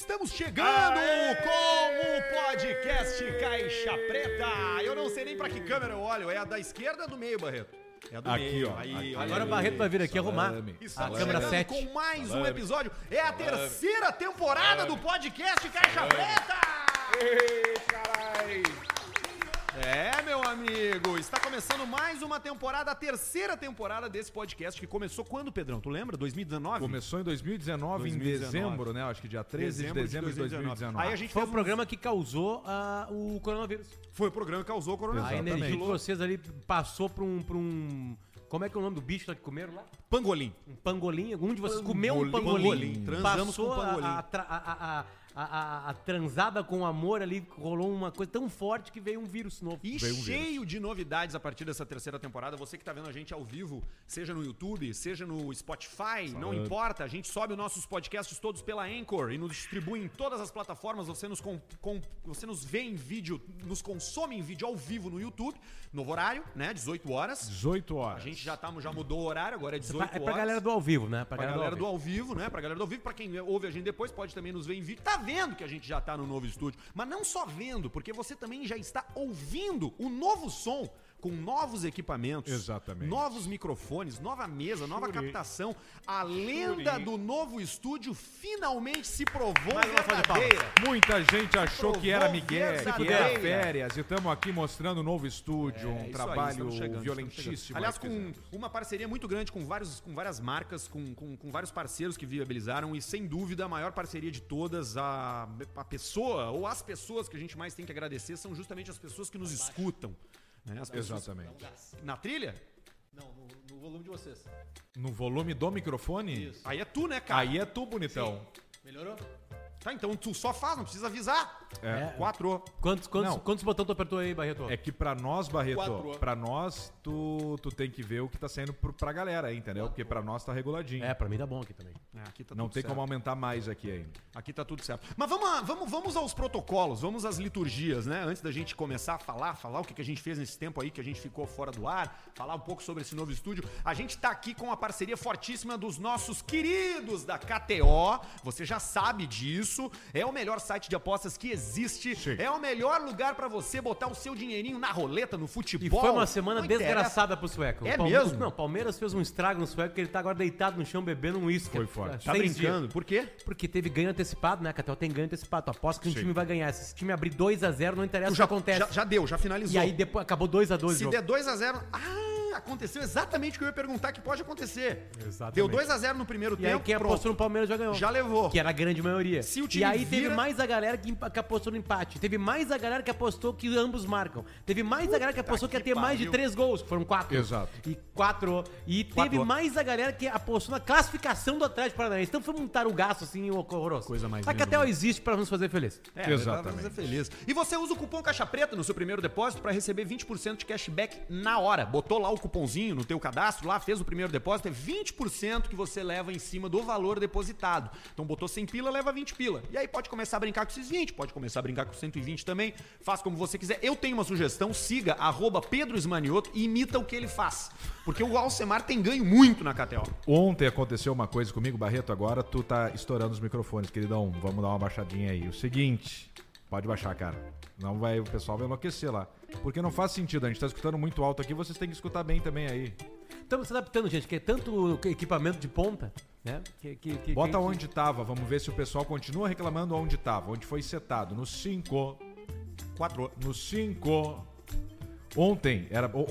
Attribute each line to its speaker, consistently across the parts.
Speaker 1: Estamos chegando com o podcast Caixa Preta. Eu não sei nem pra que câmera eu olho. É a da esquerda ou do meio, Barreto? É a do
Speaker 2: aqui,
Speaker 1: meio.
Speaker 2: ó.
Speaker 1: Aí,
Speaker 3: Agora o Barreto vai vir aqui arrumar a câmera 7.
Speaker 1: Com mais um episódio. É a terceira temporada do podcast Caixa Preta.
Speaker 2: Ei, carai!
Speaker 1: É, meu amigo, está começando mais uma temporada, a terceira temporada desse podcast, que começou quando, Pedrão? Tu lembra? 2019?
Speaker 2: Começou em 2019, em dezembro, né? Acho que dia 13 de dezembro de 2019.
Speaker 1: Aí a gente
Speaker 3: Foi
Speaker 1: fez
Speaker 3: o programa que causou o coronavírus.
Speaker 1: Foi o programa que causou o coronavírus.
Speaker 3: A energia
Speaker 2: Exatamente.
Speaker 3: de vocês ali passou pra um... Como é que é o nome do bicho lá que comeram lá?
Speaker 1: Pangolim.
Speaker 3: Um pangolim. Um de vocês comeu um
Speaker 1: Pangolim.
Speaker 3: pangolim.
Speaker 1: Transamos
Speaker 3: Passou
Speaker 1: com pangolim.
Speaker 3: a transada com amor ali, rolou uma coisa tão forte que veio um vírus novo.
Speaker 1: E
Speaker 2: Veio um
Speaker 1: cheio de novidades a partir dessa terceira temporada. Você que tá vendo a gente ao vivo, seja no YouTube, seja no Spotify, não importa. A gente sobe os nossos podcasts todos pela Anchor e nos distribui em todas as plataformas. Você você nos vê em vídeo, nos consome em vídeo ao vivo no YouTube, novo horário, né? 18 horas.
Speaker 2: 18 horas.
Speaker 1: A gente já mudou o horário, agora é 18 horas.
Speaker 3: É pra galera do ao vivo, né?
Speaker 1: Pra galera do ao vivo, né? Pra galera do ao vivo, pra quem ouve a gente depois, pode também nos ver em vídeo. Tá vendo que a gente já tá no novo estúdio. Mas não só vendo, porque você também já está ouvindo o novo som, com novos equipamentos.
Speaker 2: Exatamente.
Speaker 1: Novos microfones, nova mesa, nova captação. A lenda do novo estúdio finalmente se provou
Speaker 3: Mais uma salva de palmas.
Speaker 1: verdadeira.
Speaker 2: Muita gente achou que era
Speaker 1: Provou
Speaker 2: Miguel, que
Speaker 1: verdadeira.
Speaker 2: era férias. E estamos aqui mostrando um novo estúdio, um
Speaker 1: É, isso aí,
Speaker 2: trabalho
Speaker 1: estamos chegando.
Speaker 2: violentíssimo.
Speaker 1: Aliás,
Speaker 2: aí
Speaker 1: com
Speaker 2: que fizemos.
Speaker 1: uma parceria muito grande com várias marcas, com vários parceiros que viabilizaram, e sem dúvida a maior parceria de todas, a pessoa ou as pessoas que a gente mais tem que agradecer são justamente as pessoas que nos escutam. Né? As pessoas...
Speaker 2: Exatamente.
Speaker 1: Na trilha?
Speaker 4: Não, no volume de vocês.
Speaker 2: No volume do microfone?
Speaker 4: Isso.
Speaker 1: Aí é tu, né, cara?
Speaker 2: Aí é tu, bonitão.
Speaker 4: Melhorou?
Speaker 1: Tá, então tu só faz, não precisa avisar.
Speaker 2: É.
Speaker 1: 4.
Speaker 2: Não.
Speaker 3: Quantos botões tu apertou aí, Barreto?
Speaker 2: É que pra nós, Barreto,
Speaker 4: 4.
Speaker 2: pra nós, tu tem que ver o que tá saindo pra galera aí, entendeu? Porque pra nós tá reguladinho.
Speaker 3: Pra mim tá bom aqui também.
Speaker 1: Aqui tá
Speaker 2: Não
Speaker 1: tudo
Speaker 2: tem
Speaker 1: certo.
Speaker 2: como aumentar mais aqui ainda.
Speaker 1: Aqui tá tudo certo. Mas vamos aos protocolos, vamos às liturgias, né? Antes da gente começar a falar o que a gente fez nesse tempo aí que a gente ficou fora do ar, falar um pouco sobre esse novo estúdio. A gente tá aqui com a parceria fortíssima dos nossos queridos da KTO. Você já sabe disso. É o melhor site de apostas que existe.
Speaker 2: Sim.
Speaker 1: É o melhor lugar pra você botar o seu dinheirinho na roleta, no
Speaker 3: E
Speaker 1: futebol.
Speaker 3: foi uma semana
Speaker 1: Não interessa.
Speaker 3: desgraçada pro sueco.
Speaker 1: É
Speaker 3: O
Speaker 1: mesmo?
Speaker 3: Não, o Palmeiras fez um estrago no sueco que ele tá agora deitado no chão bebendo um uísque.
Speaker 2: Foi forte.
Speaker 1: Tá brincando? Por quê?
Speaker 3: Porque teve ganho antecipado, né? A KTO tem ganho antecipado. Tu aposta que um
Speaker 2: Sim.
Speaker 3: time vai ganhar. Se esse time abrir 2-0, não interessa o que
Speaker 1: Já,
Speaker 3: acontece.
Speaker 1: já deu, já finalizou.
Speaker 3: E aí depois acabou 2-2 o
Speaker 1: Se
Speaker 3: jogo.
Speaker 1: der 2-0... aconteceu exatamente o que eu ia perguntar que pode acontecer.
Speaker 3: Exatamente.
Speaker 1: Deu 2-0 no primeiro
Speaker 3: E aí
Speaker 1: tempo,
Speaker 3: quem
Speaker 1: pronto.
Speaker 3: apostou no Palmeiras já ganhou.
Speaker 1: Já levou.
Speaker 3: Que era a grande maioria.
Speaker 1: Se o time
Speaker 3: e aí
Speaker 1: vira-
Speaker 3: teve mais a galera que apostou no empate. Teve mais a galera que apostou que ambos marcam. Teve mais a galera que apostou que ia ter mais de 3 gols, que foram 4.
Speaker 2: Exato.
Speaker 3: E 4. E teve mais a galera que apostou na classificação do Atlético Paranaense. Então foi um tarugaço assim horroroso.
Speaker 1: Coisa mais
Speaker 3: A
Speaker 1: linda,
Speaker 3: KTO existe pra nos fazer feliz.
Speaker 2: Exatamente.
Speaker 1: Pra fazer feliz. E você usa o cupom Caixa Preta no seu primeiro depósito pra receber 20% de cashback na hora. Botou lá o cupomzinho no teu cadastro, lá fez o primeiro depósito, é 20% que você leva em cima do valor depositado. Então botou 100 pila, leva 20 pila. E aí pode começar a brincar com esses 20, pode começar a brincar com 120 também. Faz como você quiser. Eu tenho uma sugestão, siga @Pedro Esmanioto e imita o que ele faz. Porque o Alcemar tem ganho muito na KTO.
Speaker 2: Ontem aconteceu uma coisa comigo, Barreto, agora tu tá estourando os microfones, queridão. Vamos dar uma baixadinha aí. O seguinte, pode baixar, cara. Não vai, o pessoal vai enlouquecer lá. Porque não faz sentido, a gente tá escutando muito alto aqui, vocês têm que escutar bem também aí.
Speaker 3: Estamos se adaptando, gente, que é tanto equipamento de ponta, né?
Speaker 2: Bota onde tava, vamos ver se o pessoal continua reclamando onde tava, onde foi setado. No 5.
Speaker 1: 4.
Speaker 2: No 5. Ontem,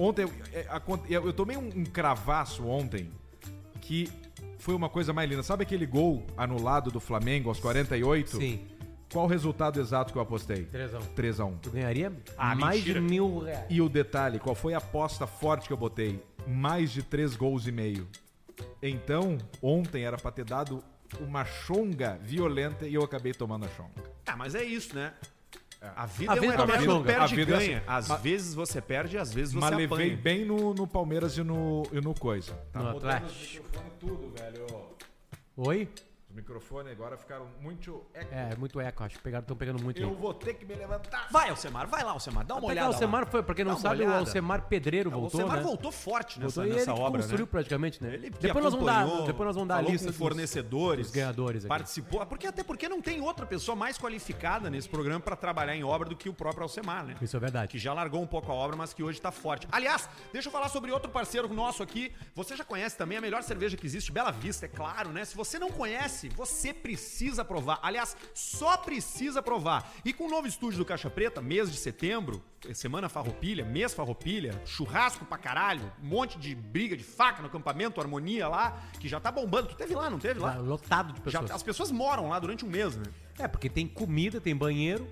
Speaker 2: eu tomei um cravaço ontem que foi uma coisa mais linda. Sabe aquele gol anulado do Flamengo aos 48?
Speaker 3: Sim.
Speaker 2: Qual o resultado exato que eu apostei?
Speaker 3: 3-1.
Speaker 2: 3-1.
Speaker 3: Tu ganharia
Speaker 1: mentira.
Speaker 3: de R$1.000.
Speaker 2: E o detalhe, qual foi a aposta forte que eu botei? Mais de 3 gols e meio. Então, ontem era pra ter dado uma chonga violenta e eu acabei tomando a chonga.
Speaker 1: Mas é isso, né? A vida
Speaker 3: A
Speaker 1: é
Speaker 3: vida
Speaker 1: um
Speaker 3: é uma
Speaker 1: eterno
Speaker 3: chonga.
Speaker 1: perde
Speaker 2: A vida
Speaker 1: e
Speaker 2: é
Speaker 1: ganha.
Speaker 2: assim.
Speaker 1: Às vezes você perde, às vezes você
Speaker 2: Mas
Speaker 1: apanha.
Speaker 2: levei bem no Palmeiras e no coisa. Tá
Speaker 3: No
Speaker 2: mudando
Speaker 3: Atlético.
Speaker 2: os microfones tudo, velho.
Speaker 3: Oi?
Speaker 2: Os microfones agora ficaram muito eco.
Speaker 3: É, muito eco, acho. Estão pegando muito.
Speaker 2: Eu
Speaker 3: aí.
Speaker 2: vou ter que me levantar.
Speaker 1: Vai, Alcemar, vai lá, Alcemar, dá uma
Speaker 3: Até que o
Speaker 1: olhada lá.
Speaker 3: Alcemar foi, pra quem não
Speaker 1: Dá uma
Speaker 3: sabe, o
Speaker 1: olhada.
Speaker 3: Alcemar Pedreiro
Speaker 1: O
Speaker 3: voltou,
Speaker 1: Alcemar
Speaker 3: né?
Speaker 1: voltou forte
Speaker 3: Voltou
Speaker 1: nessa
Speaker 3: e ele
Speaker 1: obra,
Speaker 3: construiu
Speaker 1: né?
Speaker 3: praticamente, né?
Speaker 1: Ele que
Speaker 3: Depois nós
Speaker 1: acompanhou,
Speaker 3: vamos dar a
Speaker 1: falou
Speaker 3: lista
Speaker 1: com fornecedores,
Speaker 3: dos ganhadores aqui.
Speaker 1: participou, até porque não tem outra pessoa mais qualificada nesse programa pra trabalhar em obra do que o próprio Alcemar, né?
Speaker 3: Isso é verdade.
Speaker 1: Que já largou um pouco a obra, mas que hoje tá forte. Aliás, deixa eu falar sobre outro parceiro nosso aqui. Você já conhece também a melhor cerveja que existe, Bela Vista, é claro, né? Se você não conhece, você precisa provar. Aliás, só precisa provar. E com o novo estúdio do Caixa Preta, mês de setembro, semana farroupilha, mês farroupilha, churrasco pra caralho, um monte de briga de faca no acampamento, harmonia lá, que já tá bombando. Tu teve lá, não teve lá?
Speaker 3: Tá lotado de
Speaker 1: Já,
Speaker 3: pessoas.
Speaker 1: as pessoas moram lá durante um mês, né?
Speaker 3: É, porque tem comida, tem banheiro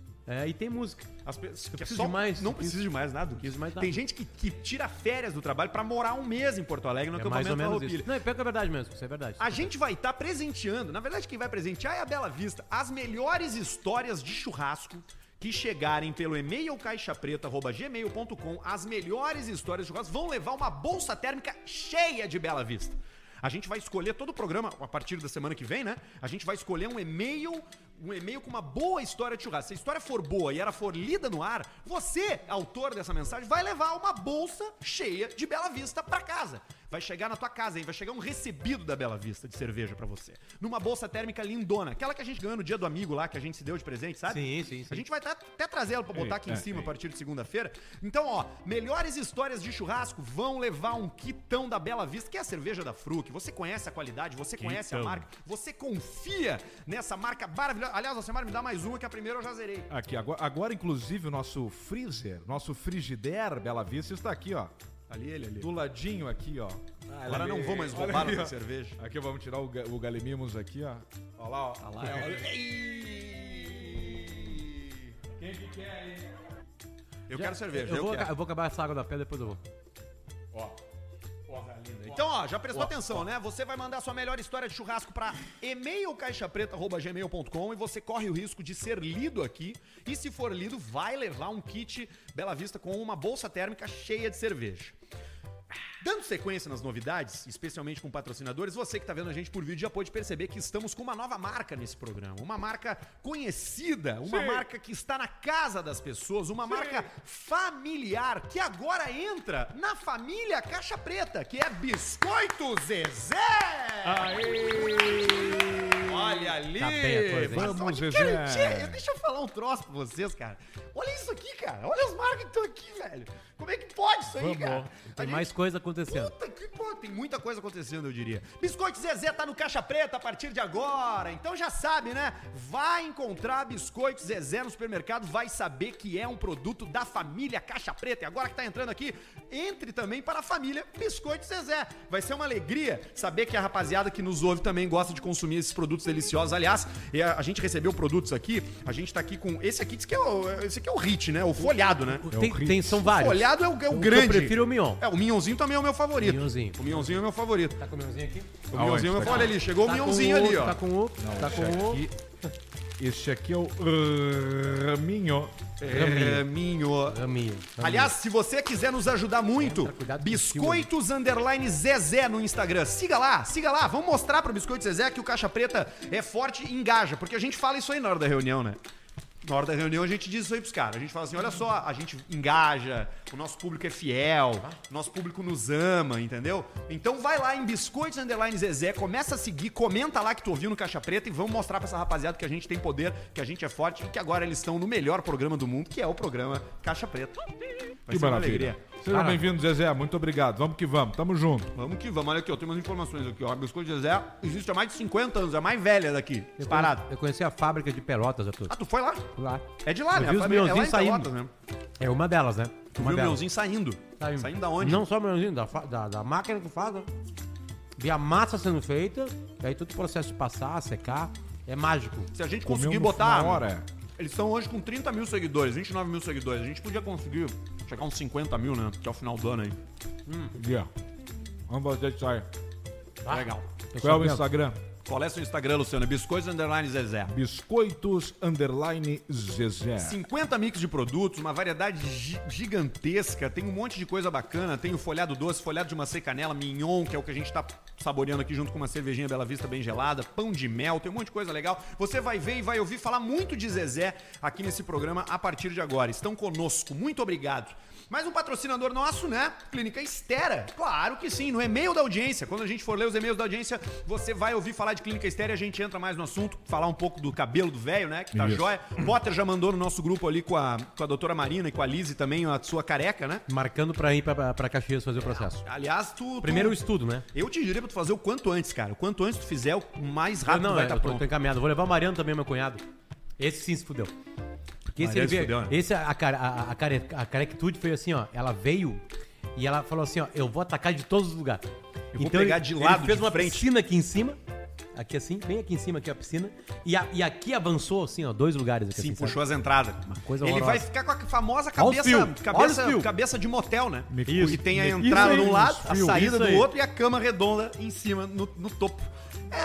Speaker 3: e tem música.
Speaker 1: As pessoas, que é
Speaker 3: preciso
Speaker 1: só-
Speaker 3: de mais
Speaker 1: Não
Speaker 3: do que
Speaker 1: precisa de mais nada do que isso.
Speaker 3: mais nada.
Speaker 1: Tem gente que tira férias do trabalho pra morar um mês em Porto Alegre no
Speaker 3: É mais
Speaker 1: acampamento
Speaker 3: ou menos
Speaker 1: farroupilha.
Speaker 3: isso. Não, é pior que é verdade mesmo, isso é verdade.
Speaker 1: A gente vai estar presenteando, na verdade quem vai presentear é a Bela Vista, as melhores histórias de churrasco que chegarem pelo e-mail caixapreta@gmail.com, as melhores histórias de churrasco vão levar uma bolsa térmica cheia de Bela Vista. A gente vai escolher todo o programa, a partir da semana que vem, né? A gente vai escolher um e-mail com uma boa história de churrasco. Se a história for boa e ela for lida no ar, você, autor dessa mensagem, vai levar uma bolsa cheia de Bela Vista pra casa. Vai chegar na tua casa aí, vai chegar um recebido da Bela Vista de cerveja pra você. Numa bolsa térmica lindona. Aquela que a gente ganhou no dia do amigo lá, que a gente se deu de presente, sabe?
Speaker 3: Sim.
Speaker 1: A gente vai até trazer ela pra botar aqui em cima a partir de segunda-feira. Então, ó, melhores histórias de churrasco vão levar um quitão da Bela Vista, que é a cerveja da Fruc. Você conhece a qualidade, você conhece a marca, você confia nessa marca maravilhosa. Aliás, Alcemar, me dá mais uma que a primeira eu já zerei.
Speaker 2: Aqui, agora, inclusive, o nosso freezer, nosso Frigidaire Bela Vista está aqui, ó.
Speaker 1: Ali ele, ali.
Speaker 2: Do ladinho aqui, ó.
Speaker 1: Agora não vou mais
Speaker 2: Olha
Speaker 1: roubar
Speaker 2: ali,
Speaker 1: nossa
Speaker 2: ó.
Speaker 1: cerveja.
Speaker 2: Aqui vamos tirar o Galimimos aqui, ó. Olha lá, ó.
Speaker 1: Olha lá, olha.
Speaker 2: Quem que quer aí?
Speaker 1: Eu quero cerveja,
Speaker 3: Eu
Speaker 1: quero.
Speaker 3: vou acabar essa água da pedra, depois eu vou.
Speaker 2: Ó.
Speaker 1: Então, ó, já prestou atenção, né? Você vai mandar sua melhor história de churrasco pra e-mail caixapreta@gmail.com e você corre o risco de ser lido aqui. E se for lido, vai levar um kit Bela Vista com uma bolsa térmica cheia de cerveja. Dando sequência nas novidades, especialmente com patrocinadores, você que tá vendo a gente por vídeo já pode perceber que estamos com uma nova marca nesse programa. Uma marca conhecida, uma marca que está na casa das pessoas, uma marca familiar que agora entra na família Caixa Preta, que é Biscoito Zezé! Olha ali!
Speaker 3: Tá bem a coisa, hein?
Speaker 1: Mas
Speaker 2: Vamos,
Speaker 1: olha,
Speaker 2: Zezé.
Speaker 1: cara, deixa eu falar um troço pra vocês, cara. Olha isso aqui, cara. Olha as marcas que estão aqui, velho. Como é que pode isso aí,
Speaker 3: Vamos.
Speaker 1: cara?
Speaker 3: Tem
Speaker 1: A gente-
Speaker 3: mais coisa acontecendo.
Speaker 1: Puta que pô, tem muita coisa acontecendo, eu diria. Biscoito Zezé tá no Caixa Preta a partir de agora. Então já sabe, né? Vai encontrar Biscoito Zezé no supermercado, vai saber que é um produto da família Caixa Preta. E agora que tá entrando aqui, entre também para a família Biscoito Zezé. Vai ser uma alegria saber que a rapaziada que nos ouve também gosta de consumir esses produtos deliciosos. Aliás, a gente recebeu produtos aqui, a gente tá aqui com esse aqui, esse aqui é o hit, né? O folhado, né?
Speaker 3: São vários.
Speaker 1: O folhado é o
Speaker 3: O que eu
Speaker 1: grande.
Speaker 3: prefiro é o mignon.
Speaker 1: É, o minhãozinho também é o meu favorito.
Speaker 3: Minhãozinho.
Speaker 1: O minhãozinho é meu favorito.
Speaker 3: Tá com o mignon aqui?
Speaker 1: O minhãozinho é meu favorito. Olha ali, chegou o
Speaker 3: Tá com
Speaker 1: minhãozinho ali, ó.
Speaker 3: Tá com o... Tá com o...
Speaker 2: Este aqui é o Raminho.
Speaker 1: Raminho.
Speaker 3: Raminho.
Speaker 1: Aliás, se você quiser nos ajudar muito,
Speaker 3: Cuidado com o
Speaker 1: Biscoitos_Zezé no Instagram. Siga lá. Vamos mostrar pro Biscoito Zezé que o Caixa Preta é forte e engaja. Porque a gente fala isso aí na hora da reunião, né? Na hora da reunião a gente diz isso aí pros caras. A gente fala assim, olha só, a gente engaja, o nosso público é fiel, o nosso público nos ama, entendeu? Então vai lá em Biscoitos_Zezé, começa a seguir, comenta lá que tu ouviu no Caixa Preta e vamos mostrar pra essa rapaziada que a gente tem poder, que a gente é forte e que agora eles estão no melhor programa do mundo, que é o programa Caixa Preta. Vai
Speaker 2: Que
Speaker 1: ser uma
Speaker 2: maravilha.
Speaker 1: alegria.
Speaker 2: Seja bem-vindo, Zezé. Muito obrigado. Vamos que vamos. Tamo junto.
Speaker 1: Vamos que vamos, olha aqui, ó, tem umas informações aqui, ó. A Biscoito Zezé existe há mais de 50 anos, é a mais velha daqui, disparado.
Speaker 3: Eu conheci a fábrica de Pelotas, Arthur.
Speaker 1: Ah, tu foi lá?
Speaker 3: Lá.
Speaker 1: É de lá,
Speaker 3: Eu
Speaker 1: né?
Speaker 3: vi os
Speaker 1: A fábrica é lá em
Speaker 3: mionzinhos saindo.
Speaker 1: Pelotas, né?
Speaker 3: É uma delas, né?
Speaker 1: Tu
Speaker 3: Uma
Speaker 1: viu o
Speaker 3: delas.
Speaker 1: mionzinho saindo? Saindo da onde?
Speaker 3: Não só o mionzinho, da máquina que faz, né? Vi a massa sendo feita, aí todo o processo de passar, secar, é mágico.
Speaker 1: Se a gente
Speaker 2: Comeu
Speaker 1: conseguir
Speaker 2: no-
Speaker 1: botar...
Speaker 2: na hora.
Speaker 1: Eles estão hoje com 30 mil seguidores, 29 mil seguidores. A gente podia conseguir chegar uns 50 mil, né? Até o final do ano aí.
Speaker 2: Aqui, ó. Vamos fazer isso aí.
Speaker 1: Legal.
Speaker 2: Qual é o Instagram?
Speaker 1: Qual é seu Instagram, Luciano? Biscoitos_Zezé.
Speaker 2: Biscoitos_Zezé.
Speaker 1: 50 mix de produtos, uma variedade gigantesca, tem um monte de coisa bacana, tem o folhado doce, folhado de maçã e canela, mignon, que é o que a gente tá saboreando aqui junto com uma cervejinha Bela Vista bem gelada, pão de mel, tem um monte de coisa legal. Você vai ver e vai ouvir falar muito de Zezé aqui nesse programa a partir de agora. Estão conosco, muito obrigado. Mais um patrocinador nosso, né? Clínica Estera. Claro que sim, no e-mail da audiência. Quando a gente for ler os e-mails da audiência, você vai ouvir falar de Clínica Estera e a gente entra mais no assunto, falar um pouco do cabelo do velho, né? Que tá jóia. Potter já mandou no nosso grupo ali com a doutora Marina e com a Lizzy também a sua careca, né?
Speaker 3: Marcando pra ir pra Caxias fazer o processo.
Speaker 1: Aliás, tu...
Speaker 3: Primeiro o estudo, né?
Speaker 1: Eu te diria pra tu fazer o quanto antes, cara. O quanto antes tu fizer, o mais rápido vai estar pronto.
Speaker 3: Tô encaminhado. Vou levar o Mariano também, meu cunhado. Esse sim se fudeu. Porque esse,
Speaker 1: Mariano se fudeu, né?
Speaker 3: esse a carequitude foi assim, ó. Ela veio e ela falou assim, ó, eu vou atacar de todos os lugares.
Speaker 1: Eu vou pegar de lado,
Speaker 3: ele fez
Speaker 1: de
Speaker 3: uma
Speaker 1: frente.
Speaker 3: piscina aqui em cima. Aqui assim, bem aqui em cima, aqui a piscina. E aqui avançou, assim, ó, 2 lugares aqui.
Speaker 1: Sim,
Speaker 3: assim,
Speaker 1: puxou as entradas.
Speaker 3: Coisa
Speaker 1: Ele
Speaker 3: horrorosa.
Speaker 1: vai ficar com a famosa
Speaker 3: Olha os fio,
Speaker 1: cabeça de motel, né?
Speaker 3: Isso.
Speaker 1: E tem a
Speaker 3: Isso
Speaker 1: entrada
Speaker 3: aí,
Speaker 1: de um lado,
Speaker 3: os
Speaker 1: a
Speaker 3: fios,
Speaker 1: saída
Speaker 3: isso
Speaker 1: do
Speaker 3: aí.
Speaker 1: outro e a cama redonda em cima, no topo. É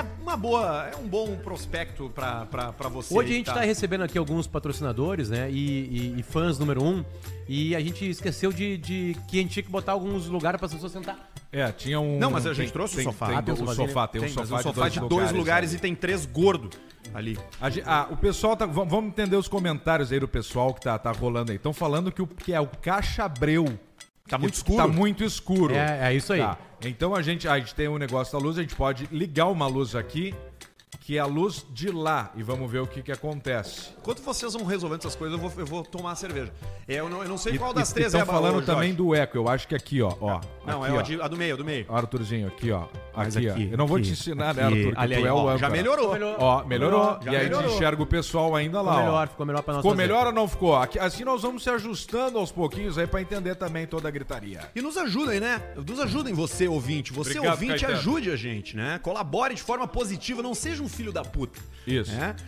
Speaker 1: um bom prospecto pra você.
Speaker 3: Hoje a
Speaker 1: aí
Speaker 3: gente
Speaker 1: que
Speaker 3: tá recebendo aqui alguns patrocinadores, né? E fãs número 1. E a gente esqueceu de que a gente tinha que botar alguns lugares para as pessoas sentar.
Speaker 2: Tinha um...
Speaker 1: Não, mas a gente trouxe o sofá.
Speaker 2: Tem
Speaker 3: tem
Speaker 2: o
Speaker 3: um
Speaker 2: sofá, tem um
Speaker 1: Tem, mas
Speaker 2: sofá,
Speaker 1: um sofá de 2 lugares e tem 3 gordos ali.
Speaker 2: O pessoal tá... Vamos entender os comentários aí do pessoal que tá rolando aí. Estão falando que é o Caixa Abreu.
Speaker 1: Tá muito escuro.
Speaker 2: Tá muito escuro.
Speaker 3: É isso aí.
Speaker 2: Tá. Então a gente tem um negócio da luz, a gente pode ligar uma luz aqui, que é a luz de lá, e vamos ver o que acontece.
Speaker 1: Enquanto vocês vão resolvendo essas coisas, eu vou tomar uma cerveja. Eu não sei qual
Speaker 2: E
Speaker 1: das 3 é
Speaker 2: estão falando
Speaker 1: ô, Jorge.
Speaker 2: também do eco, eu acho que aqui, ó.
Speaker 1: Não,
Speaker 2: aqui,
Speaker 1: é a do meio, do meio.
Speaker 2: Ó, Arthurzinho, aqui, ó.
Speaker 1: Mas
Speaker 2: Aqui,
Speaker 1: aqui,
Speaker 2: ó. Eu não vou
Speaker 1: aqui,
Speaker 2: te ensinar,
Speaker 1: aqui.
Speaker 2: né, Arthur, que
Speaker 1: Ali,
Speaker 2: tu é
Speaker 1: ó,
Speaker 2: o âncora.
Speaker 1: já melhorou.
Speaker 2: Ó, melhorou.
Speaker 1: Já
Speaker 2: E aí
Speaker 1: melhorou.
Speaker 2: tu enxerga o pessoal ainda lá,
Speaker 3: Ficou melhor pra nós
Speaker 2: Ficou
Speaker 3: fazer.
Speaker 2: melhor ou não ficou? Assim nós vamos se ajustando aos pouquinhos aí pra entender também toda a gritaria.
Speaker 1: E nos ajudem, né? Nos ajudem, você ouvinte. Você
Speaker 2: Obrigado,
Speaker 1: ouvinte,
Speaker 2: Caetano.
Speaker 1: ajude a gente, né? Colabore de forma positiva, não seja um filho da puta.
Speaker 2: Isso.
Speaker 1: Né?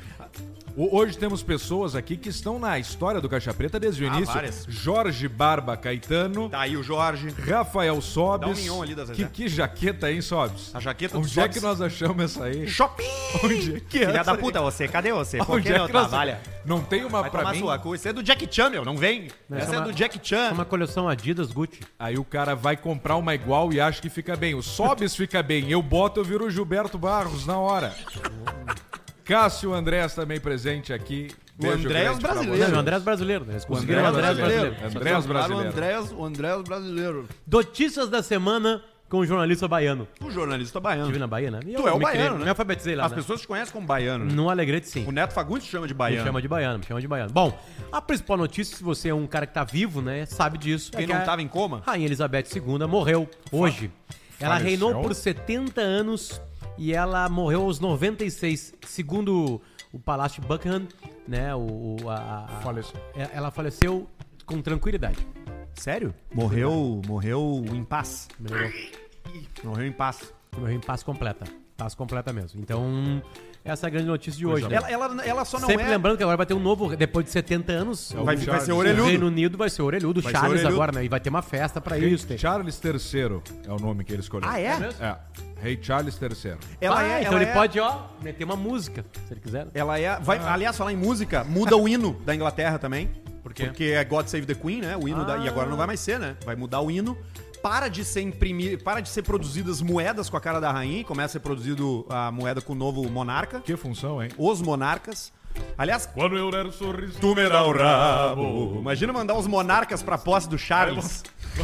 Speaker 2: Hoje temos pessoas aqui que estão na história do Caixa Preta desde o início.
Speaker 1: várias.
Speaker 2: Jorge Barba Caetano,
Speaker 1: Tá aí o Jorge.
Speaker 2: Rafael Sobes.
Speaker 1: Dá um mignon ali da Zezé.
Speaker 2: Que jaqueta, hein, Sobes?
Speaker 1: A jaqueta do
Speaker 2: Onde é
Speaker 1: Sobes.
Speaker 2: que nós achamos essa aí?
Speaker 1: Shopping!
Speaker 2: Onde é que é
Speaker 1: Filha
Speaker 2: essa
Speaker 1: da
Speaker 2: aí?
Speaker 1: puta, você. Cadê você? Por
Speaker 2: Onde
Speaker 1: que
Speaker 2: é
Speaker 1: não
Speaker 2: que nós-
Speaker 1: trabalha?
Speaker 2: Não tem uma
Speaker 1: Vai
Speaker 2: pra
Speaker 1: tomar
Speaker 2: mim?
Speaker 1: sua coisa. Isso é do Jack Chan, meu. Não vem. Essa é do Jack Chan.
Speaker 3: Uma coleção Adidas, Gucci.
Speaker 2: Aí o cara vai comprar uma igual e acha que fica bem. O Sobes fica bem. Eu boto, eu viro o Gilberto Barros na hora. Cássio Andrés também presente aqui. Beijo
Speaker 1: Andrés
Speaker 2: grande pra
Speaker 1: brasileiro.
Speaker 2: você.
Speaker 3: Não, o Andrés brasileiro, né? Eles conseguiram o
Speaker 2: Andrés
Speaker 3: Andrés
Speaker 2: brasileiro.
Speaker 3: brasileiro.
Speaker 2: Andrés brasileiro.
Speaker 1: O Andrés brasileiro.
Speaker 3: Notícias da semana com o jornalista baiano.
Speaker 1: O jornalista baiano.
Speaker 3: Estive na Bahia, né?
Speaker 1: Tu é o baiano, né?
Speaker 3: Me alfabetizei lá,
Speaker 1: As
Speaker 3: né?
Speaker 1: pessoas te conhecem como baiano, né?
Speaker 3: No Alegrete, sim.
Speaker 1: O Neto Fagundes te chama de
Speaker 3: Me
Speaker 1: baiano.
Speaker 3: chama de baiano. Bom, a principal notícia, se você é um cara que tá vivo, né, sabe disso.
Speaker 1: Quem
Speaker 3: é que
Speaker 1: não
Speaker 3: a
Speaker 1: tava em coma?
Speaker 3: Rainha Elizabeth II morreu hoje. Ela
Speaker 2: faleceu?
Speaker 3: reinou por 70 anos e ela morreu aos 96. Segundo o Palácio de Buckingham, né,
Speaker 2: Faleceu.
Speaker 3: ela faleceu com tranquilidade.
Speaker 1: Sério? Morreu em paz.
Speaker 3: Melhorou.
Speaker 1: Morreu em paz.
Speaker 3: Morreu em paz completa. Paz completa mesmo. Então, essa é a grande notícia de hoje, né?
Speaker 1: Ela só não
Speaker 3: Sempre
Speaker 1: é...
Speaker 3: lembrando que agora vai ter um novo, depois de 70 anos,
Speaker 1: Vai ser
Speaker 3: o
Speaker 1: orelhudo.
Speaker 3: Reino Unido vai ser orelhudo,
Speaker 1: Vai ser
Speaker 3: Charles
Speaker 1: orelhudo.
Speaker 3: agora, né? E vai ter uma festa pra isso. Tem.
Speaker 2: Charles III é o nome que ele escolheu.
Speaker 1: Ah, é?
Speaker 3: mesmo?
Speaker 2: É. Rei Charles III.
Speaker 3: Então ele pode, ó, meter uma música, se ele quiser.
Speaker 1: Ela é... Aliás, falar em música, muda o hino da Inglaterra também.
Speaker 3: Por quê?
Speaker 1: Porque é God Save the Queen, né? O hino e agora não vai mais ser, né? Vai mudar o hino. Para de ser produzidas moedas com a cara da rainha. Começa a ser produzido a moeda com o novo monarca.
Speaker 2: Que função, hein?
Speaker 1: Os monarcas. Aliás,
Speaker 2: Quando eu der o sorriso.
Speaker 1: tu me dá o rabo. Imagina mandar os monarcas pra posse do Charles.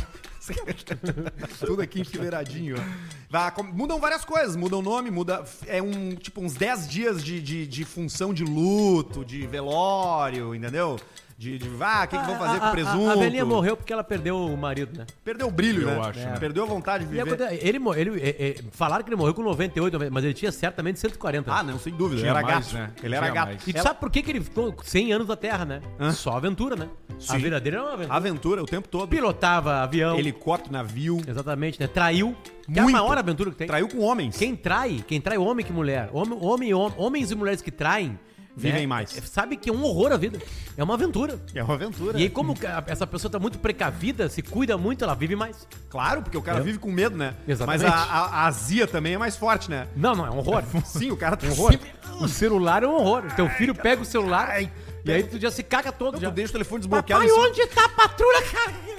Speaker 1: Tudo aqui enfileiradinho. Mudam várias coisas. Muda o nome, muda... É uns 10 dias de função de luto, de velório, entendeu? O que vão fazer com o presunto?
Speaker 3: A velhinha morreu porque ela perdeu o marido, né?
Speaker 1: Perdeu o brilho,
Speaker 2: Eu
Speaker 1: né?
Speaker 2: acho, né?
Speaker 1: Perdeu a vontade de
Speaker 3: E
Speaker 1: viver.
Speaker 3: falaram que ele morreu com 98, mas ele tinha certamente 140.
Speaker 1: Ah, não, sem dúvida.
Speaker 2: Tinha
Speaker 1: Ele era
Speaker 2: mais,
Speaker 1: gato.
Speaker 2: né?
Speaker 1: Ele era
Speaker 2: Tinha
Speaker 1: gato.
Speaker 2: mais.
Speaker 3: E tu sabe por que ele ficou 100 anos na Terra, né?
Speaker 1: Hã?
Speaker 3: Só aventura, né? A vida dele era uma aventura.
Speaker 1: Aventura o tempo todo.
Speaker 3: Pilotava avião.
Speaker 1: Helicóptero, navio.
Speaker 3: Exatamente, né? Traiu. Que é a
Speaker 1: Muito.
Speaker 3: maior aventura que tem.
Speaker 1: Traiu com homens.
Speaker 3: Quem trai homem que mulher. Homens e mulheres que traem
Speaker 1: vivem mais.
Speaker 3: Sabe que é um horror a vida. É uma aventura.
Speaker 1: É uma aventura.
Speaker 3: E aí, como essa pessoa tá muito precavida, se cuida muito, ela vive mais.
Speaker 1: Claro, porque o cara vive com medo, né?
Speaker 3: Exatamente.
Speaker 1: Mas a azia também é mais forte, né?
Speaker 3: Não, é um horror.
Speaker 1: Sim, o cara tá
Speaker 3: Horror.
Speaker 1: sempre...
Speaker 3: O celular é um horror. Teu filho pega o celular e aí tu já se caga todo. Já.
Speaker 1: Tu deixa o telefone desbloqueado.
Speaker 3: Papai,
Speaker 1: em cima-
Speaker 3: onde tá a patrulha, cara?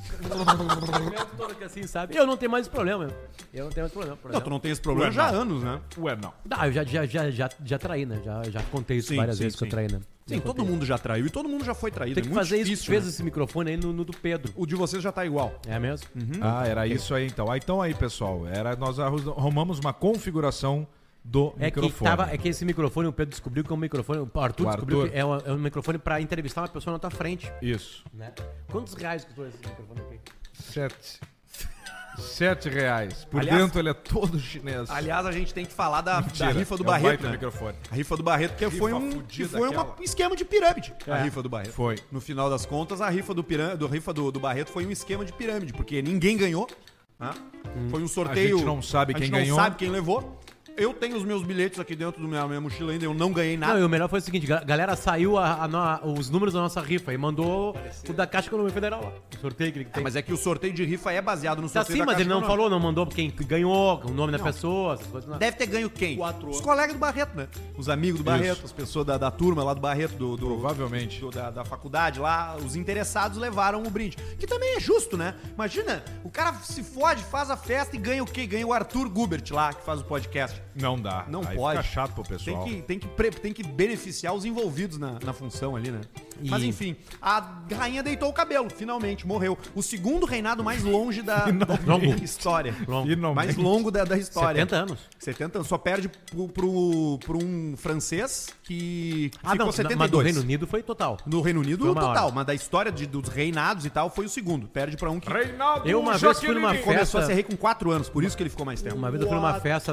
Speaker 3: Assim, sabe? Eu não tenho mais esse problema. Eu não tenho mais problema. Por
Speaker 1: Não, tu
Speaker 3: exemplo.
Speaker 1: não tem esse problema já há anos, né?
Speaker 2: Ué, não.
Speaker 3: Eu já traí, né? Já contei isso
Speaker 1: Sim,
Speaker 3: várias
Speaker 1: sim,
Speaker 3: vezes que eu
Speaker 1: sim.
Speaker 3: traí, né?
Speaker 1: Sim,
Speaker 3: Já
Speaker 1: todo
Speaker 3: contei.
Speaker 1: mundo já traiu e todo mundo já foi traído.
Speaker 3: Tem
Speaker 1: é
Speaker 3: que
Speaker 1: muito
Speaker 3: fazer isso.
Speaker 1: difícil,
Speaker 3: Fez
Speaker 1: né?
Speaker 3: esse microfone aí no do Pedro.
Speaker 1: O de vocês já tá igual.
Speaker 3: É mesmo?
Speaker 2: Ah, era isso aí então. Então aí, pessoal, nós arrumamos uma configuração do microfone.
Speaker 3: É que esse microfone, o Pedro descobriu que é um microfone. O Arthur
Speaker 2: O
Speaker 3: descobriu
Speaker 2: Arthur.
Speaker 3: que é um microfone pra entrevistar uma pessoa na tua frente.
Speaker 2: Isso.
Speaker 3: Né? Quantos reais custou esse microfone aqui?
Speaker 2: 7 reais. Por
Speaker 1: Aliás-
Speaker 2: dentro ele é todo chinês.
Speaker 1: Aliás, a gente tem que falar da
Speaker 2: Mentira,
Speaker 1: rifa do
Speaker 2: é um
Speaker 1: Barreto,
Speaker 2: baita
Speaker 1: né?
Speaker 2: microfone.
Speaker 1: A rifa do Barreto, que foi um
Speaker 2: fudida
Speaker 1: um
Speaker 2: aquela.
Speaker 1: esquema de pirâmide. A rifa do Barreto.
Speaker 2: Foi.
Speaker 1: No final das contas, a rifa do Barreto foi um esquema de pirâmide, porque ninguém ganhou. Né? Foi um sorteio.
Speaker 2: A gente não sabe quem ganhou.
Speaker 1: não sabe quem levou. Eu tenho os meus bilhetes aqui dentro da minha mochila ainda, eu não ganhei nada.
Speaker 3: Não, e o melhor foi o seguinte, galera saiu os números da nossa rifa e mandou o da Caixa Econômica Federal lá. O sorteio que ele tem.
Speaker 1: Mas é que o sorteio de rifa é baseado no
Speaker 3: Tá
Speaker 1: sorteio
Speaker 3: sim,
Speaker 1: da
Speaker 3: mas
Speaker 1: Caixa
Speaker 3: ele não
Speaker 1: Econômica.
Speaker 3: falou, não mandou quem ganhou, o nome da pessoa, essas coisas. Não.
Speaker 1: Deve ter ganho quem? Os colegas do Barreto, né? Os amigos do Barreto, as pessoas da turma lá do Barreto,
Speaker 2: Provavelmente.
Speaker 1: da faculdade lá, os interessados levaram o brinde. Que também é justo, né? Imagina, o cara se fode, faz a festa e ganha o quê? Ganha o Arthur Gubert lá, que faz o podcast.
Speaker 2: Não dá.
Speaker 1: Não
Speaker 2: Aí
Speaker 1: pode.
Speaker 2: fica chato pro pessoal.
Speaker 1: Tem que beneficiar os envolvidos na função ali, né?
Speaker 3: E-
Speaker 1: Mas enfim, a rainha deitou o cabelo, finalmente, morreu. O segundo reinado mais longe da história.
Speaker 2: Finalmente.
Speaker 1: Mais longo da história.
Speaker 3: 70 anos.
Speaker 1: 70 anos. Só perde pro um francês que
Speaker 3: Ah,
Speaker 1: ficou
Speaker 3: não,
Speaker 1: 72.
Speaker 3: mas no Reino Unido foi total.
Speaker 1: No Reino Unido,
Speaker 3: Foi
Speaker 1: o
Speaker 3: uma
Speaker 1: total.
Speaker 3: hora.
Speaker 1: Mas da história dos reinados e tal, foi o segundo. Perde pra um que
Speaker 2: Reinaldo
Speaker 3: Eu uma vez fui numa
Speaker 2: Jaqueline.
Speaker 1: começou a
Speaker 3: festa-
Speaker 1: ser rei com 4 anos. Por isso que ele ficou mais tempo.
Speaker 3: Uma vez eu fui numa festa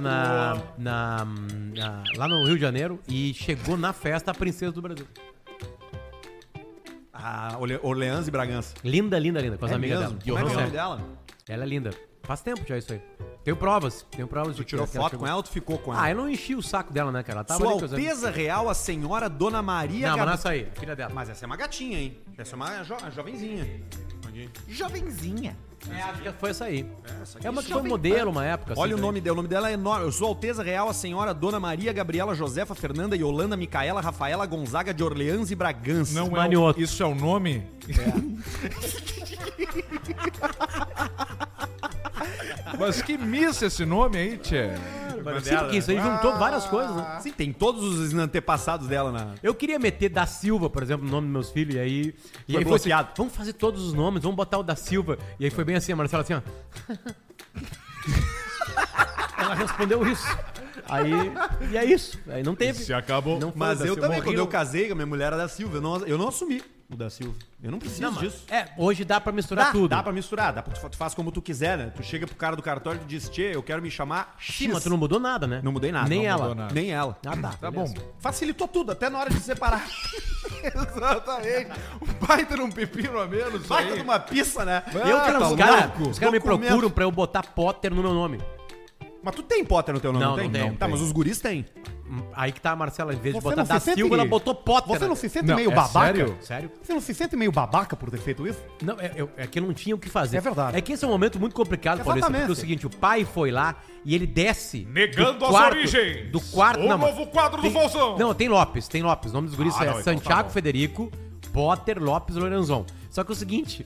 Speaker 3: lá no Rio de Janeiro e chegou na festa a princesa do Brasil.
Speaker 1: A Orleans e Bragança.
Speaker 3: Linda, linda, linda, com as amigas
Speaker 1: mesmo?
Speaker 3: dela.
Speaker 1: Como é que é o nome
Speaker 3: Johan
Speaker 1: dela?
Speaker 3: Sérgio. Ela é linda. Faz tempo já isso aí. Tenho provas
Speaker 1: Tu tirou foto com ela ou tu ficou com ela?
Speaker 3: Ah, eu não enchi o saco dela, né, cara? Ela tava
Speaker 1: Sua
Speaker 3: ali com as amigas.
Speaker 1: Alteza Real, a Senhora Dona Maria
Speaker 3: Não, mas não é
Speaker 1: Gabriela.
Speaker 3: essa aí, a filha dela.
Speaker 1: Mas essa é uma gatinha, hein? Essa é uma jovenzinha. Jovenzinha.
Speaker 3: É, acho que foi essa aí.
Speaker 1: Essa aqui
Speaker 3: É uma que foi
Speaker 1: jovem
Speaker 3: modelo
Speaker 1: pan.
Speaker 3: uma época.
Speaker 1: Olha
Speaker 3: assim,
Speaker 1: o nome dela é enorme. Sua Alteza Real, a Senhora Dona Maria Gabriela Josefa Fernanda Yolanda Micaela Rafaela Gonzaga de Orleans e Bragança.
Speaker 2: Não
Speaker 3: Manioto.
Speaker 2: isso é o nome? Mas que missa esse nome aí, tchê.
Speaker 3: Sim, porque isso aí juntou várias coisas, né?
Speaker 1: Sim, tem todos os antepassados dela na...
Speaker 3: Eu queria meter da Silva, por exemplo, o nome dos meus filhos, e aí foi assim,
Speaker 1: bloqueado.
Speaker 3: vamos fazer todos os nomes, vamos botar o da Silva. E aí foi bem assim, a Marcela assim, ó. Ela respondeu isso. Aí, e é isso. Aí não teve.
Speaker 2: Se acabou.
Speaker 3: Não foi
Speaker 1: Mas
Speaker 3: da
Speaker 1: eu
Speaker 3: Silva.
Speaker 1: também, quando
Speaker 3: Morriam.
Speaker 1: eu casei com a minha mulher era da Silva, eu não assumi o da Silva. Eu não preciso
Speaker 3: Não, mas-
Speaker 1: disso.
Speaker 3: hoje dá pra misturar tudo.
Speaker 1: Dá pra misturar, tu faz como tu quiser, né? Tu chega pro cara do cartório e tu diz, tchê, eu quero me chamar X.
Speaker 3: Sim, mas tu não mudou nada, né?
Speaker 1: Não mudei nada.
Speaker 3: Nem
Speaker 1: Não
Speaker 3: ela.
Speaker 2: mudou nada.
Speaker 1: Nem ela.
Speaker 3: Ah,
Speaker 2: Tá
Speaker 3: beleza.
Speaker 2: bom.
Speaker 1: Facilitou tudo, até na hora de separar.
Speaker 2: Exatamente. Um baita num pepino a menos
Speaker 1: Vai
Speaker 2: aí.
Speaker 1: de uma pizza, né?
Speaker 3: Eu
Speaker 2: Ah,
Speaker 3: quero
Speaker 2: tá
Speaker 3: os caras
Speaker 2: louco.
Speaker 3: me
Speaker 1: Documento.
Speaker 3: procuram pra eu botar Potter no meu nome.
Speaker 1: Mas tu tem Potter no teu nome,
Speaker 3: Não,
Speaker 1: não tem?
Speaker 3: não tem.
Speaker 1: Tá, mas os guris têm.
Speaker 3: Aí que tá a Marcela, em vez de
Speaker 1: Você
Speaker 3: botar
Speaker 1: não
Speaker 3: da
Speaker 1: se sente-
Speaker 3: Silva, ela botou Potter.
Speaker 1: Você não se sente
Speaker 2: Não,
Speaker 1: meio
Speaker 2: é
Speaker 1: babaca?
Speaker 2: sério?
Speaker 3: Sério?
Speaker 1: Você não se sente meio babaca por ter feito isso?
Speaker 3: Não, é que eu não tinha o que fazer.
Speaker 1: É verdade.
Speaker 3: É que esse é um momento muito complicado, Paulista,
Speaker 1: Exatamente.
Speaker 3: porque é o seguinte, o pai foi lá e ele desce...
Speaker 2: Negando
Speaker 3: do
Speaker 2: as
Speaker 3: quarto-
Speaker 2: origens.
Speaker 3: Do quarto...
Speaker 2: O
Speaker 3: não, mas
Speaker 2: novo quadro do
Speaker 3: tem-
Speaker 2: Faustão.
Speaker 3: Não, tem Lopes. O nome dos guris
Speaker 2: Ah,
Speaker 3: é
Speaker 2: não, então tá
Speaker 3: Santiago
Speaker 2: bom.
Speaker 3: Federico, Potter, Lopes Lorenzon. Só que é o seguinte,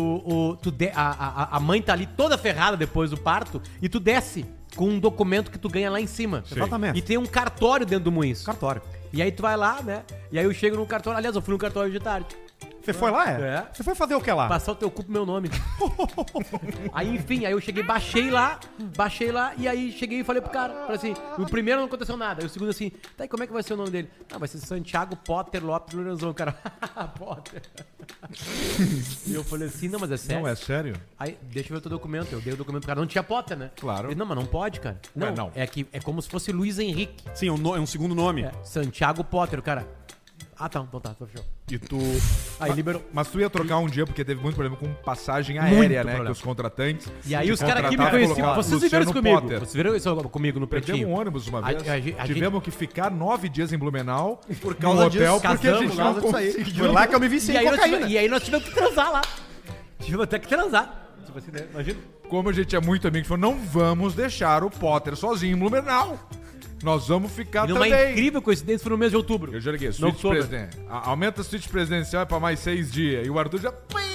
Speaker 3: a mãe tá ali toda ferrada depois do parto e tu desce com um documento que tu ganha lá em cima.
Speaker 1: Exatamente.
Speaker 3: E tem um cartório dentro do Moinhos.
Speaker 1: Cartório.
Speaker 3: E aí tu vai lá, né? E aí eu chego no cartório. Aliás, eu fui no cartório de tarde.
Speaker 1: Você foi lá,
Speaker 3: É.
Speaker 1: Você foi fazer o que lá?
Speaker 3: Passar o teu cu pro meu nome. Aí, enfim, aí eu cheguei, baixei lá, e aí cheguei e falei pro cara, falei assim, o primeiro não aconteceu nada, aí o segundo assim, tá, e como é que vai ser o nome dele? Ah, vai ser Santiago Potter Lopes Lorenzon, o cara, Potter. E eu falei assim, não, mas é sério?
Speaker 2: Não, é sério?
Speaker 3: Aí, deixa eu ver o teu documento, eu dei o documento pro cara, não tinha Potter, né?
Speaker 2: Claro.
Speaker 3: Ele, não, mas não pode, cara. Não,
Speaker 2: não.
Speaker 3: é que é como se fosse Luiz Henrique.
Speaker 1: Sim, é um segundo nome.
Speaker 3: É, Santiago Potter, o cara. Ah, tá. Então tá, fechou.
Speaker 2: E tu...
Speaker 3: Aí liberou.
Speaker 2: Mas tu ia trocar um dia porque teve muito problema com passagem aérea, né?
Speaker 3: problema.
Speaker 2: Que os contratantes...
Speaker 3: E aí
Speaker 2: te
Speaker 3: os caras aqui me
Speaker 2: contrataram pra
Speaker 3: conheciam.
Speaker 2: colocar
Speaker 3: Vocês viram isso
Speaker 2: Luciano
Speaker 3: comigo.
Speaker 2: Potter.
Speaker 3: Vocês viram isso comigo no
Speaker 2: Perdemos
Speaker 3: Pretinho.
Speaker 2: um ônibus uma vez.
Speaker 3: A gente-
Speaker 2: Tivemos que ficar 9 dias em Blumenau
Speaker 1: Por
Speaker 2: no
Speaker 1: causa
Speaker 2: hotel
Speaker 1: disso,
Speaker 2: porque a gente
Speaker 1: por
Speaker 2: não
Speaker 1: causa disso aí.
Speaker 2: conseguiu.
Speaker 1: Foi lá que eu me viciei em cocaína.
Speaker 3: E aí nós tivemos que transar lá. Tivemos até que transar. Tipo assim, né? Imagina.
Speaker 2: Como a gente é muito amigo, falou, não vamos deixar o Potter sozinho em Blumenau. Nós vamos ficar
Speaker 3: E numa
Speaker 2: também.
Speaker 3: incrível coincidência foi no mês de outubro.
Speaker 2: Eu já liguei,
Speaker 3: No
Speaker 2: suíte
Speaker 3: outubro.
Speaker 2: presidente. Aumenta a suíte presidencial é pra mais 6 dias. E o Arthur já...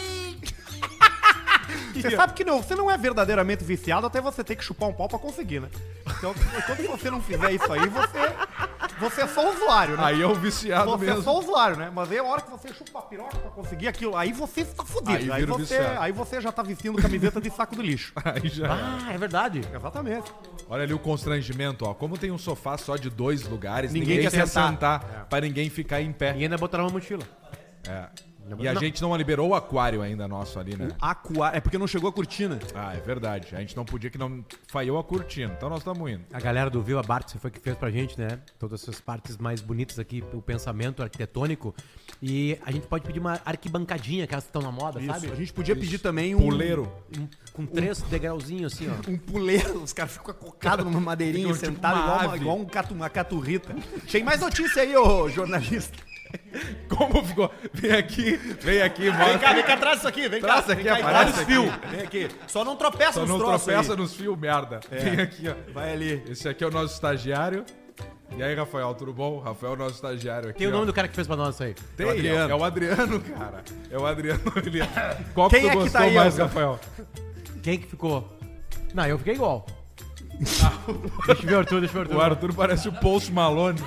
Speaker 1: Você sabe que não, você não é verdadeiramente viciado até você ter que chupar um pau pra conseguir, né? Então, quando você não fizer isso aí, você é só usuário, né?
Speaker 2: Aí é o viciado
Speaker 1: Você
Speaker 2: mesmo.
Speaker 1: é só usuário, né? Mas aí a hora que você chupa a piroca pra conseguir aquilo, aí você tá fudido.
Speaker 2: Aí
Speaker 1: Aí,
Speaker 2: vira o viciado.
Speaker 1: aí você já tá vestindo camiseta de saco do lixo.
Speaker 2: Aí já é.
Speaker 3: Ah, é verdade.
Speaker 1: Exatamente.
Speaker 2: Olha ali o constrangimento, ó. Como tem um sofá só de 2 lugares,
Speaker 1: Ninguém
Speaker 2: ninguém,
Speaker 1: quer
Speaker 2: quer
Speaker 1: sentar.
Speaker 2: sentar pra ninguém ficar em pé.
Speaker 3: E ainda botaram uma mochila.
Speaker 2: É. E a gente não liberou o aquário ainda nosso ali, né?
Speaker 1: Aquário. É porque não chegou a cortina.
Speaker 2: Ah, é verdade. A gente não podia que não falhou a cortina. Então nós estamos indo.
Speaker 3: A galera do Viva Bart foi que fez pra gente, né? Todas essas partes mais bonitas aqui, o pensamento arquitetônico. E a gente pode pedir uma arquibancadinha, aquelas que estão na moda,
Speaker 1: Isso.
Speaker 3: sabe?
Speaker 1: A gente podia pedir também um...
Speaker 2: Puleiro.
Speaker 3: Com 3 degrauzinhos assim, ó.
Speaker 1: Um puleiro. Os caras ficam acocados numa madeirinha,
Speaker 2: Ficam tipo
Speaker 1: sentados
Speaker 2: uma
Speaker 1: igual,
Speaker 2: ave.
Speaker 1: igual uma caturrita. Tem mais notícia aí, ô jornalista.
Speaker 2: Como ficou? Vem aqui, mostra.
Speaker 1: Vem cá, traz isso aqui, vem
Speaker 2: Traz
Speaker 1: cá.
Speaker 2: aqui,
Speaker 1: Vem cá,
Speaker 2: aparece
Speaker 1: olha os
Speaker 2: aqui.
Speaker 1: fios. Vem aqui. Só não tropeça
Speaker 2: Só
Speaker 1: nos
Speaker 2: não
Speaker 1: troços
Speaker 2: tropeça
Speaker 1: aí.
Speaker 2: nos fios, merda. Vem aqui, ó.
Speaker 1: Vai ali.
Speaker 2: Esse aqui é o nosso estagiário. E aí, Rafael, tudo bom? Rafael é o nosso estagiário aqui.
Speaker 3: Tem o
Speaker 2: ó.
Speaker 3: nome do cara que fez pra nós isso aí.
Speaker 2: Tem,
Speaker 1: É o Adriano.
Speaker 2: é o Adriano, cara. É o Adriano. Ele... Qual
Speaker 1: Quem
Speaker 2: que tu
Speaker 1: é que
Speaker 2: gostou
Speaker 1: tá aí,
Speaker 2: mais,
Speaker 1: ó?
Speaker 2: Rafael?
Speaker 3: Quem que ficou? Não, eu fiquei igual. Deixa eu ver o Arthur, deixa eu ver
Speaker 2: O Arthur parece o Post Malone.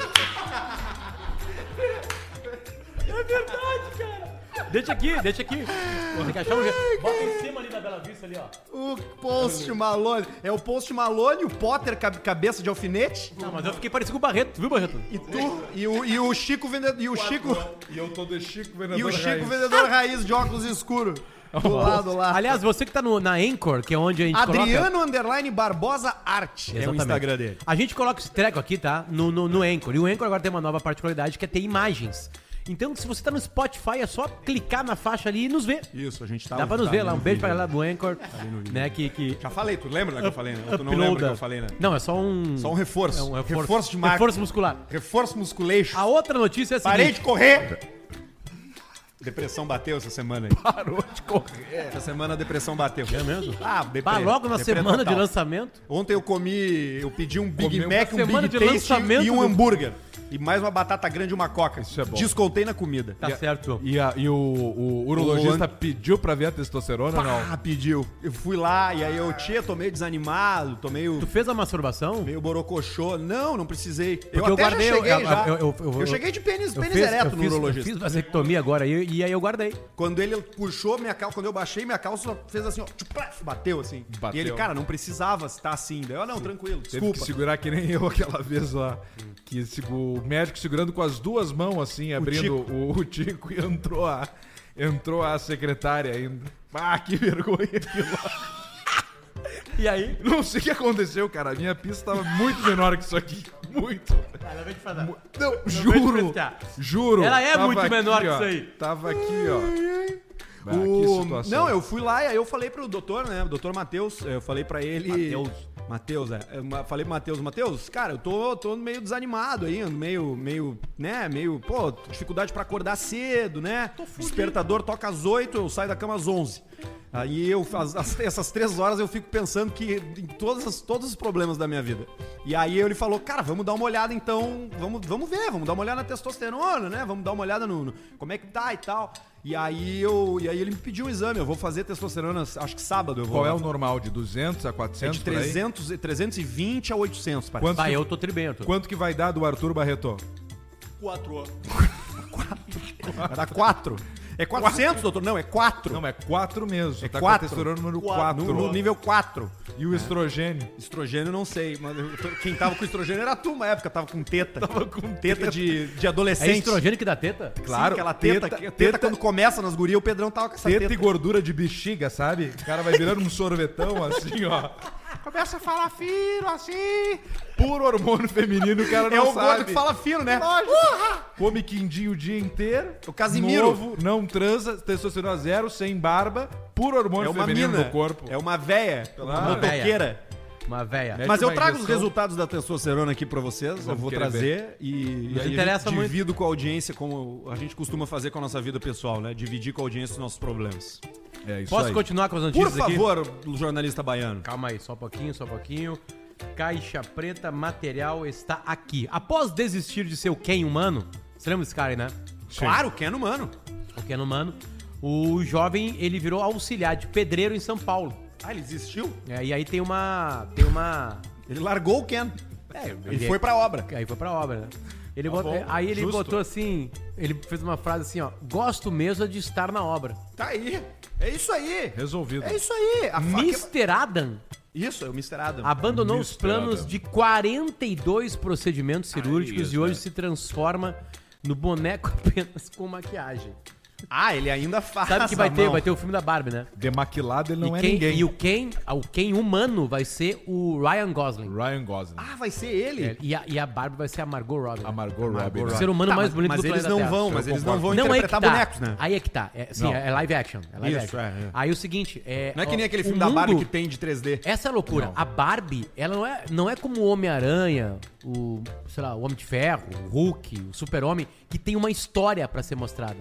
Speaker 3: Deixa aqui. Tem que achar um jeito. Bota em cima ali da Bela Vista ali, ó.
Speaker 1: O Post Malone. É o Post Malone, o Potter cabeça de alfinete.
Speaker 3: Não, mas eu fiquei parecido com o Barreto, viu, Barreto?
Speaker 1: E tu. E o Chico vendedor. E o Chico.
Speaker 2: E eu tô de Chico vendedor
Speaker 1: E o Chico
Speaker 2: raiz.
Speaker 1: vendedor raiz de óculos escuros. Do lado lá.
Speaker 3: Aliás, você que tá na Anchor, que é onde a gente
Speaker 1: Adriano Underline Barbosa Arte. É o
Speaker 3: Exatamente.
Speaker 1: Instagram dele.
Speaker 3: A gente coloca esse treco aqui, tá? No Anchor. E o Anchor agora tem uma nova particularidade que é ter imagens. Então, se você tá no Spotify, é só clicar na faixa ali e nos ver.
Speaker 1: Isso, a gente tá.
Speaker 3: Dá pra nos ver lá. Um beijo pra galera do Anchor, né? Que
Speaker 1: Já falei, tu lembra que eu falei, né? Tu não lembra que eu falei, né?
Speaker 3: Não, é só um...
Speaker 1: Só um reforço.
Speaker 3: É um reforço.
Speaker 1: Reforço de marca.
Speaker 3: Reforço muscular.
Speaker 1: Reforço musculation.
Speaker 3: A outra notícia é a seguinte...
Speaker 1: Parei de correr! Depressão bateu essa semana aí.
Speaker 2: Parou de correr.
Speaker 1: Essa semana a depressão bateu.
Speaker 3: É mesmo?
Speaker 1: Ah,
Speaker 3: Bah, logo na semana de lançamento.
Speaker 1: Ontem eu pedi um Big
Speaker 2: Comeu
Speaker 1: Mac, um
Speaker 3: semana
Speaker 1: Big
Speaker 3: de
Speaker 1: Taste
Speaker 3: lançamento
Speaker 1: e um
Speaker 3: do-
Speaker 1: hambúrguer. E mais uma batata grande e uma coca.
Speaker 2: Isso é bom.
Speaker 1: Descontei na comida.
Speaker 3: Tá certo.
Speaker 2: E o urologista pediu pra ver a testosterona ou não?
Speaker 1: Ah, pediu. Eu fui lá e aí eu tô meio desanimado, tô meio
Speaker 3: Tu fez a masturbação?
Speaker 1: borocochô. Não precisei.
Speaker 3: Porque eu guardei...
Speaker 1: já cheguei já.
Speaker 3: eu
Speaker 1: Eu cheguei de pênis
Speaker 3: eu
Speaker 1: ereto no
Speaker 3: eu
Speaker 1: urologista.
Speaker 3: fiz vasectomia agora e aí eu guardei.
Speaker 1: Quando ele puxou minha calça, quando eu baixei minha calça, fez assim, ó, tchuplaf, bateu assim.
Speaker 2: Bateu.
Speaker 1: E ele, cara, não precisava estar assim. Daí eu, não, tranquilo,
Speaker 2: Teve
Speaker 1: desculpa.
Speaker 2: que segurar que nem eu aquela vez lá. Que o médico segurando com as duas mãos assim, abrindo o tico e entrou a secretária ainda. Ah, que vergonha aquilo lá.
Speaker 3: E aí?
Speaker 2: Não sei o que aconteceu, cara. A minha pista tava muito menor que isso aqui. Muito. Não, juro. Juro.
Speaker 3: Ela é
Speaker 2: Tava
Speaker 3: muito menor
Speaker 2: aqui,
Speaker 3: que
Speaker 2: ó.
Speaker 3: isso aí.
Speaker 2: Tava aqui, ó. Ah, que situação.
Speaker 1: Não, eu fui lá e aí eu falei pro doutor, né? O doutor Matheus, eu falei pra ele. Matheus, é. Eu falei pro Matheus, cara, eu tô meio desanimado aí, ando meio, pô, dificuldade pra acordar cedo, né? Despertador toca às 8, eu saio da cama às 11. Aí essas 3 horas eu fico pensando que em todos os problemas da minha vida. E aí ele falou, cara, vamos dar uma olhada então, vamos ver, vamos dar uma olhada na testosterona, né? Vamos dar uma olhada no como é que tá e tal. E aí ele me pediu um exame, eu vou fazer testosterona, acho que sábado eu vou.
Speaker 2: Qual é o normal? De 200 a 400?
Speaker 1: de
Speaker 2: por aí?
Speaker 1: 320 a 800, parece.
Speaker 2: Quanto,
Speaker 3: Vai,
Speaker 2: que,
Speaker 3: eu tô tribem, Arthur.
Speaker 2: quanto que vai dar do Arthur Barreto?
Speaker 1: 4. Vai dar 4. É 400, doutor? Não, é 4.
Speaker 2: Não, é 4 mesmo.
Speaker 1: É
Speaker 2: tá
Speaker 1: 4.
Speaker 2: com a testosterona número 4.
Speaker 1: No nível 4.
Speaker 2: E o estrogênio?
Speaker 1: Estrogênio eu não sei, mas quem tava com estrogênio era tu, uma época, tava com teta.
Speaker 2: Tava com
Speaker 1: Teta de
Speaker 3: É
Speaker 1: adolescente.
Speaker 3: estrogênio que dá teta?
Speaker 2: Claro,
Speaker 1: Sim, aquela teta quando começa nas gurias, o Pedrão tava com essa
Speaker 2: Teta
Speaker 1: teta.
Speaker 2: e gordura de bexiga, sabe? O cara vai virando um sorvetão assim, ó. Começa a falar fino, assim. Puro hormônio feminino, o cara não
Speaker 1: É o
Speaker 2: sabe.
Speaker 1: gordo que fala fino, né?
Speaker 2: Come quindinho o dia inteiro.
Speaker 1: O Casimiro.
Speaker 2: Novo, não transa, testosterona zero, sem barba. Puro hormônio
Speaker 1: É uma
Speaker 2: feminino
Speaker 1: mina.
Speaker 2: no corpo.
Speaker 1: É uma véia.
Speaker 2: Claro.
Speaker 1: Uma motoqueira.
Speaker 3: Uma véia.
Speaker 2: Mete
Speaker 1: Mas eu
Speaker 2: uma
Speaker 1: trago os
Speaker 2: injeção.
Speaker 1: resultados da testosterona aqui pra vocês. Eu
Speaker 2: Vamos
Speaker 1: vou
Speaker 2: querer
Speaker 1: trazer e
Speaker 3: Nos
Speaker 1: aí
Speaker 3: interessa
Speaker 1: eu
Speaker 3: muito.
Speaker 1: divido com a audiência, como a gente costuma fazer com a nossa vida pessoal, né? Dividir com a audiência os nossos problemas.
Speaker 2: É isso
Speaker 3: Posso
Speaker 2: aí.
Speaker 3: continuar com as
Speaker 1: Por
Speaker 3: notícias aqui?
Speaker 1: favor, jornalista baiano.
Speaker 3: Calma aí, só um pouquinho, só um pouquinho. Caixa Preta Material está aqui. Após desistir de ser o Ken humano, você lembra desse cara aí, né?
Speaker 1: Claro, Ken humano.
Speaker 3: O Ken humano. O jovem, ele virou auxiliar de pedreiro em São Paulo.
Speaker 1: Ah, ele desistiu?
Speaker 3: E aí tem uma...
Speaker 1: Ele largou o Ken. Ele foi pra obra.
Speaker 3: Aí foi pra obra, né? Ele
Speaker 2: Tá bom,
Speaker 3: aí ele
Speaker 2: justo.
Speaker 3: botou assim... Ele fez uma frase assim, ó. Gosto mesmo de estar na obra.
Speaker 1: Tá aí. É isso aí.
Speaker 2: Resolvido.
Speaker 1: É isso aí. A faca...
Speaker 3: Mr. Adam
Speaker 1: Isso, é o Mr. Adam.
Speaker 3: abandonou os
Speaker 2: Mr.
Speaker 3: planos
Speaker 2: Adam.
Speaker 3: de 42 procedimentos cirúrgicos
Speaker 2: isso,
Speaker 3: e hoje
Speaker 2: né?
Speaker 3: se transforma no boneco apenas com maquiagem.
Speaker 1: Ah, ele ainda faz.
Speaker 3: Sabe que
Speaker 1: a mão.
Speaker 3: vai ter o filme da Barbie, né?
Speaker 2: Demaquilado ele não
Speaker 3: e
Speaker 2: é
Speaker 3: quem,
Speaker 2: ninguém.
Speaker 3: E o Ken humano vai ser o Ryan Gosling.
Speaker 2: Ryan Gosling.
Speaker 1: Ah, vai ser ele?
Speaker 3: E a Barbie vai ser a Margot Robbie. né?
Speaker 2: A Margot Robbie.
Speaker 3: O
Speaker 2: né?
Speaker 3: ser humano
Speaker 1: Tá,
Speaker 3: mais bonito
Speaker 1: mas
Speaker 3: do
Speaker 1: eles
Speaker 3: planeta
Speaker 1: não
Speaker 3: Terra.
Speaker 1: vão,
Speaker 2: Eu
Speaker 1: mas eles
Speaker 2: concordo.
Speaker 1: não vão
Speaker 3: Não, aí que
Speaker 1: interpretar
Speaker 3: tá.
Speaker 1: bonecos, né?
Speaker 3: Aí é que tá. Sim,
Speaker 2: Não.
Speaker 3: é live action. É live
Speaker 1: Isso,
Speaker 3: action.
Speaker 1: é.
Speaker 3: Aí o seguinte...
Speaker 1: Não é que nem aquele
Speaker 3: o
Speaker 1: filme da Barbie
Speaker 3: mundo-
Speaker 1: que tem de 3D.
Speaker 3: Essa é a loucura.
Speaker 2: Não.
Speaker 3: A Barbie, ela não é como o Homem-Aranha, o, sei lá, o Homem de Ferro, o Hulk, o Super-Homem, que tem uma história pra ser mostrada.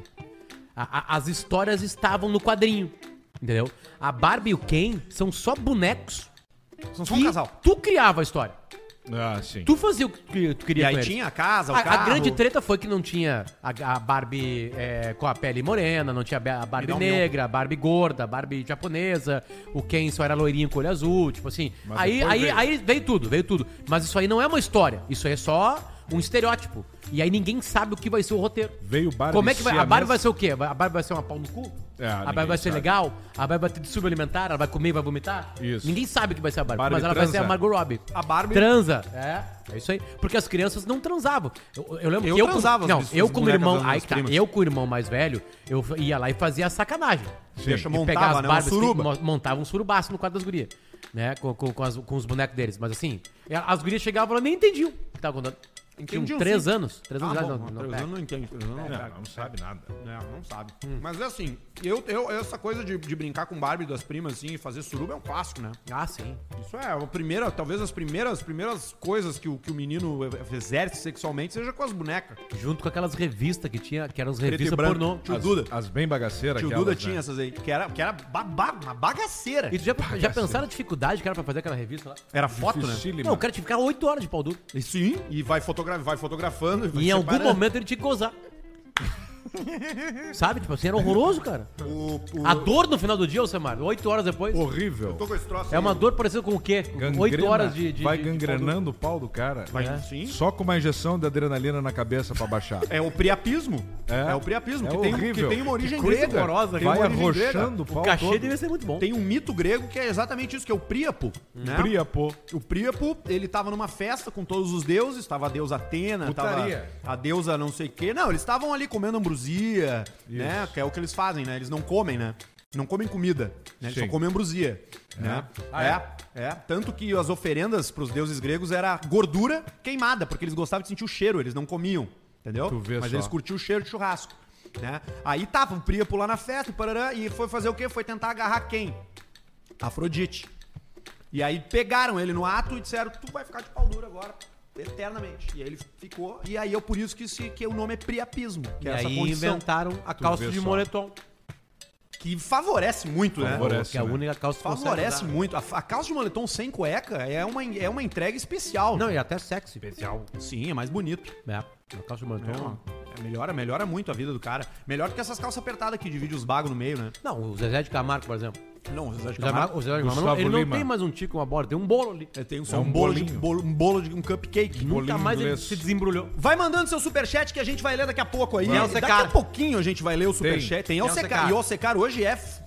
Speaker 3: As histórias estavam no quadrinho, entendeu? A Barbie e o Ken são só bonecos
Speaker 1: São só
Speaker 3: que
Speaker 1: um casal.
Speaker 3: tu criava a história.
Speaker 2: Ah, sim.
Speaker 3: Tu fazia o que tu queria
Speaker 1: E aí
Speaker 3: com eles.
Speaker 1: tinha a casa, o
Speaker 3: A
Speaker 1: carro.
Speaker 3: grande treta foi que não tinha a Barbie com a pele morena, não tinha a Barbie
Speaker 1: dá um
Speaker 3: negra, a Barbie gorda, a Barbie japonesa, o Ken só era loirinho com olho azul, tipo assim.
Speaker 2: Mas
Speaker 3: Aí,
Speaker 2: depois
Speaker 3: aí,
Speaker 2: veio.
Speaker 3: aí veio tudo. Mas isso aí não é uma história, isso aí é só um estereótipo. E aí ninguém sabe o que vai ser o roteiro.
Speaker 2: Veio Barbie
Speaker 3: Como é que vai? A Barbie
Speaker 2: siamesa.
Speaker 3: vai ser o quê? A Barbie vai ser uma pau no cu?
Speaker 2: É,
Speaker 3: a
Speaker 2: ninguém
Speaker 3: Barbie vai ser
Speaker 2: sabe.
Speaker 3: legal? A Barbie vai ter distúrbio alimentar? Ela vai comer e vai vomitar?
Speaker 2: Isso.
Speaker 3: Ninguém sabe o que vai ser a Barbie,
Speaker 2: Barbie
Speaker 3: mas ela vai ser a
Speaker 2: transa.
Speaker 3: Margot Robbie.
Speaker 1: A Barbie-
Speaker 3: Transa. É isso aí. Porque as crianças não transavam. Eu lembro
Speaker 1: Eu
Speaker 3: que
Speaker 1: transava,
Speaker 3: Não,
Speaker 1: as
Speaker 3: eu como
Speaker 1: bonecas
Speaker 3: irmão.
Speaker 1: das
Speaker 3: Aí
Speaker 1: minhas
Speaker 3: que tá.
Speaker 1: primas.
Speaker 3: Eu com o irmão mais velho, eu ia lá e fazia a sacanagem.
Speaker 1: Deixa
Speaker 3: E
Speaker 1: montava,
Speaker 3: pegava
Speaker 1: né?
Speaker 3: as Barbies,
Speaker 1: Uma suruba.
Speaker 3: montava um surubaço no quarto das gurias. Né? Com os bonecos deles. Mas assim, as gurias chegavam e elas nem entendiam o que tava contando. Tinham
Speaker 1: Entendiam,
Speaker 3: 3
Speaker 1: sim.
Speaker 3: anos. 3 anos de idade,
Speaker 1: bom,
Speaker 3: não,
Speaker 1: três
Speaker 3: pega.
Speaker 1: anos não entende. Três anos não pega.
Speaker 2: Não sabe nada.
Speaker 1: Não sabe. Mas é assim, essa coisa de brincar com Barbie das primas, assim, e fazer suruba é um clássico, né?
Speaker 3: Ah, sim.
Speaker 1: Isso é a primeira, talvez as primeiras coisas que o menino exerce sexualmente seja com as bonecas.
Speaker 3: Junto com aquelas revistas que tinha, que eram as
Speaker 1: Preto e
Speaker 3: revistas
Speaker 1: branco.
Speaker 3: pornô.
Speaker 1: Tio Duda.
Speaker 2: As bem bagaceiras.
Speaker 1: Tio
Speaker 2: aquelas,
Speaker 1: Duda
Speaker 2: né?
Speaker 1: tinha essas aí, que era uma bagaceira.
Speaker 3: E tu já pensaram a dificuldade que era pra fazer aquela revista lá?
Speaker 1: Era foto, né?
Speaker 2: Dificílimo.
Speaker 3: Não, o cara tinha que ficar 8 horas de pau duro.
Speaker 1: E sim, e vai fotografando. E vai
Speaker 3: E em algum
Speaker 1: separando.
Speaker 3: momento ele tinha que gozar. Sabe? Tipo assim, era horroroso, cara.
Speaker 1: O-
Speaker 3: A dor no final do dia, Alcemar, 8 horas depois.
Speaker 2: Horrível.
Speaker 1: Tô com esse troço
Speaker 3: É uma
Speaker 1: aí.
Speaker 3: dor parecida com o quê?
Speaker 2: Gangrena,
Speaker 3: 8 horas de
Speaker 2: vai
Speaker 3: de pau duro.
Speaker 2: gangrenando o pau do cara.
Speaker 1: Vai,
Speaker 3: É.
Speaker 1: sim.
Speaker 2: Só com uma injeção de adrenalina na cabeça pra baixar.
Speaker 1: É o priapismo.
Speaker 2: É.
Speaker 1: É o priapismo,
Speaker 2: É
Speaker 1: que,
Speaker 2: horrível.
Speaker 1: tem uma origem
Speaker 3: Que coisa
Speaker 1: grega.
Speaker 3: horrorosa,
Speaker 1: Tem uma
Speaker 2: Vai
Speaker 1: origem grega.
Speaker 2: arrochando o pau
Speaker 3: O cachê
Speaker 2: todo.
Speaker 3: devia ser muito bom.
Speaker 1: Tem um mito grego que é exatamente isso, que é o Príapo. Né?
Speaker 2: Priapo.
Speaker 1: O Príapo, ele tava numa festa com todos os deuses, tava a deusa Atena, tava
Speaker 2: Putaria.
Speaker 1: a deusa não sei o quê. Não, eles estavam ali comendo ambrosia, né? Que é o que eles fazem, né? Eles não comem, né? Não comem comida, né? Eles
Speaker 2: Sim.
Speaker 1: só comem ambrosia, né? Tanto que as oferendas pros deuses gregos era gordura queimada, porque eles gostavam de sentir o cheiro, eles não comiam, entendeu?
Speaker 2: Tu vê
Speaker 1: Mas
Speaker 2: só.
Speaker 1: eles curtiam o cheiro de churrasco, né? Aí tava o Príapo lá na festa e parará, e foi fazer o quê? Foi tentar agarrar quem? Afrodite. E aí pegaram ele no ato e disseram, tu vai ficar de pau duro agora, eternamente. E aí ele ficou, e aí é por isso que o nome é priapismo, que
Speaker 3: E
Speaker 1: é essa
Speaker 3: aí
Speaker 1: condição
Speaker 3: inventaram a calça
Speaker 2: vê
Speaker 3: de
Speaker 2: só.
Speaker 3: moletom.
Speaker 1: que favorece muito,
Speaker 2: Favorece.
Speaker 3: Que é a
Speaker 2: né?
Speaker 3: única calça que consegue
Speaker 1: Favorece
Speaker 3: usar.
Speaker 1: muito. A calça de moletom sem cueca é uma entrega especial.
Speaker 3: Não, e até sexy. Especial.
Speaker 1: Sim, é mais bonito.
Speaker 3: É, a calça de moletom.
Speaker 1: Melhora muito a vida do cara. Melhor do que essas calças apertadas que dividem os bagos no meio, né?
Speaker 3: Não, o Zezé de Camargo, por exemplo.
Speaker 1: Não, o Zezé de
Speaker 3: O Zezé
Speaker 1: Camargo.
Speaker 3: o Zezé de Camargo,
Speaker 2: Gustavo
Speaker 3: ele não
Speaker 2: Lima.
Speaker 3: tem mais um tico, uma borda, tem um bolo ali.
Speaker 1: Tem
Speaker 2: É um bolinho.
Speaker 1: um cupcake.
Speaker 3: Nunca
Speaker 2: bolinho
Speaker 3: mais ele
Speaker 2: inglês.
Speaker 3: se desembrulhou.
Speaker 1: Vai mandando seu superchat que a gente vai ler daqui a pouco aí.
Speaker 3: Tem
Speaker 1: Daqui
Speaker 3: Alcecar.
Speaker 1: a pouquinho a gente vai ler o superchat. Tem
Speaker 3: Alcecar.
Speaker 1: Alcecar. E o Alcecar hoje é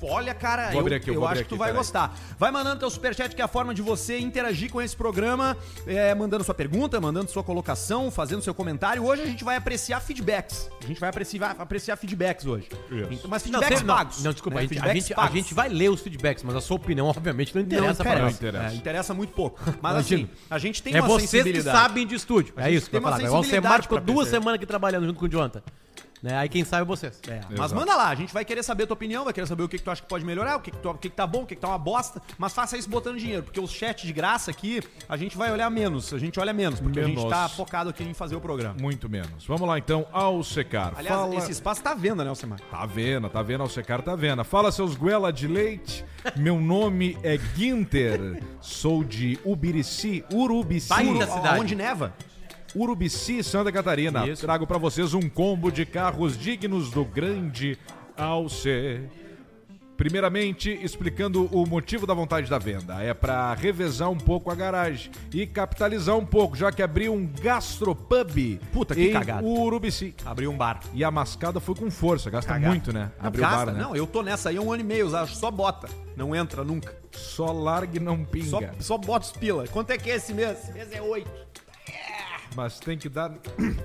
Speaker 1: Olha, cara,
Speaker 2: Vou abrir aqui, eu
Speaker 1: eu
Speaker 2: vou
Speaker 1: acho
Speaker 2: abrir
Speaker 1: que tu
Speaker 2: aqui,
Speaker 1: vai
Speaker 2: peraí.
Speaker 1: gostar. Vai mandando teu superchat, que é a forma de você interagir com esse programa, mandando sua pergunta, mandando sua colocação, fazendo seu comentário. Hoje a gente vai apreciar feedbacks. A gente vai apreciar feedbacks hoje.
Speaker 2: Isso.
Speaker 1: Então, mas feedbacks pagos.
Speaker 3: Não, desculpa,
Speaker 1: né?
Speaker 3: a
Speaker 1: Feedbacks
Speaker 3: a
Speaker 1: pagos.
Speaker 3: gente vai ler os feedbacks, mas a sua opinião, obviamente, não
Speaker 1: Não
Speaker 3: interessa pra nós.
Speaker 2: interessa.
Speaker 1: Interessa muito pouco. Mas
Speaker 3: Imagina.
Speaker 1: assim, a gente tem
Speaker 3: É
Speaker 1: uma
Speaker 3: vocês que
Speaker 1: sensibilidade.
Speaker 3: sabem de estúdio.
Speaker 1: A
Speaker 3: É
Speaker 1: gente
Speaker 3: isso que eu
Speaker 1: tem
Speaker 3: ia
Speaker 1: uma
Speaker 3: falar. Igual o Semar
Speaker 1: sensibilidade
Speaker 3: ficou
Speaker 1: pra
Speaker 3: 2
Speaker 1: perceber.
Speaker 3: semanas aqui trabalhando junto com o Jonathan. Né? Aí quem sabe é vocês.
Speaker 1: Mas
Speaker 2: Exato.
Speaker 1: manda lá, a gente vai querer saber a tua opinião, vai querer saber o que tu acha que pode melhorar, o que tá bom, o que tá uma bosta, mas faça isso botando dinheiro, porque o chat de graça aqui, a gente vai olhar menos, a gente olha menos, porque a
Speaker 2: Menos.
Speaker 1: gente tá focado aqui em fazer o programa.
Speaker 2: Muito menos. Vamos lá, então, ao secar.
Speaker 1: Aliás, esse espaço tá à venda, né, Alcemar?
Speaker 2: Tá vendo, ao secar tá vendo. Fala, seus goela de leite. Meu nome é Guinter. Sou de Urubici.
Speaker 3: Baita cidade.
Speaker 1: Onde neva?
Speaker 2: Urubici, Santa Catarina.
Speaker 3: Isso.
Speaker 2: Trago pra vocês um combo de carros dignos do grande Alce. Primeiramente, explicando o motivo da vontade da venda. É pra revezar um pouco a garagem e capitalizar um pouco, já que abriu um gastropub
Speaker 1: Puta, que
Speaker 2: em
Speaker 1: cagada.
Speaker 2: Urubici.
Speaker 1: Abriu um bar.
Speaker 2: E a mascada foi com força, gasta
Speaker 1: Cagada.
Speaker 2: muito, né?
Speaker 1: Não,
Speaker 2: Abriu o
Speaker 1: gasta,
Speaker 2: bar, né?
Speaker 1: não, eu tô nessa aí há 1 ano e meio, eu acho, só bota. Não entra nunca.
Speaker 2: Só larga e não pinga.
Speaker 1: Só bota os pila. Quanto é que é esse mês? Esse mês é 8.
Speaker 2: Mas tem que dar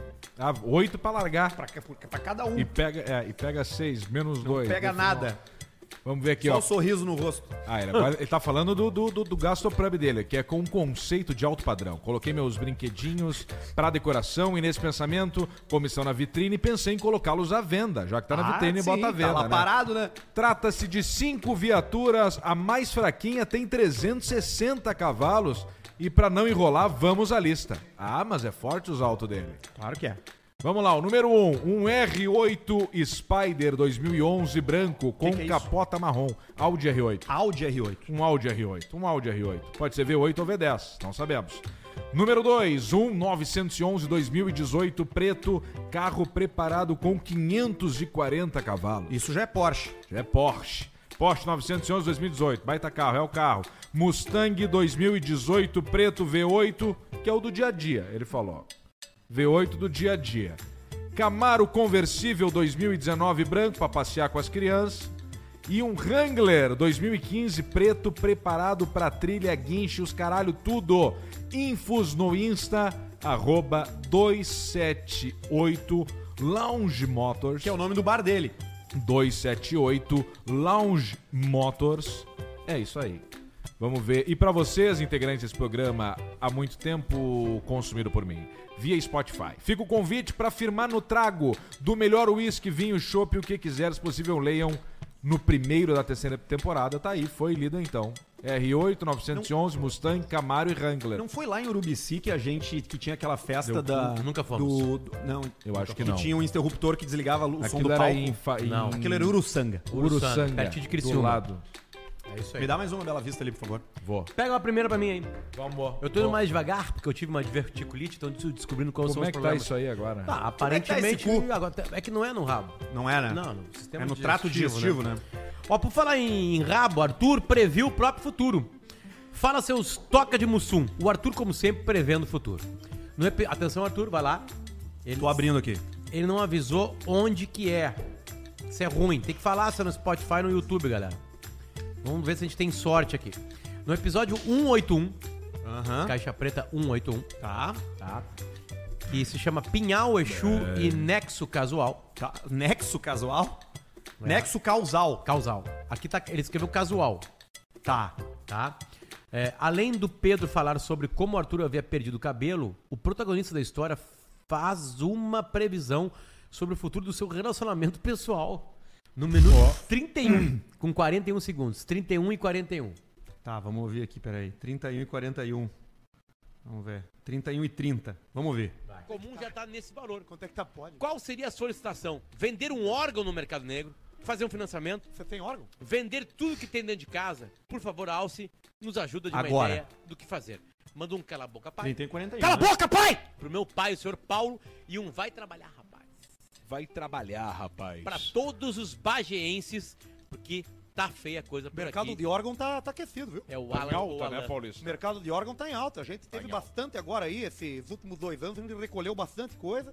Speaker 2: 8 pra largar.
Speaker 1: Pra cada um.
Speaker 2: E pega 6, menos 2.
Speaker 1: Não pega nada.
Speaker 2: Vamos ver aqui,
Speaker 1: Só
Speaker 2: ó.
Speaker 1: um sorriso no rosto.
Speaker 2: Ele tá falando do Gastropub dele, que é com um conceito de alto padrão. Coloquei meus brinquedinhos pra decoração e nesse pensamento, como estão na vitrine, pensei em colocá-los à venda. Já que tá na vitrine,
Speaker 1: sim,
Speaker 2: bota à venda,
Speaker 1: tá lá
Speaker 2: né?
Speaker 1: parado, né?
Speaker 2: Trata-se de 5 viaturas, a mais fraquinha tem 360 cavalos. E pra não enrolar, vamos à lista. Ah, mas é forte os altos dele.
Speaker 1: Claro que é.
Speaker 2: Vamos lá, o número 1, um R8 Spider 2011 branco com
Speaker 1: que é
Speaker 2: capota marrom. Audi R8.
Speaker 1: Audi R8.
Speaker 2: Um Audi R8. Pode ser V8 ou V10, não sabemos. Número 2, um 911 2018 preto, carro preparado com 540 cavalos.
Speaker 1: Isso já é Porsche.
Speaker 2: É Porsche. Porsche 911 2018, baita carro, é o carro. Mustang 2018 preto V8, que é o do dia a dia, ele falou. V8 do dia a dia. Camaro conversível 2019 branco para passear com as crianças. E um Wrangler 2015 preto preparado para trilha, guinche, os caralho, tudo. Infos no Insta, @278 Lounge Motors.
Speaker 1: Que é o nome do bar dele.
Speaker 2: 278 Lounge Motors. É isso aí. Vamos ver. E para vocês, integrantes desse programa, há muito tempo consumido por mim, via Spotify. Fica o convite para firmar no trago do melhor uísque, vinho, chopp, o que quiser, se possível, leiam no primeiro da terceira temporada. Tá aí, foi lido então. R8, 911, Mustang, Camaro e Wrangler.
Speaker 1: Não foi lá em Urubici que tinha aquela festa
Speaker 3: Nunca fomos.
Speaker 1: Não,
Speaker 2: Eu acho que
Speaker 1: que
Speaker 2: não.
Speaker 1: tinha um interruptor que desligava o som
Speaker 2: Aquilo
Speaker 1: do
Speaker 2: era
Speaker 1: palco.
Speaker 3: Não.
Speaker 1: Aquilo era Uruçanga.
Speaker 2: Uruçanga,
Speaker 3: pertinho de
Speaker 2: do
Speaker 3: Criciúma.
Speaker 2: lado.
Speaker 3: É isso aí.
Speaker 1: Me dá mais uma Bela Vista ali, por favor.
Speaker 2: Vou.
Speaker 3: Pega uma primeira pra mim aí.
Speaker 2: Vamos.
Speaker 3: Eu tô indo mais devagar, porque eu tive uma diverticulite, então descobrindo quais são
Speaker 2: Como
Speaker 3: os
Speaker 2: é que tá
Speaker 3: problemas.
Speaker 2: isso aí agora?
Speaker 3: Ah, aparentemente,
Speaker 1: Como é que tá esse
Speaker 3: agora, é que não é no rabo.
Speaker 1: Não é, né?
Speaker 3: Não, no sistema
Speaker 1: É no trato digestivo, né?
Speaker 3: Ó, por falar em rabo, Arthur previu o próprio futuro. Fala seus toca de mussum. O Arthur, como sempre, prevendo o futuro. Atenção, Arthur, vai lá. Ele,
Speaker 1: Tô abrindo aqui.
Speaker 3: ele não avisou onde que é. Isso é ruim. Tem que falar se é no Spotify e no YouTube, galera. Vamos ver se a gente tem sorte aqui. No episódio 181,
Speaker 1: Aham.
Speaker 3: Caixa Preta 181,
Speaker 1: Tá.
Speaker 3: tá? Que se chama Pinhal, Exu e Nexo Casual.
Speaker 1: Tá. Nexo casual? Nexo causal.
Speaker 3: Causal. Aqui tá, ele escreveu casual,
Speaker 1: Tá.
Speaker 3: tá? Além do Pedro falar sobre como o Arthur havia perdido o cabelo, o protagonista da história faz uma previsão sobre o futuro do seu relacionamento pessoal. No minuto 31, com 41 segundos. 31 e 41.
Speaker 1: Tá, vamos ouvir aqui, peraí. 31 e 41. Vamos ver. 31 e 30. Vamos ver.
Speaker 3: Comum já tá nesse valor.
Speaker 5: Quanto é que tá pode?
Speaker 3: Qual seria a solicitação? Vender um órgão no mercado negro? Fazer um financiamento?
Speaker 5: Você tem órgão?
Speaker 3: Vender tudo que tem dentro de casa? Por favor, Alce, nos ajuda de uma
Speaker 1: Agora.
Speaker 3: ideia do que fazer. Manda um cala a boca, pai.
Speaker 1: 31 e 41.
Speaker 3: Cala a
Speaker 1: né?
Speaker 3: boca, pai! Pro meu pai, o senhor Paulo, e um vai trabalhar, rapaz.
Speaker 2: Vai trabalhar, rapaz.
Speaker 3: Pra todos os bageenses, porque tá feia a coisa
Speaker 5: O
Speaker 3: por
Speaker 5: mercado
Speaker 3: aqui.
Speaker 5: de órgão tá aquecido, viu?
Speaker 3: É o
Speaker 2: Tá
Speaker 3: Alan,
Speaker 2: em
Speaker 3: o
Speaker 2: alta,
Speaker 3: Alan.
Speaker 2: né, Paulista?
Speaker 5: O mercado de órgão tá em alta. A gente teve bastante agora aí, esses últimos 2 anos, a gente recolheu bastante coisa.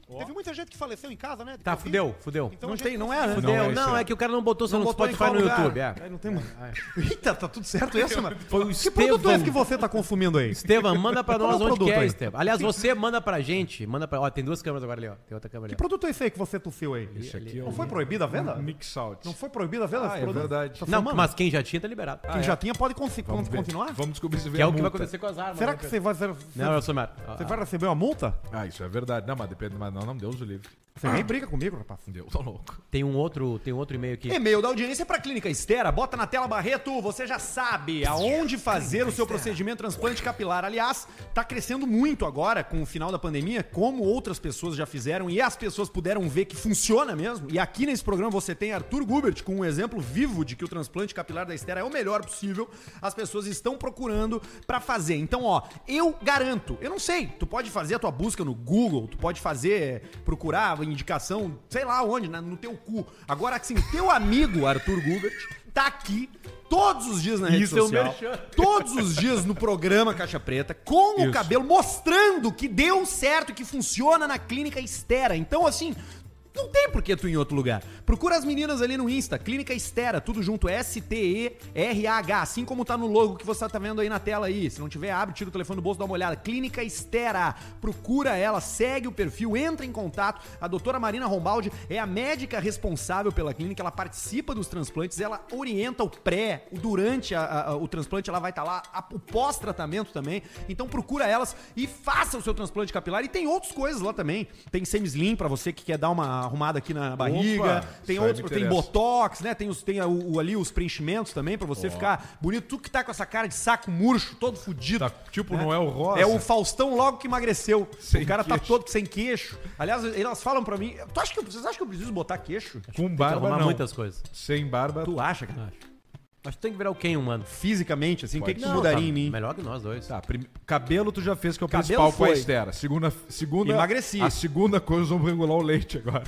Speaker 5: Teve muita gente que faleceu em casa, né?
Speaker 3: Tá, fudeu.
Speaker 5: Então
Speaker 1: Não
Speaker 5: a gente
Speaker 1: tem, não é, né?
Speaker 3: Fudeu.
Speaker 2: Não,
Speaker 3: Não,
Speaker 2: esse
Speaker 3: é que o cara não botou só
Speaker 1: Não
Speaker 3: no
Speaker 1: botou em
Speaker 3: Spotify
Speaker 1: qual
Speaker 3: no
Speaker 1: lugar?
Speaker 3: YouTube. É.
Speaker 1: Aí não tem... Eita, tá tudo certo esse, mano.
Speaker 3: Foi o
Speaker 5: Que produto é esse que
Speaker 3: Estevão.
Speaker 5: você tá consumindo aí?
Speaker 3: Estevam, manda pra
Speaker 5: Qual é
Speaker 3: nós
Speaker 5: o
Speaker 3: onde
Speaker 5: produto
Speaker 3: que é,
Speaker 5: aí?
Speaker 3: Estevam. Aliás, você manda pra gente. Ó, tem duas câmeras agora ali, ó. Tem outra câmera ali.
Speaker 5: Que produto é esse aí que você tossiu aí?
Speaker 2: Esse aqui é
Speaker 5: Não
Speaker 2: o
Speaker 5: foi proibida a venda?
Speaker 2: Mix Salt.
Speaker 5: Não foi proibida a venda
Speaker 2: Ah,
Speaker 5: desse
Speaker 2: é
Speaker 5: produto?
Speaker 2: verdade.
Speaker 5: Tá
Speaker 3: Não,
Speaker 5: filmando?
Speaker 3: mas quem já tinha tá liberado.
Speaker 5: Quem já tinha pode
Speaker 2: Vamos ver.
Speaker 5: continuar?
Speaker 2: Vamos descobrir se
Speaker 3: Que
Speaker 2: vem
Speaker 3: é
Speaker 2: a
Speaker 3: o que vai
Speaker 2: multa.
Speaker 3: acontecer com as armas.
Speaker 5: Será
Speaker 3: né,
Speaker 5: que
Speaker 3: Pedro?
Speaker 5: você vai...
Speaker 3: Não, eu sou Mário.
Speaker 5: Você vai receber uma multa?
Speaker 2: Ah, isso é verdade. Não, mas depende. Mas não, Deus o livre.
Speaker 5: Você nem briga comigo, rapaz.
Speaker 2: Deus tá louco.
Speaker 3: Tem um outro e-mail aqui.
Speaker 1: E-mail da audiência para Clínica Estera. Bota na tela, Barreto. Você já sabe aonde fazer o seu procedimento de transplante capilar. Aliás, tá crescendo muito agora com o final da pandemia, como outras pessoas já fizeram e as pessoas puderam ver que funciona mesmo. E aqui nesse programa você tem Arthur Gubert com um exemplo vivo de que o transplante capilar da Estera é o melhor possível. As pessoas estão procurando para fazer. Então, ó, eu garanto. Eu não sei, tu pode fazer a tua busca no Google, tu pode procurar indicação, sei lá onde, no teu cu. Agora, assim, teu amigo Arthur Gubert tá aqui todos os dias na rede
Speaker 3: Isso é um
Speaker 1: social,
Speaker 3: merchan.
Speaker 1: todos os dias no programa Caixa Preta, com o
Speaker 2: Isso.
Speaker 1: cabelo, mostrando que deu certo, que funciona na Clínica Estera. Então, assim, não tem por que tu ir em outro lugar. Procura as meninas ali no Insta, Clínica Estera, tudo junto, S-T-E-R-A-H, assim como tá no logo que você tá vendo aí na tela aí. Se não tiver, abre, tira o telefone do bolso, dá uma olhada. Clínica Estera, procura ela, segue o perfil, entra em contato. A doutora Marina Rombaldi é a médica responsável pela clínica, ela participa dos transplantes, ela orienta o pré, o durante o transplante, ela vai estar lá, o pós-tratamento também. Então procura elas e faça o seu transplante capilar. E tem outras coisas lá também. Tem semi-slim pra você que quer dar uma arrumada aqui na barriga, tem
Speaker 2: isso aí
Speaker 1: outros,
Speaker 2: me
Speaker 1: tem
Speaker 2: interessa.
Speaker 1: botox, né? Tem ali os preenchimentos também pra você ficar bonito. Tu que tá com essa cara de saco murcho, todo fudido.
Speaker 2: Tá, tipo, não é o rosa.
Speaker 1: É o Faustão logo que emagreceu.
Speaker 2: Sem
Speaker 1: o cara tá
Speaker 2: queixo.
Speaker 1: todo sem queixo. Aliás, elas falam pra mim, vocês acham que eu preciso botar queixo?
Speaker 2: Com
Speaker 3: Tem que
Speaker 2: barba,
Speaker 3: arrumar
Speaker 2: não.
Speaker 3: muitas coisas.
Speaker 2: Sem barba.
Speaker 1: Tu acha, cara?
Speaker 3: Acho que tem que virar o Ken, mano.
Speaker 1: Fisicamente, assim, o que, que tu
Speaker 3: Não,
Speaker 1: mudaria
Speaker 3: tá
Speaker 1: em mim?
Speaker 3: melhor que nós dois.
Speaker 2: Tá, cabelo tu já fez, que é o
Speaker 1: Cabelo
Speaker 2: principal com a
Speaker 1: foi.
Speaker 2: Estera. Segunda.
Speaker 1: Emagreci.
Speaker 2: A segunda coisa, vamos regular o leite agora.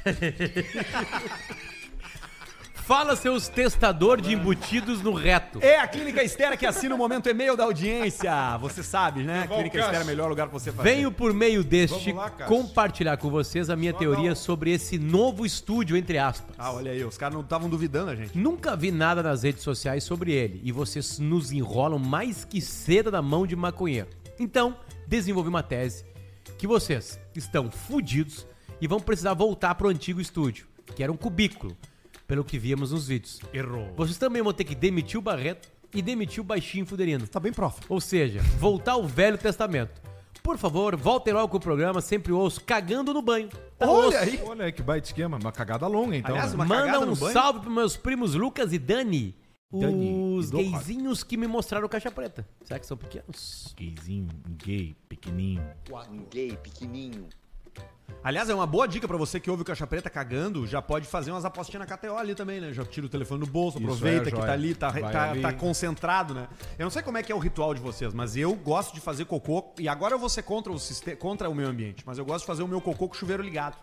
Speaker 3: Fala, seus testador de embutidos no reto.
Speaker 1: É a Clínica Estera que assina o momento e-mail da audiência. Você sabe, né?
Speaker 2: Levar o
Speaker 1: Clínica
Speaker 2: Cássio.
Speaker 1: Estera é o melhor lugar pra você fazer.
Speaker 3: Venho por meio deste
Speaker 2: Vamos lá, Cássio.
Speaker 3: compartilhar com vocês a minha teoria sobre esse novo estúdio, entre aspas.
Speaker 1: Ah, olha aí, os caras não estavam duvidando a gente.
Speaker 3: Nunca vi nada nas redes sociais sobre ele e vocês nos enrolam mais que seda na mão de maconheiro. Então, desenvolvi uma tese que vocês estão fudidos e vão precisar voltar pro antigo estúdio, que era um cubículo, pelo que víamos nos vídeos.
Speaker 2: Errou.
Speaker 3: Vocês também vão ter que demitir o Barreto e demitir o Baixinho Fuderino.
Speaker 5: Tá bem próximo.
Speaker 3: Ou seja, voltar ao Velho Testamento. Por favor, voltem logo com o programa, sempre ouço, cagando no banho. Tá,
Speaker 1: Olha
Speaker 3: ouço.
Speaker 1: aí.
Speaker 2: Olha aí que baita esquema. Uma cagada longa, então.
Speaker 1: Aliás,
Speaker 2: né?
Speaker 1: uma
Speaker 3: Manda
Speaker 1: cagada
Speaker 3: um
Speaker 1: no banho?
Speaker 3: salve pros meus primos Lucas e Dani.
Speaker 2: Dani
Speaker 3: Os
Speaker 2: e Doc.
Speaker 3: gayzinhos que me mostraram Caixa Preta. Será que são pequenos?
Speaker 2: Gayzinho, gay, pequenininho.
Speaker 6: Um gay pequenininho.
Speaker 1: Aliás, é uma boa dica pra você que ouve o Caixa Preta cagando, já pode fazer umas apostinhas na KTO ali também, né? Já tira o telefone do bolso,
Speaker 2: Isso
Speaker 1: aproveita
Speaker 2: é,
Speaker 1: que
Speaker 2: joia.
Speaker 1: tá ali,
Speaker 2: Vai
Speaker 1: tá
Speaker 2: ali.
Speaker 1: concentrado, né? Eu não sei como é que é o ritual de vocês, mas eu gosto de fazer cocô, e agora eu vou ser contra o meio ambiente, mas eu gosto de fazer o meu cocô com o chuveiro ligado.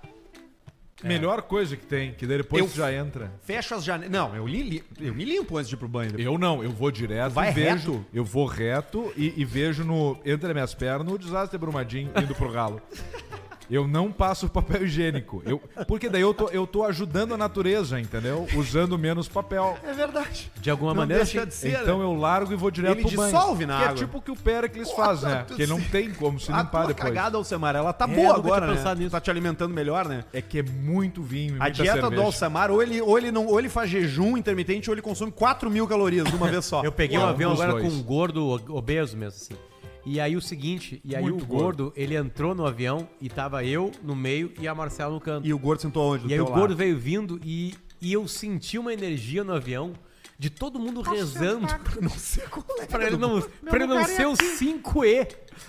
Speaker 2: Melhor coisa que tem, que daí depois
Speaker 1: Eu-
Speaker 2: tu já entra.
Speaker 1: Fecho as janelas. Não, eu me limpo antes de ir pro banho.
Speaker 2: Eu não, eu vou direto
Speaker 1: Vai
Speaker 2: e vejo.
Speaker 1: reto?
Speaker 2: Eu vou reto e vejo entre as minhas pernas o desastre brumadinho indo pro ralo. Eu não passo papel higiênico. Porque daí eu tô ajudando a natureza, entendeu? Usando menos papel.
Speaker 1: É verdade.
Speaker 3: De alguma
Speaker 1: Não
Speaker 3: maneira,
Speaker 1: deixa
Speaker 3: sim.
Speaker 1: de ser,
Speaker 2: Então
Speaker 1: né?
Speaker 2: eu largo e vou direto
Speaker 1: Ele
Speaker 2: pro banho.
Speaker 1: dissolve na
Speaker 2: que
Speaker 1: água.
Speaker 2: é tipo o que o Pericles faz, né?
Speaker 1: tu
Speaker 2: Que não
Speaker 1: se-
Speaker 2: tem como se
Speaker 1: A
Speaker 2: limpar
Speaker 1: tua
Speaker 2: depois.
Speaker 1: cagada, Alcemar, ela tá
Speaker 3: eu
Speaker 1: boa
Speaker 3: nunca
Speaker 1: agora,
Speaker 3: tinha
Speaker 1: né?
Speaker 3: pensado nisso.
Speaker 1: Tá te alimentando melhor, né?
Speaker 2: É que é muito vinho e
Speaker 1: A
Speaker 2: muita
Speaker 1: dieta
Speaker 2: cerveja.
Speaker 1: do Alcemar, ou ele faz jejum intermitente, ou ele consome 4.000 calorias de uma vez só.
Speaker 3: Eu peguei
Speaker 2: Ué,
Speaker 3: um avião
Speaker 2: dos
Speaker 3: agora
Speaker 2: dois.
Speaker 3: com um gordo obeso mesmo, assim. E aí o seguinte,
Speaker 2: Muito
Speaker 3: o gordo, ele entrou no avião e tava eu no meio e a Marcela no canto.
Speaker 1: E o gordo sentou onde? Do
Speaker 3: E aí o
Speaker 1: teu
Speaker 3: gordo
Speaker 1: lado?
Speaker 3: veio vindo e eu senti uma energia no avião de todo mundo rezando
Speaker 1: Não sei qual é.
Speaker 3: pra ele não ser o 5E.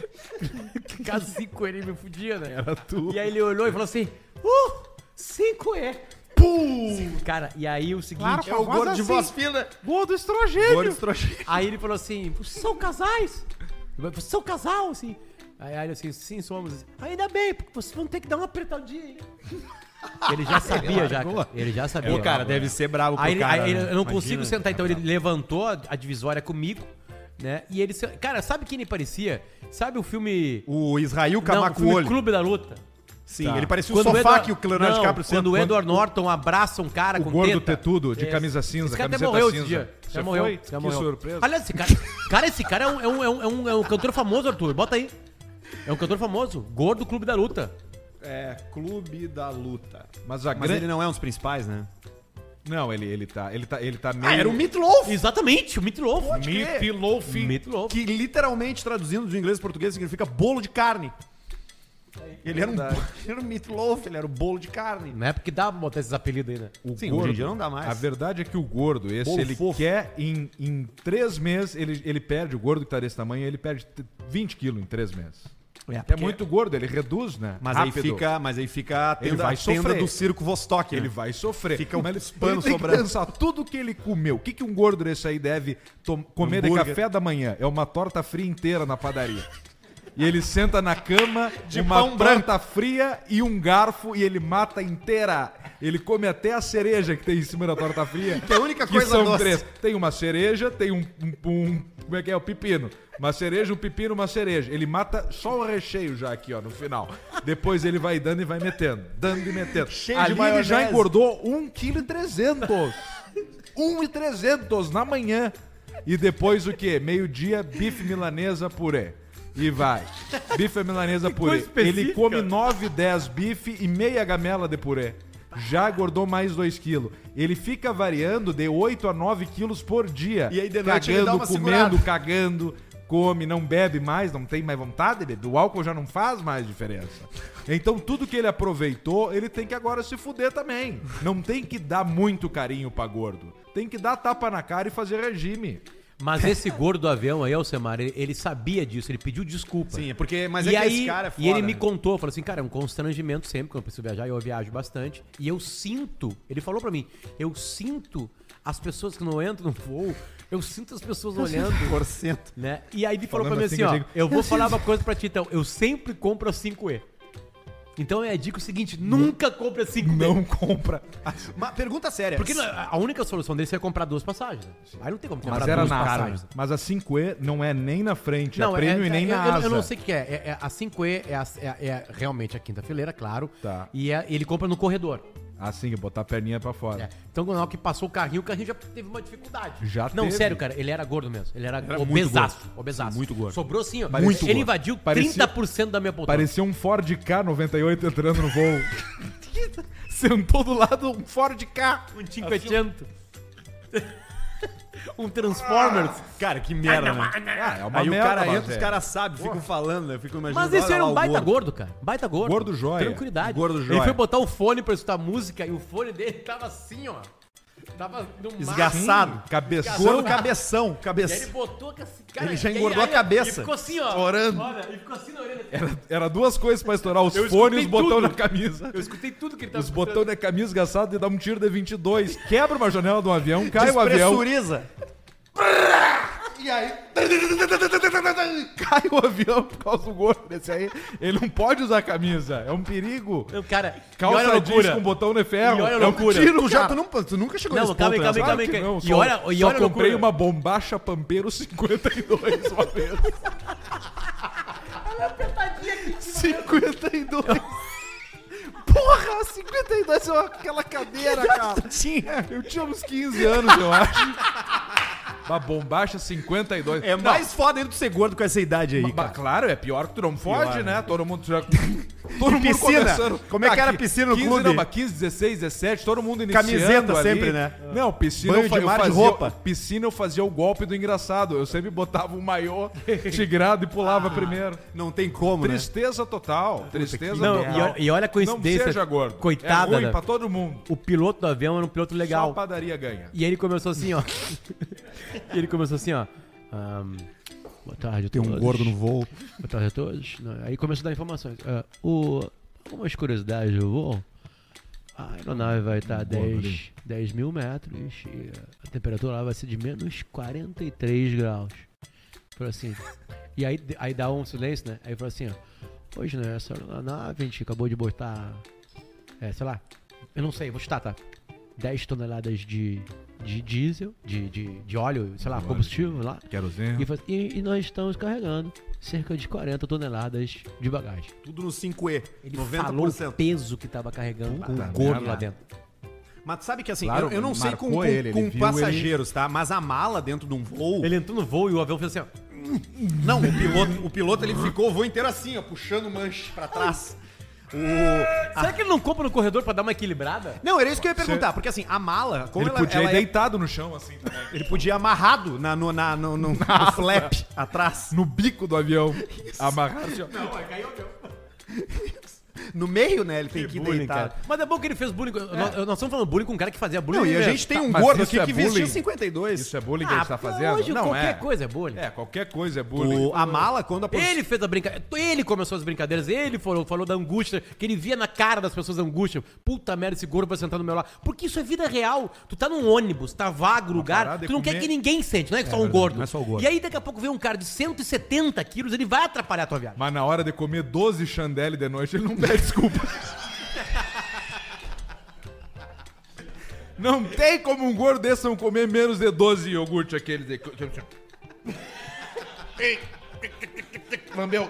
Speaker 3: Que caso 5E ele me fudia, né?
Speaker 2: Era tu.
Speaker 3: E aí ele olhou e falou assim, 5E. Pum! Cara, e aí o seguinte...
Speaker 1: É o gordo de voz fina.
Speaker 2: Gordo estrogênio.
Speaker 1: Gordo estrogênio.
Speaker 3: Aí ele falou assim, vocês são casais? Vocês são casal, assim? Aí ele assim, sim, somos. Ainda bem, porque vocês vão ter que dar uma apertadinha aí. Ele já sabia, já. Cara. Ele já sabia.
Speaker 1: Pô, cara, deve ser bravo pro
Speaker 3: Aí,
Speaker 1: cara.
Speaker 3: aí
Speaker 1: né?
Speaker 3: eu não
Speaker 1: Imagina.
Speaker 3: consigo sentar, então ele levantou a divisória comigo, né? E ele... Cara, sabe quem ele parecia? Sabe o filme...
Speaker 1: O Israel
Speaker 3: Não, o filme
Speaker 1: Camacuolho.
Speaker 3: Clube da Luta.
Speaker 5: Sim,
Speaker 2: Tá.
Speaker 5: ele parecia o
Speaker 3: Quando
Speaker 5: sofá
Speaker 3: Edward-
Speaker 5: que o Leonardo
Speaker 3: não,
Speaker 5: DiCaprio
Speaker 3: quando o Edward Norton abraça um cara
Speaker 2: O
Speaker 3: com
Speaker 2: gordo
Speaker 3: teta.
Speaker 2: tetudo, de
Speaker 3: Esse-
Speaker 2: camisa cinza,
Speaker 3: Esse cara até
Speaker 2: camiseta
Speaker 3: morreu
Speaker 2: cinza.
Speaker 3: esse dia.
Speaker 2: Você
Speaker 3: Já morreu.
Speaker 2: foi?
Speaker 3: Já
Speaker 2: Que
Speaker 3: morreu.
Speaker 2: surpresa.
Speaker 3: Aliás, esse cara é um cantor famoso, Arthur. Bota aí. É um cantor famoso. Gordo Clube da Luta.
Speaker 5: É, Clube da Luta.
Speaker 2: Mas a
Speaker 1: Mas
Speaker 2: grande...
Speaker 1: ele não é um dos principais, né?
Speaker 2: Não, ele tá meio...
Speaker 5: Ah, era o Meatloaf!
Speaker 3: Exatamente, o Meatloaf.
Speaker 2: Meatloaf.
Speaker 3: Meatloaf.
Speaker 5: Que literalmente, traduzindo do inglês para português, significa bolo de carne. Ele era,
Speaker 2: Verdade.
Speaker 5: ele era um Meatloaf, ele era o bolo de carne.
Speaker 3: Não é porque dá pra botar esses apelidos aí, né?
Speaker 2: O
Speaker 1: Sim, hoje em dia não dá mais.
Speaker 2: A verdade é que o gordo, esse,
Speaker 5: Bolo
Speaker 2: ele
Speaker 5: fofo.
Speaker 2: quer em 3 meses, ele perde, o gordo que tá desse tamanho, ele perde 20 quilos em 3 meses. É muito gordo, ele reduz, né?
Speaker 1: Mas
Speaker 2: Rápido.
Speaker 1: aí fica a
Speaker 2: Ele
Speaker 1: tenda,
Speaker 2: vai
Speaker 1: a tenda
Speaker 2: sofrer.
Speaker 1: do circo Vostok,
Speaker 2: Ele
Speaker 1: né?
Speaker 2: vai sofrer.
Speaker 5: Fica
Speaker 2: Mas
Speaker 5: os panos
Speaker 2: ele tem que
Speaker 5: sobrando.
Speaker 2: pensar tudo que ele comeu. O que um gordo desse aí deve comer de
Speaker 5: Hambúrguer.
Speaker 2: café da manhã? É uma torta fria inteira na padaria. E ele senta na cama,
Speaker 5: De
Speaker 2: uma
Speaker 5: pão branco.
Speaker 2: torta fria e um garfo e ele mata inteira. Ele come até a cereja que tem em cima da torta fria.
Speaker 5: Que é a única
Speaker 2: que
Speaker 5: coisa
Speaker 2: são
Speaker 5: doce.
Speaker 2: 3. Tem uma cereja, tem um como é que é? O pepino. Uma cereja, um pepino, uma cereja. Ele mata só o recheio já aqui, ó, no final. Depois ele vai dando e vai metendo. Dando e metendo.
Speaker 5: Cheio de
Speaker 2: Ali ele
Speaker 5: maionese.
Speaker 2: já engordou 1,3 kg. 1,3 na manhã. E depois o quê? Meio-dia, bife milanesa purê. E vai. Bife milanesa purê.
Speaker 3: coisa específica.
Speaker 2: Ele come 9, 10 bife e meia gamela de purê. Já engordou mais 2 quilos. Ele fica variando de 8 a 9 quilos por dia.
Speaker 5: E aí de noite ele
Speaker 2: cagando,
Speaker 5: dá uma
Speaker 2: comendo,
Speaker 5: segurada.
Speaker 2: cagando, come, não bebe mais, não tem mais vontade de beber. O álcool já não faz mais diferença. Então tudo que ele aproveitou, ele tem que agora se fuder também. Não tem que dar muito carinho pra gordo. Tem que dar tapa na cara e fazer regime.
Speaker 3: Mas esse gordo do avião aí, Alcemar, ele sabia disso, ele pediu desculpa.
Speaker 1: Sim, é porque... Mas
Speaker 3: E
Speaker 1: é que
Speaker 3: aí,
Speaker 1: esse cara é foda.
Speaker 3: e ele me
Speaker 1: né?
Speaker 3: contou, falou assim, cara, é um constrangimento sempre quando eu preciso viajar, e eu viajo bastante. E eu sinto, ele falou pra mim, eu sinto as pessoas que não entram no voo, eu sinto as pessoas olhando,
Speaker 5: Porcento.
Speaker 3: né? E aí ele falou pra
Speaker 2: Falando
Speaker 3: mim
Speaker 2: assim,
Speaker 3: assim, ó,
Speaker 2: eu digo,
Speaker 3: eu vou falar uma coisa pra ti, então, eu sempre compro a 5E. Então é a dica o seguinte, nunca compre a 5E.
Speaker 2: Não compra.
Speaker 5: Mas pergunta séria.
Speaker 3: Porque a única solução dele seria comprar 2 passagens, né? Aí não tem como comprar
Speaker 2: Mas era
Speaker 3: 2
Speaker 2: na
Speaker 3: passagens.
Speaker 2: Mas a 5E não é nem na frente,
Speaker 3: Não,
Speaker 2: a prêmio e nem na asa.
Speaker 3: eu não sei o que é. A 5E é realmente a quinta-fileira, claro.
Speaker 2: Tá.
Speaker 3: E ele compra no corredor.
Speaker 2: Assim, botar a perninha pra fora.
Speaker 3: É. Então, quando que passou o carrinho já teve uma dificuldade.
Speaker 2: Já
Speaker 3: Não,
Speaker 2: teve.
Speaker 3: sério, cara, ele era gordo mesmo. Ele era
Speaker 1: muito
Speaker 3: obesaço.
Speaker 1: gordo.
Speaker 3: Obesaço.
Speaker 1: Sim, muito gordo.
Speaker 3: Sobrou assim, ó.
Speaker 2: Muito
Speaker 3: ele
Speaker 2: gordo.
Speaker 3: invadiu
Speaker 2: Parecia-
Speaker 3: 30% da minha poltrona.
Speaker 2: Parecia um Ford K98 entrando no voo. Sentou do lado um Ford K.
Speaker 3: um 500. um Transformers.
Speaker 1: Cara, que merda, né?
Speaker 2: Ah, é uma
Speaker 1: Aí
Speaker 2: merda,
Speaker 1: o cara
Speaker 2: mas
Speaker 1: entra, os
Speaker 2: é.
Speaker 1: caras sabem, ficam falando, né? Ficam imaginando.
Speaker 3: Mas esse
Speaker 1: olha
Speaker 3: era
Speaker 1: lá
Speaker 3: um
Speaker 1: o
Speaker 3: baita
Speaker 1: gordo.
Speaker 3: gordo, cara. Baita gordo.
Speaker 2: Gordo joia.
Speaker 3: Tranquilidade.
Speaker 1: Gordo
Speaker 3: Ele
Speaker 1: joia.
Speaker 3: foi botar o fone pra escutar música e o fone dele tava assim, ó. Tava no máximo.
Speaker 5: Esgaçado.
Speaker 2: Cabeção.
Speaker 5: Gordo cabeção.
Speaker 3: E aí ele
Speaker 5: Cabeça.
Speaker 3: botou com esse cara.
Speaker 5: Ele já
Speaker 3: e aí-
Speaker 5: engordou a
Speaker 3: aí-
Speaker 5: cabeça.
Speaker 3: E ficou assim, ó.
Speaker 5: Estourando.
Speaker 3: Olha, e ficou assim na orelha.
Speaker 2: Era duas coisas pra estourar: os
Speaker 3: Eu
Speaker 2: fones e os
Speaker 3: escutei
Speaker 2: botões
Speaker 3: tudo.
Speaker 2: na camisa.
Speaker 3: Eu escutei tudo que ele tava
Speaker 2: Os botões na camisa gastados e dá um tiro de 22. Quebra uma janela de um avião, cai o avião.
Speaker 5: Despressuriza.
Speaker 2: E aí. Cai o avião por causa do gordo desse aí. Ele não pode usar camisa. É um perigo.
Speaker 3: Não, cara, e
Speaker 2: Calça
Speaker 3: olha a
Speaker 2: jeans
Speaker 3: loucura.
Speaker 2: com botão de ferro.
Speaker 3: E olha a
Speaker 2: é um
Speaker 3: loucura.
Speaker 2: tiro,
Speaker 5: Tu, já,
Speaker 2: cara.
Speaker 5: tu nunca chegou
Speaker 3: Não,
Speaker 5: nesse
Speaker 3: calma
Speaker 5: ponto,
Speaker 3: aí,
Speaker 5: né?
Speaker 3: calma aí,
Speaker 2: Claro que
Speaker 3: calma aí.
Speaker 2: não,
Speaker 3: E
Speaker 2: só-
Speaker 3: olha
Speaker 2: só
Speaker 3: a
Speaker 2: comprei
Speaker 3: loucura.
Speaker 2: uma bombacha Pampero 52 uma vez.
Speaker 3: Olha a apertadinha aqui.
Speaker 2: 52. Porra, 52 é aquela cadeira, cara. Eu tinha uns 15 anos, eu acho. Uma bombacha 52.
Speaker 5: É mais foda ainda tu ser gordo com essa idade aí,
Speaker 2: Mas,
Speaker 5: cara.
Speaker 2: claro, é pior que tu não fode,
Speaker 5: Pior,
Speaker 2: né? Todo mundo já. Todo mundo
Speaker 5: piscina?
Speaker 2: começando.
Speaker 5: Como é que era a
Speaker 2: Aqui,
Speaker 5: piscina no
Speaker 2: 15,
Speaker 5: clube?
Speaker 2: Não, mas 15, 16, 17, todo mundo iniciando
Speaker 5: Camiseta
Speaker 2: ali.
Speaker 5: sempre, né?
Speaker 2: Não, piscina
Speaker 5: Banho
Speaker 2: eu, fa-
Speaker 5: de
Speaker 2: eu
Speaker 5: mar de
Speaker 2: fazia,
Speaker 5: roupa.
Speaker 2: Piscina eu fazia o golpe do engraçado. Eu sempre botava um maiô tigrado e pulava primeiro.
Speaker 5: Não tem como, né?
Speaker 2: Tristeza total. Tristeza
Speaker 3: Não,
Speaker 2: total.
Speaker 3: e olha a coincidência.
Speaker 2: Não seja gordo.
Speaker 3: Coitada,
Speaker 2: É ruim
Speaker 3: né?
Speaker 2: pra todo mundo.
Speaker 3: O piloto do avião era um piloto
Speaker 2: Só a
Speaker 3: legal.
Speaker 2: padaria ganha.
Speaker 3: E aí ele começou assim, ó. E ele começou assim, ó. Boa tarde a
Speaker 5: Tem
Speaker 3: todos.
Speaker 5: um gordo no voo.
Speaker 3: Boa tarde a todos. Aí começou a dar informações. Algumas curiosidades do voo. A aeronave vai estar a 10 mil metros e a temperatura lá vai ser de menos 43 graus. Falou assim. E aí dá um silêncio, né? Aí falou assim, ó. Hoje, né, essa aeronave a gente acabou de botar, sei lá, eu não sei, vou chutar, tá? 10 toneladas de diesel, de óleo, sei lá, combustível lá.
Speaker 2: Querosene.
Speaker 3: E nós estamos carregando cerca de 40 toneladas de bagagem.
Speaker 1: Tudo no 5E.
Speaker 3: Ele falou o
Speaker 1: 90%.
Speaker 3: peso que tava carregando com o
Speaker 2: Puta
Speaker 3: gordo
Speaker 2: merda.
Speaker 3: lá dentro.
Speaker 1: Mas tu sabe que assim,
Speaker 2: Claro,
Speaker 1: eu não sei com,
Speaker 2: marcou ele viu
Speaker 1: passageiros, tá? Mas a mala dentro de um voo.
Speaker 3: Ele entrou no voo e o avião fez assim, ó.
Speaker 1: Não, o piloto ele ficou o voo inteiro assim, ó, puxando o manche pra trás.
Speaker 3: Será que ele não compra no corredor pra dar uma equilibrada?
Speaker 1: Não, era isso que eu ia perguntar, porque assim, a mala, como
Speaker 2: Ele podia ir
Speaker 1: é-
Speaker 2: deitado no chão, assim, também.
Speaker 1: ele podia ir amarrado no flap atrás.
Speaker 2: No bico do avião. Amarrado assim, ó.
Speaker 1: No meio, né? Ele tem que ir
Speaker 3: Bullying,
Speaker 1: deitado.
Speaker 3: cara. Mas é bom que ele fez bullying. Nós estamos falando bullying com um cara que fazia bullying.
Speaker 1: Não, e a
Speaker 3: mesmo.
Speaker 1: gente tem um
Speaker 2: Mas
Speaker 1: gordo
Speaker 2: isso
Speaker 1: aqui
Speaker 2: é
Speaker 1: que vestia
Speaker 2: bullying?
Speaker 1: 52.
Speaker 2: Isso é bullying que a gente tá fazendo?
Speaker 3: Hoje
Speaker 2: Não,
Speaker 3: qualquer
Speaker 2: é.
Speaker 3: coisa é bullying.
Speaker 2: É, qualquer coisa é bullying.
Speaker 1: A mala, quando a
Speaker 3: Ele fez a brincadeira. Ele começou as brincadeiras. Ele falou da angústia, que ele via na cara das pessoas a angústia. Puta merda, esse gordo vai sentar no meu lado. Porque isso é vida real. Tu tá num ônibus, tá vago o lugar,
Speaker 2: parada é
Speaker 3: tu não quer
Speaker 2: comer.
Speaker 3: que ninguém sente, não é só um gordo.
Speaker 1: não é só o gordo.
Speaker 3: E aí daqui a pouco vem um cara de 170 quilos, ele vai atrapalhar a tua viagem.
Speaker 2: Mas na hora de comer 12 chandelle de noite, ele não pede desculpa. Não tem como um gordo desse não comer menos de 12 iogurte aqueles de... Lambeu.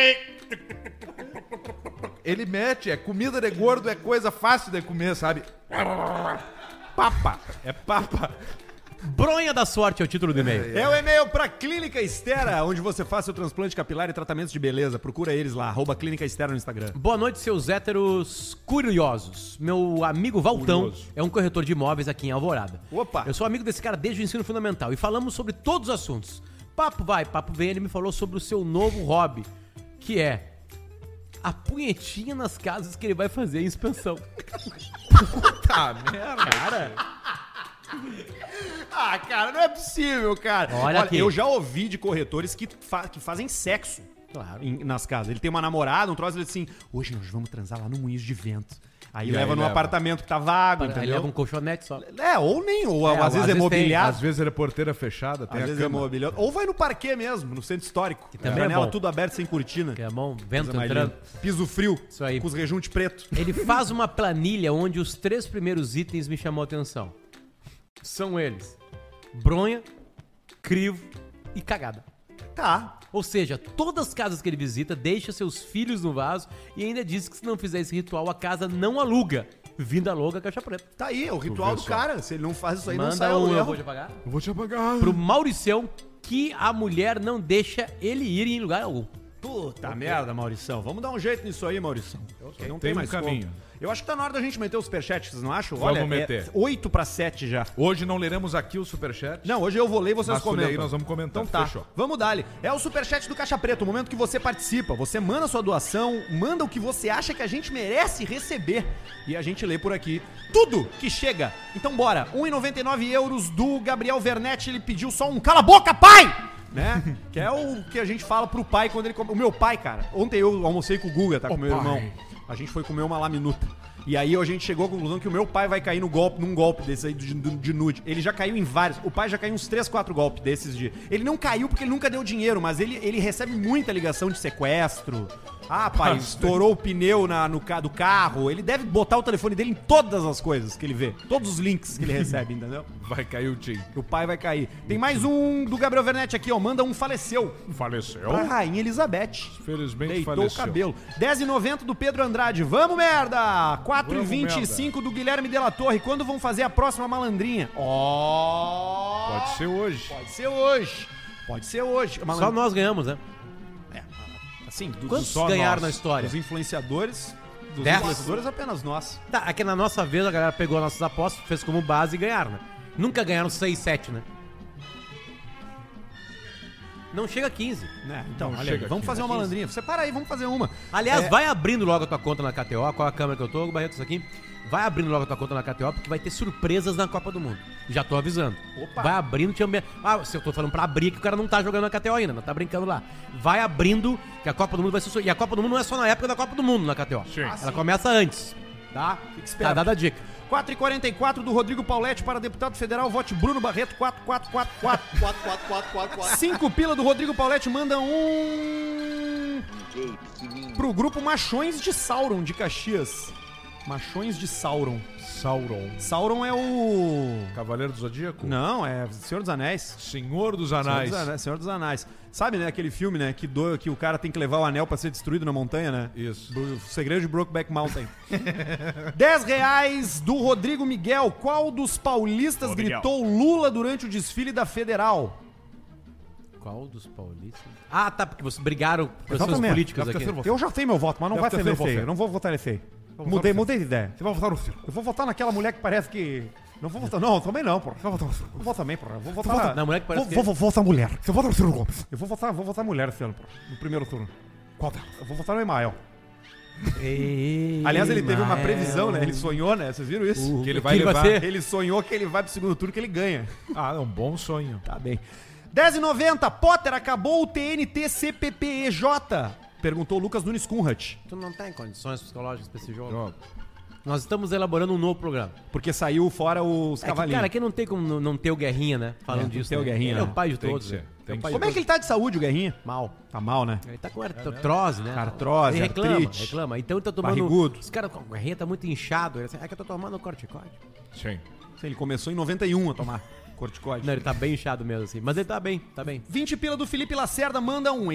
Speaker 2: Ele mete, comida de gordo é coisa fácil de comer, sabe? Papa, é papa.
Speaker 3: Bronha da sorte é o título do e-mail.
Speaker 1: É o e-mail pra Clínica Estera, onde você faz seu transplante capilar e tratamentos de beleza. Procura eles lá, @Clínica Estera no Instagram.
Speaker 3: Boa noite, seus héteros curiosos. Meu amigo Valtão é um corretor de imóveis aqui em Alvorada.
Speaker 1: Opa!
Speaker 3: Eu sou amigo desse cara desde o ensino fundamental e falamos sobre todos os assuntos. Papo vai, papo vem, ele me falou sobre o seu novo hobby, que é a punhetinha nas casas que ele vai fazer em expansão.
Speaker 2: Tá, merda.
Speaker 3: Cara,
Speaker 1: Ah, cara, não é possível, cara.
Speaker 3: Olha aqui.
Speaker 1: Eu já ouvi de corretores que fazem sexo
Speaker 3: claro.
Speaker 1: nas casas. Ele tem uma namorada, um troço, ele diz assim, hoje nós vamos transar lá no Moinhos de Vento. Aí
Speaker 2: E
Speaker 1: leva
Speaker 2: aí
Speaker 1: no
Speaker 2: leva.
Speaker 1: apartamento que tá vago,
Speaker 3: Aí
Speaker 1: entendeu?
Speaker 3: leva um colchonete só.
Speaker 1: Ou nem, ou
Speaker 3: É,
Speaker 1: às vezes é
Speaker 3: tem.
Speaker 1: mobiliado.
Speaker 2: Às vezes ele é porteira fechada, tem
Speaker 1: Às
Speaker 2: a
Speaker 1: vezes é
Speaker 2: cama.
Speaker 1: mobiliado. Ou vai no parquê mesmo, no centro histórico.
Speaker 3: também é
Speaker 1: Janela
Speaker 3: bom.
Speaker 1: tudo aberto, sem cortina.
Speaker 3: Que é bom, vento
Speaker 1: Coisa mais
Speaker 3: entrando.
Speaker 1: linda. Piso frio,
Speaker 3: Isso aí.
Speaker 1: com os rejuntos pretos.
Speaker 3: Ele faz uma planilha onde os 3 primeiros itens me chamou a atenção. São eles: bronha, crivo e cagada.
Speaker 1: Tá.
Speaker 3: Ou seja, todas as casas que ele visita, deixa seus filhos no vaso e ainda diz que se não fizer esse ritual, a casa não aluga. Vinda louca, caixa preta.
Speaker 1: Tá aí, é o ritual
Speaker 2: vê
Speaker 1: do
Speaker 2: só.
Speaker 1: cara. Se ele não faz isso aí, não
Speaker 3: Manda
Speaker 1: sai
Speaker 3: um, eu
Speaker 1: aluguel.
Speaker 3: vou te pagar.
Speaker 2: Eu vou te apagar.
Speaker 3: Pro Mauricião, que a mulher não deixa ele ir em lugar algum.
Speaker 1: Puta merda, Maurição. Vamos dar um jeito nisso aí, Maurição. Não
Speaker 2: Tem um
Speaker 1: mais
Speaker 2: caminho.
Speaker 1: como. Eu acho que tá na hora da gente meter os superchats, vocês não acham?
Speaker 2: Vamos
Speaker 1: Olha,
Speaker 2: meter.
Speaker 1: 8/7 já.
Speaker 2: Hoje não leremos aqui o superchat.
Speaker 1: Não, hoje eu vou ler e vocês
Speaker 2: Mas tu lê
Speaker 1: comentam.
Speaker 2: aí, nós vamos comentar.
Speaker 1: Então tá,
Speaker 2: Fechou.
Speaker 1: vamos dar-lhe. É o superchat do Caixa Preta, o momento que você participa. Você manda sua doação, manda o que você acha que a gente merece receber. E a gente lê por aqui tudo que chega. Então bora, 1,99 € do Gabriel Vernetti, ele pediu só um cala a boca, pai! Né? Que é o que a gente fala pro pai quando ele come. O meu pai, cara, ontem eu almocei com o Guga, tá? Com o meu
Speaker 2: pai.
Speaker 1: irmão. A gente foi comer uma laminuta. E aí a gente chegou à conclusão que o meu pai vai cair num golpe desse aí de nude. Ele já caiu em vários. O pai já caiu uns 3, 4 golpes desses de... Ele não caiu porque ele nunca deu dinheiro, mas ele recebe muita ligação de sequestro. Ah, pai, estourou o pneu do carro. Ele deve botar o telefone dele em todas as coisas que ele vê. Todos os links que ele recebe, entendeu?
Speaker 2: Vai cair o Tim.
Speaker 1: O pai vai cair. Tem mais um do Gabriel Vernetti aqui, ó. Manda um faleceu.
Speaker 2: Faleceu?
Speaker 1: Pra Rainha Elizabeth.
Speaker 2: Felizmente
Speaker 1: Deitou
Speaker 2: faleceu.
Speaker 1: o cabelo. 10,90 do Pedro Andrade. Vamos, merda! 4,25 do Guilherme Della Torre. Quando vão fazer a próxima malandrinha? Ó!
Speaker 2: Pode ser hoje.
Speaker 1: Pode ser hoje. Pode ser hoje.
Speaker 3: Só nós ganhamos, né?
Speaker 1: Assim,
Speaker 3: Quantos
Speaker 2: só
Speaker 3: ganharam
Speaker 2: nós.
Speaker 3: na história?
Speaker 1: dos influenciadores. Dos
Speaker 3: 10.
Speaker 1: influenciadores, apenas nós.
Speaker 3: Tá, é que na nossa vez a galera pegou nossas apostas, fez como base e ganharam, né? Nunca ganharam 6, 7, né? Não chega a 15.
Speaker 1: Né? Então,
Speaker 2: Não
Speaker 1: olha aí,
Speaker 2: chega
Speaker 1: vamos
Speaker 2: aqui.
Speaker 1: fazer uma malandrinha. Separa aí, vamos fazer uma.
Speaker 3: Aliás, vai abrindo logo a tua conta na KTO. Qual é a câmera que eu tô, Barreto, isso aqui? Vai abrindo logo a tua conta na KTO, porque vai ter surpresas na Copa do Mundo. Já tô avisando.
Speaker 1: Opa.
Speaker 3: Vai abrindo, te ambi... Ah, se eu tô falando pra abrir, que o cara não tá jogando na KTO ainda, não tá brincando lá. Vai abrindo, que a Copa do Mundo vai ser... E a Copa do Mundo não é só na época da Copa do Mundo na KTO.
Speaker 2: Sim.
Speaker 3: Ela começa antes, tá?
Speaker 1: Fique
Speaker 3: Tá
Speaker 1: esperto.
Speaker 3: dada a dica.
Speaker 1: 4,44 do Rodrigo Pauletti para deputado federal. Vote Bruno Barreto. 4,444. 5 pila do Rodrigo Pauletti. Manda um
Speaker 6: Gay, pequenininho.
Speaker 1: pro grupo Machões de Sauron de Caxias.
Speaker 5: Machões de Sauron.
Speaker 2: Sauron.
Speaker 5: Sauron é o...
Speaker 2: Cavaleiro do Zodíaco?
Speaker 5: Não, é Senhor dos Anéis.
Speaker 2: Senhor dos Anais.
Speaker 5: Senhor dos Anéis. Sabe, né, aquele filme, né, que o cara tem que levar o anel pra ser destruído na montanha, né?
Speaker 2: Isso.
Speaker 5: O Segredo de Brokeback Mountain. R$10 do Rodrigo Miguel. Qual dos paulistas gritou Lula durante o desfile da Federal?
Speaker 3: Qual dos paulistas? Ah, tá, porque vocês brigaram por questões
Speaker 5: Exatamente.
Speaker 3: políticas aqui.
Speaker 5: Eu já tenho meu voto, mas não vai ser
Speaker 2: terceiro
Speaker 5: feio.
Speaker 2: voto.
Speaker 5: Eu não vou votar ele feio.
Speaker 2: votar no
Speaker 5: Mudei de ideia.
Speaker 2: Você vai votar no circo.
Speaker 5: Eu vou votar naquela mulher que parece que... Não vou votar... Não, também não, porra.
Speaker 2: Você vai votar no circo.
Speaker 5: Vou votar também, porra. Vou votar...
Speaker 3: Na mulher que parece
Speaker 5: Vou votar mulher.
Speaker 2: Você vota no Ciro Gomes.
Speaker 5: Eu vou votar mulher esse ano, porra. No primeiro turno.
Speaker 2: Qual delas?
Speaker 5: Eu vou votar no Emael.
Speaker 3: que...
Speaker 5: Aliás, ele teve uma previsão, né? Ele sonhou, né? Vocês viram isso?
Speaker 2: Que ele vai
Speaker 3: Quem vai
Speaker 2: levar...
Speaker 3: ser?
Speaker 5: Ele sonhou que ele vai pro segundo turno que ele ganha.
Speaker 2: Ah, é um bom sonho.
Speaker 5: Tá bem. R$10,90. Potter, acabou o TNT CPPEJ? Perguntou o Lucas Nunes Kunrat.
Speaker 3: Tu não tem condições psicológicas pra esse jogo.
Speaker 2: Jogo.
Speaker 3: Nós estamos elaborando um novo programa.
Speaker 5: Porque saiu fora os
Speaker 3: É que,
Speaker 5: cavalinhos.
Speaker 3: cara, aqui não tem como não ter o Guerrinha, né? Falando
Speaker 5: Não
Speaker 3: disso.
Speaker 5: tem o
Speaker 3: né?
Speaker 5: Guerrinha,
Speaker 3: Ele é
Speaker 5: né?
Speaker 3: o pai de
Speaker 2: Tem
Speaker 3: todos.
Speaker 2: que ser,
Speaker 3: né?
Speaker 2: tem
Speaker 3: É o
Speaker 2: que
Speaker 3: pai
Speaker 5: Como
Speaker 3: de
Speaker 5: é que ele tá de saúde, o Guerrinha?
Speaker 3: todos. Mal.
Speaker 5: Tá mal, né?
Speaker 3: Ele tá com artrose, né?
Speaker 5: Artrose,
Speaker 3: Ele reclama,
Speaker 5: artrite.
Speaker 3: reclama. Então ele tá tomando...
Speaker 5: Barrigudo.
Speaker 3: Os caras, o Guerrinha tá muito inchado. Ele assim, é que eu tô tomando corticóide.
Speaker 2: Sim.
Speaker 5: Ele começou em 91 a tomar corticóide.
Speaker 3: Não, ele tá bem inchado mesmo, assim. Mas ele tá bem, tá bem.
Speaker 5: 20 pila do Felipe Lacerda manda um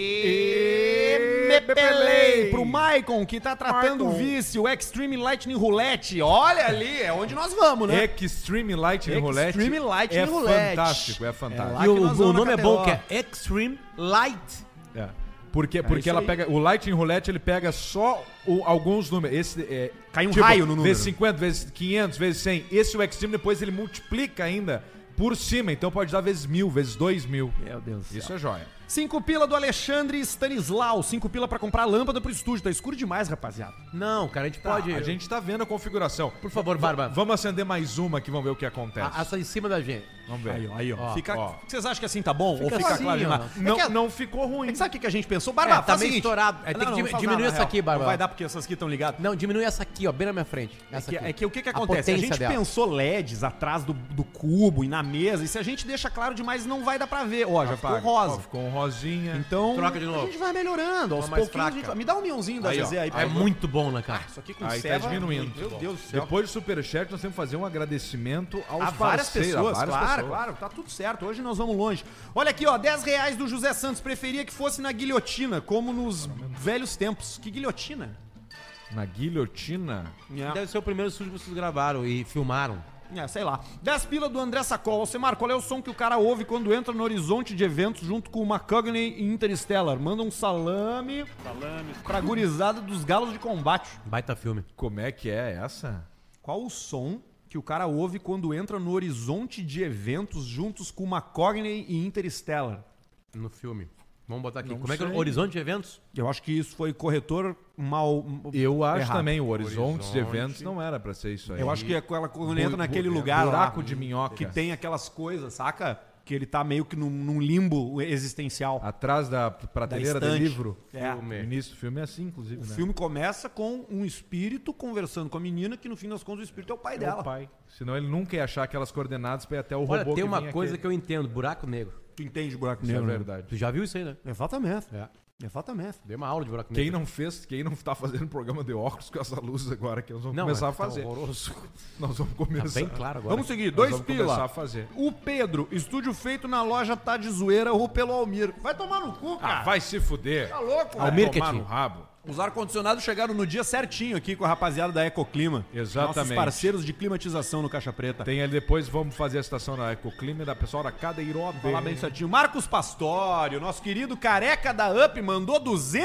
Speaker 5: Mepelei pro Maicon, que tá tratando o vício, o Extreme Lightning Roulette. Olha ali, é onde nós vamos, né?
Speaker 2: Extreme Lightning Roulette.
Speaker 5: Extreme Lightning
Speaker 2: é
Speaker 5: Roulette.
Speaker 2: fantástico, é fantástico.
Speaker 5: Lá
Speaker 3: E
Speaker 5: que nós
Speaker 3: o
Speaker 5: vamos
Speaker 3: nome
Speaker 5: na
Speaker 3: é bom,
Speaker 5: KTO.
Speaker 3: que é Extreme Light.
Speaker 2: É. Porque
Speaker 5: isso
Speaker 2: ela
Speaker 5: aí.
Speaker 2: pega. O Lightning Roulette ele pega só alguns números. Esse é.
Speaker 5: Cai um raio no número.
Speaker 2: Vezes 50, vezes 500, vezes 100. Esse o Extreme depois ele multiplica ainda por cima. Então pode dar vezes 1000, vezes 2000.
Speaker 5: Meu Deus do céu.
Speaker 2: Isso é joia.
Speaker 5: 5 pila do Alexandre Stanislau. 5 pila pra comprar lâmpada pro estúdio. Tá escuro demais, rapaziada.
Speaker 3: Não, cara, a gente pode...
Speaker 2: A gente tá vendo a configuração.
Speaker 3: Por favor, Barba.
Speaker 2: Vamos acender mais uma aqui, vamos ver o que acontece.
Speaker 3: Essa em cima da gente.
Speaker 2: Vamos ver.
Speaker 5: Aí, ó.
Speaker 3: Ó,
Speaker 5: Fica,
Speaker 2: ó.
Speaker 5: Vocês acham que assim tá bom? Ou
Speaker 3: Fica
Speaker 5: fica
Speaker 3: assim,
Speaker 5: claro
Speaker 3: ó.
Speaker 5: demais?
Speaker 2: Não,
Speaker 5: É que-
Speaker 2: não ficou ruim.
Speaker 5: Sabe o que a gente pensou? Barba,
Speaker 3: tá
Speaker 5: faz o
Speaker 3: meio
Speaker 5: seguinte.
Speaker 3: estourado. Tem que
Speaker 5: Não faz
Speaker 3: diminuir
Speaker 5: nada,
Speaker 3: essa
Speaker 5: na
Speaker 3: aqui,
Speaker 5: real.
Speaker 3: Barba.
Speaker 5: Não vai dar porque essas aqui estão ligadas.
Speaker 3: Não, diminui essa aqui, ó, bem na minha frente. Essa aqui.
Speaker 5: É que o que
Speaker 3: A
Speaker 5: acontece? A
Speaker 3: potência
Speaker 5: gente
Speaker 3: dela.
Speaker 5: pensou LEDs atrás do cubo e na mesa, e se a gente deixa claro demais, não vai dar pra ver. Ó, já ficou
Speaker 2: Ó,
Speaker 5: rosa.
Speaker 2: ficou um rosinha.
Speaker 5: Então,
Speaker 3: Troca de novo.
Speaker 5: a gente vai melhorando. Aos
Speaker 3: Uma mais
Speaker 5: pouquinhos,
Speaker 3: fraca.
Speaker 5: a gente vai... Me dá um mionzinho da
Speaker 2: Aí, ó.
Speaker 5: Zezé aí.
Speaker 3: É muito bom, né, cara?
Speaker 5: Isso aqui com
Speaker 2: Aí tá
Speaker 5: ceva,
Speaker 2: diminuindo.
Speaker 5: Meu Deus do céu.
Speaker 2: Depois do Superchat, nós temos que fazer um agradecimento aos
Speaker 5: A várias
Speaker 2: parceiros,
Speaker 5: pessoas,
Speaker 2: a várias
Speaker 5: claro,
Speaker 2: pessoas.
Speaker 5: claro, tá tudo certo. Hoje nós vamos longe. Olha aqui, ó, R$10 do José Santos. Preferia que fosse na guilhotina, como nos velhos tempos. Que guilhotina?
Speaker 2: Na guilhotina.
Speaker 3: Deve ser o primeiro estúdio que vocês gravaram e filmaram.
Speaker 5: Sei lá. 10 pila do André Sacola. Alcemar, qual é o som que o cara ouve quando entra no horizonte de eventos junto com o McCogney e Interstellar? Manda um salame pra gurizada dos galos de combate.
Speaker 3: Baita filme.
Speaker 2: Como é que é essa?
Speaker 5: Qual o som que o cara ouve quando entra no horizonte de eventos juntos com o McCogney e Interstellar?
Speaker 3: No filme. Vamos botar aqui.
Speaker 2: Não
Speaker 3: Como é que é
Speaker 2: sei.
Speaker 3: o Horizonte de Eventos?
Speaker 5: Eu acho que isso foi corretor mal.
Speaker 2: Eu acho
Speaker 5: errado.
Speaker 2: também, o horizonte de
Speaker 3: Horizonte.
Speaker 2: eventos não era pra ser isso aí.
Speaker 5: Eu acho que é quando ele entra naquele lugar
Speaker 2: buraco
Speaker 5: lá,
Speaker 2: de minhoca.
Speaker 5: que tem aquelas coisas, saca? Que ele tá meio que num limbo existencial.
Speaker 2: Atrás da prateleira
Speaker 5: Da
Speaker 2: do
Speaker 5: estante.
Speaker 2: livro.
Speaker 5: É.
Speaker 2: O início do filme é assim, inclusive,
Speaker 5: O
Speaker 2: né?
Speaker 5: filme começa com um espírito conversando com a menina, que no fim das contas o espírito é o pai
Speaker 2: É
Speaker 5: dela.
Speaker 2: o pai. Senão ele nunca ia achar aquelas coordenadas pra ir até o
Speaker 3: Olha,
Speaker 2: robô
Speaker 3: tem
Speaker 2: que
Speaker 3: uma
Speaker 2: vinha
Speaker 3: coisa
Speaker 2: aquele.
Speaker 3: que eu entendo. Buraco negro.
Speaker 5: Tu entende buraco
Speaker 2: Isso é
Speaker 5: negro, né?
Speaker 2: verdade.
Speaker 3: Tu já viu isso aí, né?
Speaker 5: Exatamente.
Speaker 3: É.
Speaker 5: Exatamente.
Speaker 3: Dei uma aula de buraco
Speaker 2: Quem
Speaker 3: negro.
Speaker 2: não fez, quem não tá fazendo programa de óculos com essa luz agora, que nós vamos
Speaker 3: Não,
Speaker 2: começar
Speaker 3: é
Speaker 2: a fazer.
Speaker 3: horroroso.
Speaker 2: Nós vamos começar.
Speaker 3: Tá bem claro agora.
Speaker 5: Vamos seguir,
Speaker 2: Nós
Speaker 5: 2
Speaker 2: vamos começar
Speaker 5: pila.
Speaker 2: a fazer.
Speaker 5: O Pedro, estúdio feito na loja Tá de Zoeira ou pelo Almir. Vai tomar no cu, cara.
Speaker 2: Ah, vai se fuder.
Speaker 5: Tá louco,
Speaker 3: Almir
Speaker 5: velho.
Speaker 3: que
Speaker 2: Tomar
Speaker 3: tinha.
Speaker 2: no rabo.
Speaker 5: Os ar-condicionados chegaram no dia certinho aqui com a rapaziada da Ecoclima.
Speaker 2: Exatamente.
Speaker 5: Nossos parceiros de climatização no Caixa Preta.
Speaker 2: Tem ali depois, vamos fazer a estação da Ecoclima e da pessoal da Cadeiroba.
Speaker 5: Falar bem certinho. Marcos Pastório, nosso querido careca da UP, mandou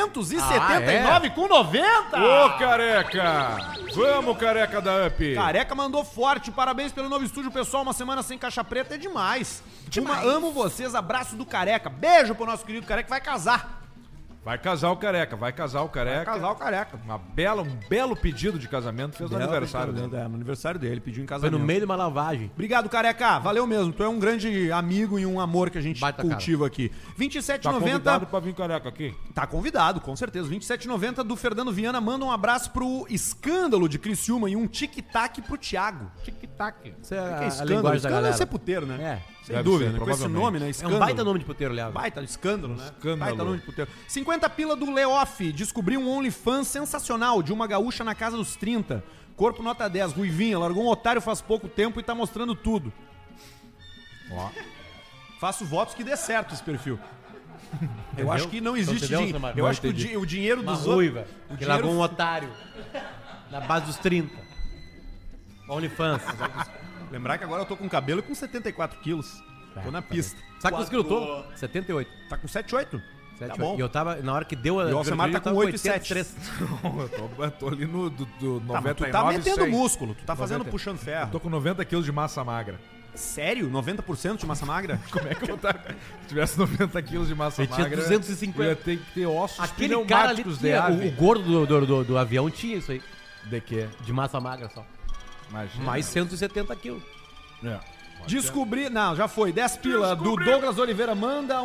Speaker 5: 279 com 90.
Speaker 2: Ô, careca! Vamos, careca da UP!
Speaker 5: Careca mandou forte. Parabéns pelo novo estúdio, pessoal. Uma semana sem Caixa Preta é demais. Amo vocês. Abraço do careca. Beijo pro nosso querido careca que vai casar.
Speaker 2: Vai casar o careca, vai casar o careca.
Speaker 5: Vai casar o careca.
Speaker 2: Um belo pedido de casamento, fez no aniversário dele.
Speaker 5: No aniversário dele, pediu em
Speaker 3: Foi
Speaker 5: casamento.
Speaker 3: no meio de uma lavagem.
Speaker 5: Obrigado, careca. Valeu mesmo. Tu é um grande amigo e um amor que a gente
Speaker 3: Baita
Speaker 5: cultiva aqui.
Speaker 2: Tá
Speaker 5: 27,90.
Speaker 2: convidado pra vir careca aqui?
Speaker 5: Tá convidado, com certeza. 27,90 do Fernando Viana. Manda um abraço pro Escândalo de Criciúma e um tic-tac pro Thiago.
Speaker 2: Tic-tac.
Speaker 3: Isso é
Speaker 5: O que é
Speaker 3: a
Speaker 5: escândalo?
Speaker 3: linguagem da
Speaker 5: Escândalo
Speaker 3: galera.
Speaker 5: é ser puteiro, né?
Speaker 3: É.
Speaker 5: Sem
Speaker 2: Deve
Speaker 5: dúvida,
Speaker 2: ser,
Speaker 5: né? Com esse
Speaker 2: provavelmente.
Speaker 5: nome, né?
Speaker 3: É
Speaker 5: Escândalo.
Speaker 3: um baita nome de puteiro, aliás.
Speaker 5: Baita, escândalo, né?
Speaker 2: Escândalo.
Speaker 5: Baita nome de puteiro.
Speaker 1: 50 pila do Leoff. Descobri um OnlyFans sensacional de uma gaúcha na casa dos 30. Corpo nota 10, ruivinha. Largou um otário faz pouco tempo e tá mostrando tudo.
Speaker 2: Ó.
Speaker 1: Faço votos que dê certo esse perfil. Eu acho que não existe
Speaker 3: Entendeu,
Speaker 1: dinheiro.
Speaker 3: Samara?
Speaker 1: Eu
Speaker 3: Não
Speaker 1: acho que
Speaker 3: entendi.
Speaker 1: o dinheiro
Speaker 3: Uma
Speaker 1: dos
Speaker 3: ruiva.
Speaker 1: outros... o
Speaker 3: Que
Speaker 1: dinheiro-
Speaker 3: largou um otário. Na base dos 30. OnlyFans.
Speaker 1: Lembrar que agora eu tô com cabelo e com 74 quilos. Tô na pista.
Speaker 3: Sabe quantos quilos eu tô? 78.
Speaker 1: Tá com 7,8? Tá
Speaker 3: 78.
Speaker 1: bom.
Speaker 3: E eu tava, na hora que deu a...
Speaker 1: E o Alcemar tá com 8,7.
Speaker 2: Eu tô ali no do
Speaker 1: Tá, mas
Speaker 2: 99,
Speaker 1: tu tá metendo
Speaker 2: 100.
Speaker 1: músculo, tu tá fazendo
Speaker 2: 90.
Speaker 1: puxando ferro.
Speaker 2: Eu tô com 90 quilos de massa magra.
Speaker 1: Sério? 90% de massa magra?
Speaker 2: Como é que eu vou estar? Se tivesse 90 quilos de massa
Speaker 3: Eu tinha
Speaker 2: magra,
Speaker 3: 250.
Speaker 2: eu ia ter que ter ossos
Speaker 3: Aquele cara ali
Speaker 2: pneumáticos de
Speaker 3: tinha,
Speaker 2: ave.
Speaker 3: o gordo do avião tinha isso aí.
Speaker 2: De quê?
Speaker 3: De massa magra só.
Speaker 2: Imagina.
Speaker 3: Mais 170 quilos.
Speaker 2: É.
Speaker 1: Descobri... Não, já foi. 10 pila do Douglas Oliveira. Manda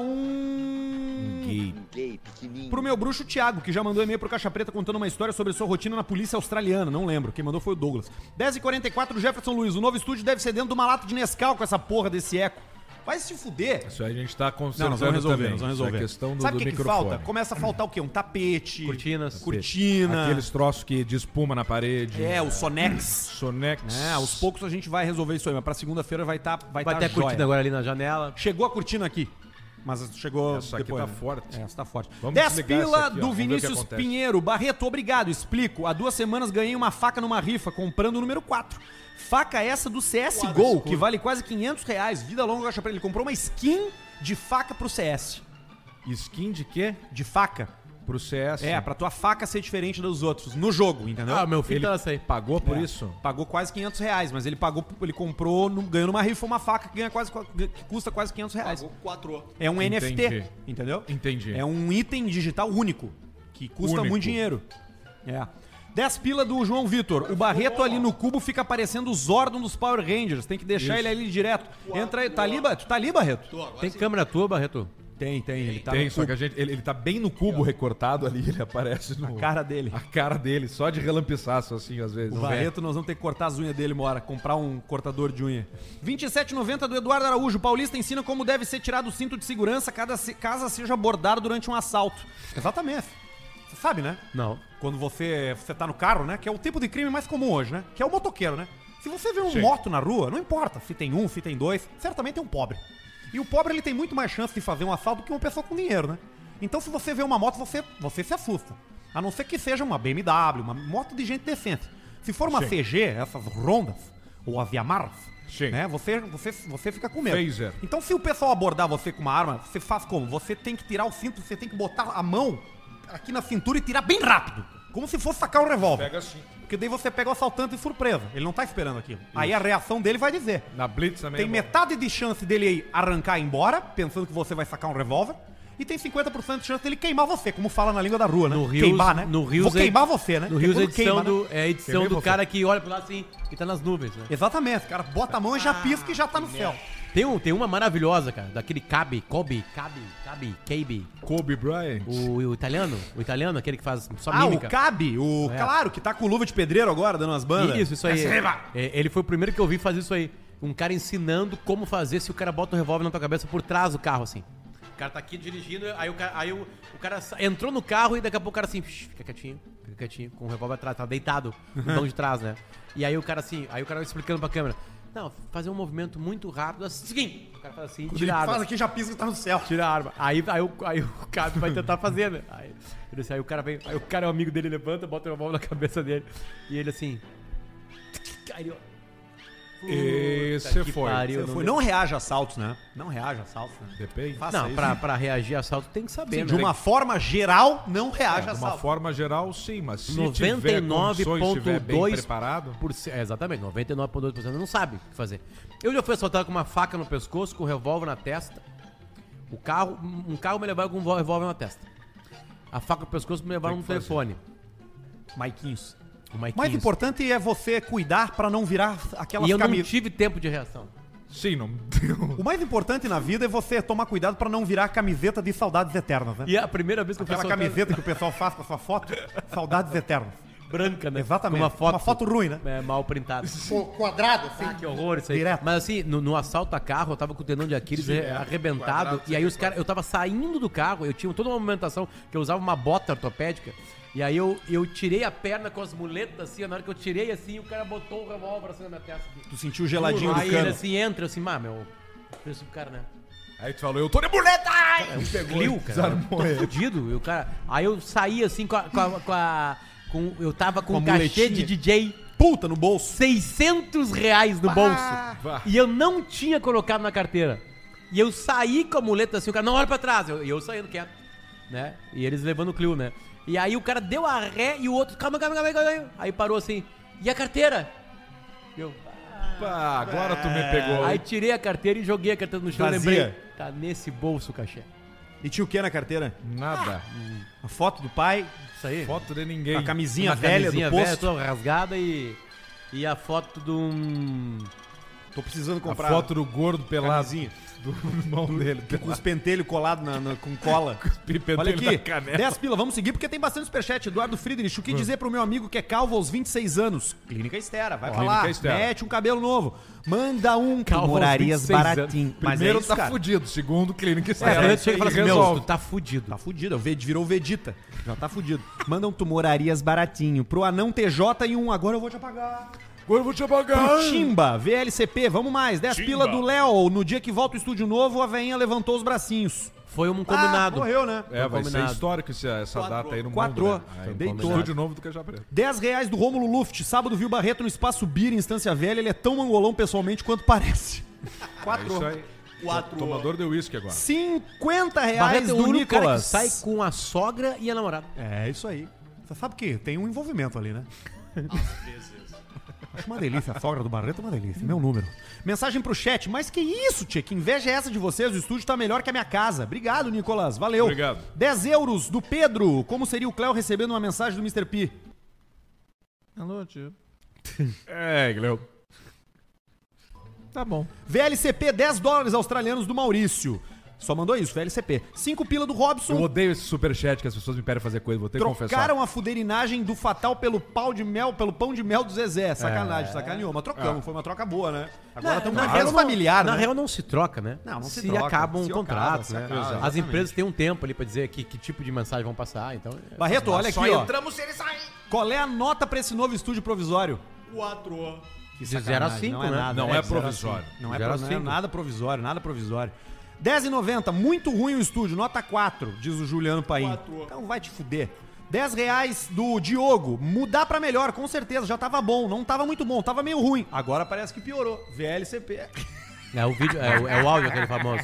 Speaker 2: Gay.
Speaker 6: Um gay pequenininho.
Speaker 1: pro meu bruxo Thiago, que já mandou e-mail pro Caixa Preta contando uma história sobre sua rotina na polícia australiana. Não lembro. Quem mandou foi o Douglas. 10h44 do Jefferson Luiz. O novo estúdio deve ser dentro de uma lata de Nescau com essa porra desse eco. Vai se fuder.
Speaker 2: Isso aí a gente tá
Speaker 1: Não,
Speaker 2: consertando
Speaker 1: nós vamos resolver,
Speaker 2: também.
Speaker 1: nós vamos
Speaker 2: Isso é
Speaker 1: resolver.
Speaker 2: questão do,
Speaker 1: Sabe o
Speaker 2: do
Speaker 1: que, que
Speaker 2: microfone.
Speaker 1: falta? Começa a faltar o quê? Um tapete.
Speaker 3: Cortinas.
Speaker 1: Cortina.
Speaker 2: Aqueles troços que de espuma na parede.
Speaker 1: É, o Sonex.
Speaker 2: Sonex.
Speaker 1: É, aos poucos a gente vai resolver isso aí, mas pra segunda-feira vai tá
Speaker 3: Vai
Speaker 1: tá
Speaker 3: ter a cortina
Speaker 1: jóia.
Speaker 3: agora ali na janela.
Speaker 1: Chegou a cortina aqui. Mas chegou
Speaker 2: Essa aqui
Speaker 1: depois.
Speaker 2: tá forte.
Speaker 1: Essa tá forte.
Speaker 2: Vamos
Speaker 1: 10
Speaker 2: desligar
Speaker 1: pila
Speaker 2: essa aqui, ó.
Speaker 1: do
Speaker 2: Vamos ver o que
Speaker 1: Vinícius
Speaker 2: acontece.
Speaker 1: Pinheiro. Barreto, obrigado. Explico. Há 2 semanas ganhei uma faca numa rifa, comprando o número 4. Faca essa do CSGO, que vale quase R$500. Vida longa, acha pra ele. Comprou uma skin de faca pro CS.
Speaker 2: Skin de quê?
Speaker 1: De faca.
Speaker 2: Pro CS.
Speaker 1: É, pra tua faca ser diferente dos outros. No jogo, entendeu?
Speaker 3: Ah, meu filho
Speaker 2: Ele
Speaker 3: tá nessa aí.
Speaker 2: pagou por
Speaker 1: É.
Speaker 2: isso?
Speaker 1: Pagou quase R$500, mas ele pagou, ele comprou, ganhou numa rifa uma faca que ganha quase, que custa quase R$500.
Speaker 4: Pagou 4.
Speaker 1: É um
Speaker 2: Entendi.
Speaker 1: NFT, entendeu?
Speaker 2: Entendi.
Speaker 1: É um item digital único, que custa
Speaker 2: Único.
Speaker 1: muito dinheiro. É. 10 pila do João Vitor. O Barreto ali no cubo fica parecendo o Zordon dos Power Rangers. Tem que deixar ele ali direto. Entra aí. Tá ali, tu tá ali, Barreto?
Speaker 3: Tem câmera tua, Barreto?
Speaker 1: Tem. Ele tá
Speaker 2: Tem,
Speaker 1: no
Speaker 2: só que
Speaker 1: cubo.
Speaker 2: ele tá bem no cubo recortado ali, ele aparece no...
Speaker 1: Cara dele.
Speaker 2: A cara dele, só de relampiçaço, assim, às vezes.
Speaker 1: O Barreto, nós vamos ter que cortar as unhas dele uma hora, comprar um cortador de unha. 27,90 do Eduardo Araújo. Paulista ensina como deve ser tirado o cinto de segurança caso seja abordado durante um assalto. Exatamente. Você sabe, né?
Speaker 3: Não.
Speaker 1: Quando você tá no carro, né? Que é o tipo de crime mais comum hoje, né? Que é o motoqueiro, né? Se você vê um
Speaker 2: Sim.
Speaker 1: moto na rua, não importa se tem um, se tem dois, certamente é um pobre. E o pobre, ele tem muito mais chance de fazer um assalto que uma pessoa com dinheiro, né? Então, se você vê uma moto, você se assusta. A não ser que seja uma BMW, uma moto de gente decente. Se for uma
Speaker 2: Sim.
Speaker 1: CG, essas Rondas, ou as Yamahas,
Speaker 2: Sim.
Speaker 1: né? Você fica com medo.
Speaker 2: Phaser.
Speaker 1: Então, se o pessoal abordar você com uma arma, você faz como? Você tem que tirar o cinto, você tem que botar a mão aqui na cintura e tirar bem rápido. Como se fosse sacar um revólver.
Speaker 2: Pega assim.
Speaker 1: Porque daí você pega o assaltante de surpresa. Ele não tá esperando aquilo. Aí a reação dele vai dizer.
Speaker 2: Na Blitz também.
Speaker 1: Tem
Speaker 2: é bom.
Speaker 1: metade de chance dele arrancar e ir embora, pensando que você vai sacar um revólver. E tem 50% de chance dele queimar você, como fala na língua da rua, né?
Speaker 3: No Rios,
Speaker 1: queimar, né?
Speaker 3: No Rios
Speaker 1: Vou queimar você, né?
Speaker 3: No
Speaker 1: Porque
Speaker 3: Rios é a
Speaker 1: quando
Speaker 3: edição,
Speaker 1: queima, né?
Speaker 3: é a edição
Speaker 2: Queimei
Speaker 3: do
Speaker 2: você.
Speaker 3: cara que olha pro lado assim e tá nas nuvens, né?
Speaker 1: Exatamente. O cara bota a mão e já pisca e já tá no céu.
Speaker 3: Tem uma maravilhosa, cara, daquele Cabe,
Speaker 2: Kobe Bryant.
Speaker 3: o italiano, aquele que faz só
Speaker 1: Ah,
Speaker 3: mímica.
Speaker 1: o Cabe,
Speaker 3: É.
Speaker 1: claro, que tá com luva de pedreiro agora, dando umas bandas.
Speaker 3: Isso aí.
Speaker 1: Receba!
Speaker 3: Ele foi o primeiro que eu vi fazer isso aí. Um cara ensinando como fazer se o cara bota o revólver na tua cabeça por trás do carro, assim. O cara tá aqui dirigindo, aí o cara entrou no carro e daqui a pouco o cara assim, fica quietinho, com o revólver atrás, tá deitado no banco de trás, né? E aí o cara assim, aí o cara explicando pra câmera. Não, fazer um movimento muito rápido, assim, o cara faz assim,
Speaker 1: Ele
Speaker 3: tira a arma.
Speaker 1: faz aqui já pisca e tá no céu.
Speaker 3: Tira a arma. Aí o cara vai tentar fazer, né? Aí o cara vem, aí o cara é o amigo dele, levanta, bota o revólver na cabeça dele. E ele assim. Aí ele, ó.
Speaker 2: Esse
Speaker 3: que
Speaker 2: foi.
Speaker 3: pariu.
Speaker 1: Você foi. Não reaja a assaltos, né? Não reaja a assaltos, né?
Speaker 2: Depende.
Speaker 1: Faça
Speaker 3: Não,
Speaker 1: isso.
Speaker 3: pra reagir a assalto tem que saber,
Speaker 1: De
Speaker 3: né?
Speaker 1: uma forma geral, não reaja
Speaker 2: De
Speaker 1: a
Speaker 2: uma
Speaker 1: assalto.
Speaker 2: forma geral, sim, mas se tiver
Speaker 3: 99,2%
Speaker 2: condições, estiver bem preparado...
Speaker 3: Exatamente, 99,2% não sabe o que fazer. Eu já fui assaltado com uma faca no pescoço, com um revólver na testa. Um carro me levaram com um revólver na testa. A faca no pescoço me levaram no
Speaker 2: fazer.
Speaker 3: telefone.
Speaker 1: Maiquinhos.
Speaker 3: O Mike
Speaker 1: O mais
Speaker 3: 15.
Speaker 1: importante é você cuidar pra não virar aquelas
Speaker 3: E eu não
Speaker 1: camisas.
Speaker 3: tive tempo de reação.
Speaker 2: Sim, não...
Speaker 1: O mais importante na vida é você tomar cuidado pra não virar camiseta de saudades eternas, né?
Speaker 3: E é a primeira vez que eu fui
Speaker 1: Aquela
Speaker 3: assaltado...
Speaker 1: camiseta que o pessoal faz com a sua foto, saudades eternas.
Speaker 3: branca, né?
Speaker 5: Exatamente.
Speaker 3: Com
Speaker 5: Uma foto ruim, né?
Speaker 3: mal printada.
Speaker 7: Quadrado, assim.
Speaker 3: Ah, que horror isso aí.
Speaker 5: Direto.
Speaker 3: Mas assim, no assalto a carro, eu tava com o tendão de Aquiles arrebentado. E aí os caras, eu tava saindo do carro, eu tinha toda uma movimentação, que eu usava uma bota ortopédica. E aí eu tirei a perna com as muletas, assim, na hora que eu tirei assim, o cara botou o revólver assim na minha testa. Assim.
Speaker 5: Tu sentiu o geladinho do
Speaker 3: Aí
Speaker 5: cano.
Speaker 3: ele assim entra, assim, meu. Preço do cara, né?
Speaker 2: Aí tu falou, eu tô de muleta!
Speaker 3: É um Clio, cara. Tô fudido. E o cara, aí eu saí assim eu tava com
Speaker 5: Com a
Speaker 3: um cachê
Speaker 5: muletinha.
Speaker 3: de DJ.
Speaker 5: Puta, no bolso.
Speaker 3: R$600 no bolso.
Speaker 2: Bah.
Speaker 3: E eu não tinha colocado na carteira. E eu saí com a muleta assim, o cara, não olha pra trás. E eu saindo quieto, né? E eles levando o Clio, né? E aí o cara deu a ré e o outro, calma. Aí parou assim, e a carteira? Eu,
Speaker 2: Pá, agora tu me pegou.
Speaker 3: aí tirei a carteira e joguei a carteira no chão.
Speaker 5: Vazia.
Speaker 3: Lembrei, tá nesse bolso o cachê.
Speaker 5: E tinha o que na carteira?
Speaker 2: Nada.
Speaker 5: A foto do pai,
Speaker 3: Isso aí.
Speaker 2: Foto de ninguém.
Speaker 5: a camisinha
Speaker 3: Uma
Speaker 5: velha
Speaker 3: camisinha
Speaker 5: do
Speaker 3: velha,
Speaker 5: posto.
Speaker 3: toda rasgada e a foto de um...
Speaker 5: Tô precisando
Speaker 2: A
Speaker 5: comprar
Speaker 2: foto do gordo pelado.
Speaker 5: camisinha.
Speaker 2: Do irmão dele.
Speaker 5: Com os pentelhos colados com cola. Olha aqui, 10 pila, vamos seguir porque tem bastante superchat. Eduardo Friedrich, o que dizer pro meu amigo que é calvo aos 26 anos? Clínica Estera, vai
Speaker 2: Clínica
Speaker 5: falar,
Speaker 2: Estera.
Speaker 5: mete um cabelo novo. Manda um
Speaker 3: Calvo aos
Speaker 5: morarias
Speaker 3: 26
Speaker 5: baratinho. Mas
Speaker 2: Primeiro
Speaker 5: é isso,
Speaker 2: tá
Speaker 5: cara.
Speaker 2: fudido. Segundo, clínica
Speaker 3: É,
Speaker 2: Estera.
Speaker 3: antes chega e fala assim, meu, tu tá fudido.
Speaker 5: Tá fudido, virou o Vegeta. Já tá fudido. Manda um tumorarias baratinho. Pro anão TJ e um agora eu vou te apagar.
Speaker 2: Agora eu vou te apagar.
Speaker 5: Pro Timba, VLCP, vamos mais. 10 pila do Léo. No dia que volta o estúdio novo, a veinha levantou os bracinhos.
Speaker 3: Foi um combinado.
Speaker 5: Morreu, né?
Speaker 2: É, vai ser
Speaker 3: combinado.
Speaker 2: histórico essa data aí no
Speaker 5: Quatro.
Speaker 2: mundo. Né?
Speaker 5: Deitou.
Speaker 2: Estúdio novo do Caixa Preta.
Speaker 5: R$10 do Rômulo Luft. Sábado viu Barreto no Espaço Bir, em Instância Velha. Ele é tão mangolão pessoalmente quanto parece.
Speaker 2: É isso aí. Tomador de uísque agora.
Speaker 5: R$50
Speaker 3: Barreto é o
Speaker 5: do
Speaker 3: único cara que
Speaker 5: Nicolas.
Speaker 3: sai com a sogra e a namorada.
Speaker 5: É isso aí. Você sabe que tem um envolvimento ali, né? Acho uma delícia, a sogra do Barreto é uma delícia, meu número. Mensagem pro chat, mas que isso, tchê, que inveja é essa de vocês? O estúdio tá melhor que a minha casa. Obrigado, Nicolas, valeu.
Speaker 2: Obrigado.
Speaker 5: 10 euros do Pedro. Como seria o Cléo recebendo uma mensagem do Mr. P?
Speaker 2: Alô, tio. É, Gleu. Tá bom.
Speaker 5: VLCP, $10 australianos do Maurício. Só mandou isso, VLCP. 5 pila do Robson.
Speaker 2: Eu odeio esse superchat que as pessoas me pedem fazer coisa, vou ter que confessar.
Speaker 5: Trocaram a fudeirinagem do Fatal pelo pão de mel do Zezé. Sacanagem, sacaneou. Mas trocamos, foi uma troca boa, né? Agora estamos
Speaker 3: na
Speaker 5: na
Speaker 3: real,
Speaker 5: festa familiar,
Speaker 3: Na
Speaker 5: né?
Speaker 3: real não se troca, né?
Speaker 5: Não se
Speaker 3: se
Speaker 5: troca.
Speaker 3: acaba um
Speaker 5: Se
Speaker 3: contrato,
Speaker 5: acaba,
Speaker 3: né?
Speaker 5: se acaba,
Speaker 3: As
Speaker 5: exatamente.
Speaker 3: empresas têm um tempo ali pra dizer que tipo de mensagem vão passar, então...
Speaker 5: Barreto, olha aqui,
Speaker 2: Só
Speaker 5: ó.
Speaker 2: entramos se ele sair.
Speaker 5: Qual é a nota pra esse novo estúdio provisório?
Speaker 7: 4.
Speaker 5: Que
Speaker 3: De 0 a 5,
Speaker 5: não é
Speaker 3: né?
Speaker 5: nada.
Speaker 2: Não é
Speaker 5: de 0 a
Speaker 2: provisório.
Speaker 5: 5. Não é,
Speaker 3: Zero a
Speaker 5: não é
Speaker 3: 5.
Speaker 5: nada provisório, nada provisório. R$10,90, muito ruim o estúdio, nota 4, diz o Juliano Paim.
Speaker 7: 4.
Speaker 5: Então vai te fuder. R$10 do Diogo, mudar pra melhor, com certeza, já tava bom, não tava muito bom, tava meio ruim. Agora parece que piorou. VLCP.
Speaker 3: É o vídeo, é o áudio aquele famoso.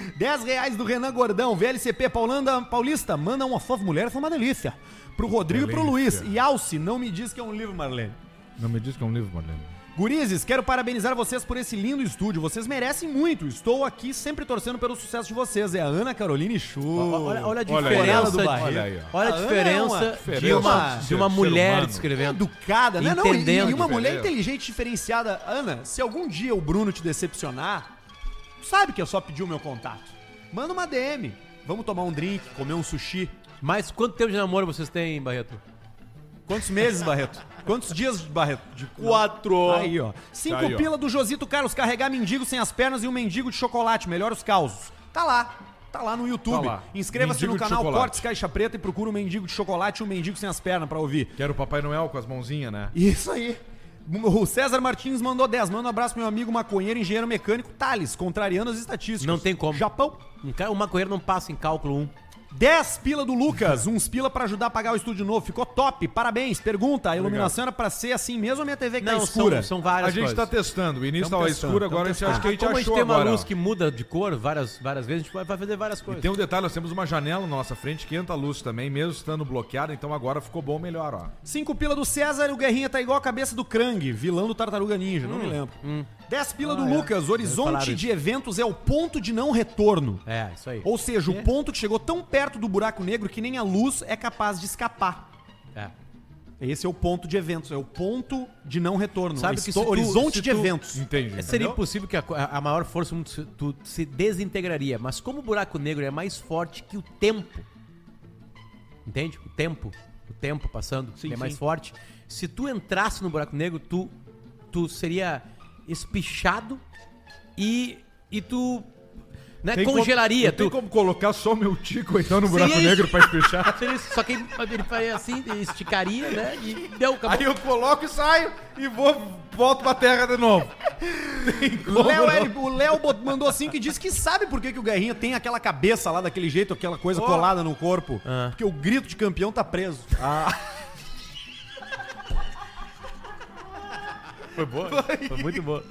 Speaker 5: R$10 do Renan Gordão, VLCP Paulista, manda uma fofa mulher, essa é uma delícia. Pro Rodrigo e pro Luiz.
Speaker 2: Delícia.
Speaker 5: E Alce, não me diz que é um livro, Marlene.
Speaker 2: Não me diz que é um livro, Marlene.
Speaker 5: Gurizes, quero parabenizar vocês por esse lindo estúdio. Vocês merecem muito. Estou aqui sempre torcendo pelo sucesso de vocês. É a Ana Caroline Chu.
Speaker 3: Olha a
Speaker 2: Olha aí.
Speaker 3: diferença.
Speaker 5: do Barreto.
Speaker 2: Olha aí, ó.
Speaker 3: Olha a
Speaker 5: A Ana é
Speaker 3: diferença
Speaker 5: uma
Speaker 3: de uma
Speaker 2: ser
Speaker 3: mulher
Speaker 2: humano.
Speaker 3: descrevendo.
Speaker 5: Educada, né? Não,
Speaker 3: Entendendo.
Speaker 5: e uma mulher
Speaker 2: Entendeu?
Speaker 5: inteligente, diferenciada. Ana, se algum dia o Bruno te decepcionar, tu sabe que é só pedir o meu contato. Manda uma DM. Vamos tomar um drink, comer um sushi.
Speaker 3: Mas quanto tempo de namoro vocês têm, Barreto?
Speaker 5: Quantos meses, Barreto? Quantos dias, Barreto?
Speaker 7: 4.
Speaker 5: Aí, ó. 5
Speaker 2: Tá aí, ó.
Speaker 5: pila do Josito Carlos, carregar mendigo sem as pernas e um mendigo de chocolate. Melhor os causos. Tá lá no YouTube.
Speaker 2: Tá lá.
Speaker 5: Inscreva-se
Speaker 2: Mendigo
Speaker 5: no
Speaker 2: de
Speaker 5: canal
Speaker 2: chocolate.
Speaker 5: Cortes Caixa Preta e procura um mendigo de chocolate e um mendigo sem as pernas pra ouvir.
Speaker 2: Quero o Papai Noel com as mãozinhas, né?
Speaker 5: Isso aí. O César Martins mandou 10. Manda um abraço pro meu amigo maconheiro, engenheiro mecânico Thales, contrariando as estatísticas.
Speaker 3: Não tem como.
Speaker 5: Japão.
Speaker 3: Um maconheiro não passa em cálculo 1.
Speaker 5: 10 pila do Lucas, uns pila pra ajudar a pagar o estúdio novo. Ficou top, parabéns. Pergunta, a iluminação era pra ser assim mesmo ou minha TV que tá
Speaker 3: Não,
Speaker 5: escura?
Speaker 3: são
Speaker 2: A
Speaker 3: várias
Speaker 2: gente
Speaker 3: coisas.
Speaker 2: tá testando. O início
Speaker 5: Tamo
Speaker 2: tava
Speaker 5: testando,
Speaker 2: escuro, agora a gente acha que a gente
Speaker 3: Como a gente
Speaker 2: achou
Speaker 3: tem uma
Speaker 2: agora.
Speaker 3: luz que muda de cor várias vezes, a gente vai fazer várias
Speaker 2: E
Speaker 3: coisas.
Speaker 2: tem um detalhe, nós temos uma janela na nossa frente que entra a luz também, mesmo estando bloqueada, então agora ficou bom, melhor, ó.
Speaker 5: 5 pila do César e o Guerrinha tá igual a cabeça do Krang, vilão do Tartaruga Ninja, não me lembro. 10 pila do Lucas,
Speaker 3: falaram
Speaker 5: horizonte
Speaker 3: isso.
Speaker 5: de eventos é o ponto de não retorno.
Speaker 3: É, isso aí.
Speaker 5: Ou seja, o ponto que chegou tão perto do buraco negro que nem a luz é capaz de escapar.
Speaker 3: É.
Speaker 5: Esse é o ponto de eventos, é o ponto de não retorno.
Speaker 3: Sabe que se tu-
Speaker 5: horizonte
Speaker 3: se
Speaker 5: de
Speaker 3: tu-
Speaker 5: eventos.
Speaker 2: Entende?
Speaker 3: Seria
Speaker 2: entendeu?
Speaker 3: impossível que a maior força do mundo tu se desintegraria, mas como o buraco negro é mais forte que o tempo, entende? O tempo. o tempo passando, ele é mais forte. Se tu entrasse no buraco negro, tu seria espichado e tu congelaria.
Speaker 2: Tem como colocar só meu tico então no
Speaker 3: Seria
Speaker 2: buraco
Speaker 3: isso.
Speaker 2: negro pra espichar?
Speaker 3: Seria isso, só que ele faria assim, esticaria, né? E deu, acabou.
Speaker 2: Aí eu coloco e saio e volto pra terra de novo.
Speaker 5: O Léo mandou assim que disse que sabe por que o Guerrinha tem aquela cabeça lá daquele jeito, aquela coisa colada no corpo. Porque o grito de campeão tá preso.
Speaker 3: Foi boa. Foi muito boa.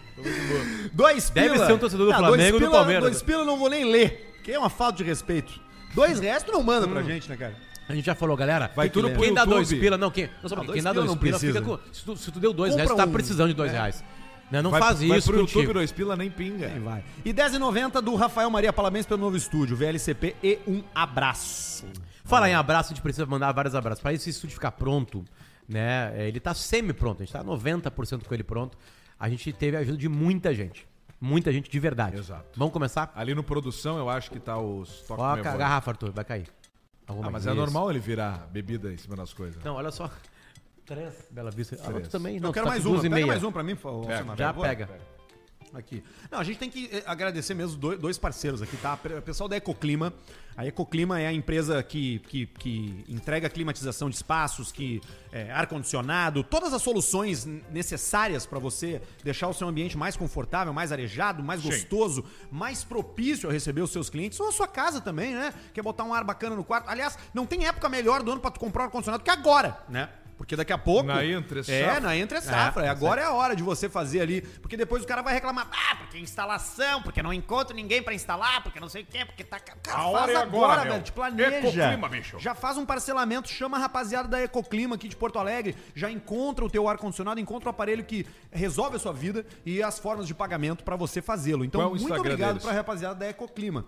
Speaker 5: Dois
Speaker 3: Deve
Speaker 5: pila.
Speaker 3: ser um torcedor do Flamengo ou do Palmeiras,
Speaker 5: Dois pila eu não vou nem ler, que é uma falta de respeito. R$2 tu não manda pra gente, né, cara?
Speaker 3: A gente já falou, galera.
Speaker 2: Vai tudo pro
Speaker 3: quem dá
Speaker 2: YouTube.
Speaker 3: 2 pila, não, quem, não, sabe,
Speaker 5: dois
Speaker 3: quem dá
Speaker 5: pila
Speaker 3: 2
Speaker 5: não
Speaker 3: pila
Speaker 5: precisa.
Speaker 3: fica com. Se tu deu R$2,
Speaker 5: Compra
Speaker 3: tu tá
Speaker 5: um.
Speaker 3: precisando de R$2. Né? Não faz
Speaker 2: vai
Speaker 3: isso
Speaker 2: pro
Speaker 3: contigo.
Speaker 2: YouTube 2 pila, nem pinga.
Speaker 5: Quem vai? E R$10,90 do Rafael Maria, parabéns pelo novo estúdio, VLCP e um abraço.
Speaker 3: Falar em abraço, a gente precisa mandar vários abraços. Para esse estúdio ficar pronto, né? Ele tá semi-pronto, a gente tá 90% com ele pronto. A gente teve a ajuda de muita gente. Muita gente de verdade.
Speaker 2: Exato.
Speaker 3: Vamos começar?
Speaker 2: Ali no produção eu acho que tá os toques
Speaker 3: Ó, a
Speaker 2: nervosos.
Speaker 3: garrafa, Arthur, vai cair. Arruma
Speaker 2: Mas
Speaker 3: aí.
Speaker 2: é
Speaker 3: Isso.
Speaker 2: normal ele virar bebida em cima das coisas.
Speaker 3: Não, olha só. 3. Bela Vista. Ah,
Speaker 2: Três.
Speaker 3: tu também?
Speaker 5: Eu
Speaker 3: Não,
Speaker 5: quero
Speaker 3: tu tá
Speaker 5: mais
Speaker 3: com
Speaker 5: uma,
Speaker 3: 2,5.
Speaker 5: pega mais um pra mim, por favor.
Speaker 2: Pega.
Speaker 5: Alcemar,
Speaker 3: Já
Speaker 5: por favor.
Speaker 3: pega.
Speaker 5: Aqui. Não, a gente tem que agradecer mesmo dois parceiros aqui, tá? O pessoal da Ecoclima. A Ecoclima é a empresa que entrega climatização de espaços, ar-condicionado, todas as soluções necessárias para você deixar o seu ambiente mais confortável, mais arejado, mais gostoso, mais propício a receber os seus clientes, ou a sua casa também, né? Quer botar um ar bacana no quarto. Aliás, não tem época melhor do ano para tu comprar um ar-condicionado que agora, né? Porque daqui a pouco...
Speaker 2: Na entre-safra.
Speaker 5: na entre-safra. Agora é a hora de você fazer ali. Porque depois o cara vai reclamar. Porque instalação, porque não encontro ninguém pra instalar, porque não sei o quê, porque tá... Cara,
Speaker 2: A hora
Speaker 5: faz
Speaker 2: é agora, meu.
Speaker 5: velho. Te planeja.
Speaker 2: Ecoclima, bicho.
Speaker 5: Já faz um parcelamento, chama a rapaziada da Ecoclima aqui de Porto Alegre, já encontra o teu ar-condicionado, encontra o aparelho que resolve a sua vida e as formas de pagamento pra você fazê-lo. Então,
Speaker 2: Qual é o
Speaker 5: muito
Speaker 2: Instagram
Speaker 5: obrigado
Speaker 2: deles?
Speaker 5: pra rapaziada da Ecoclima.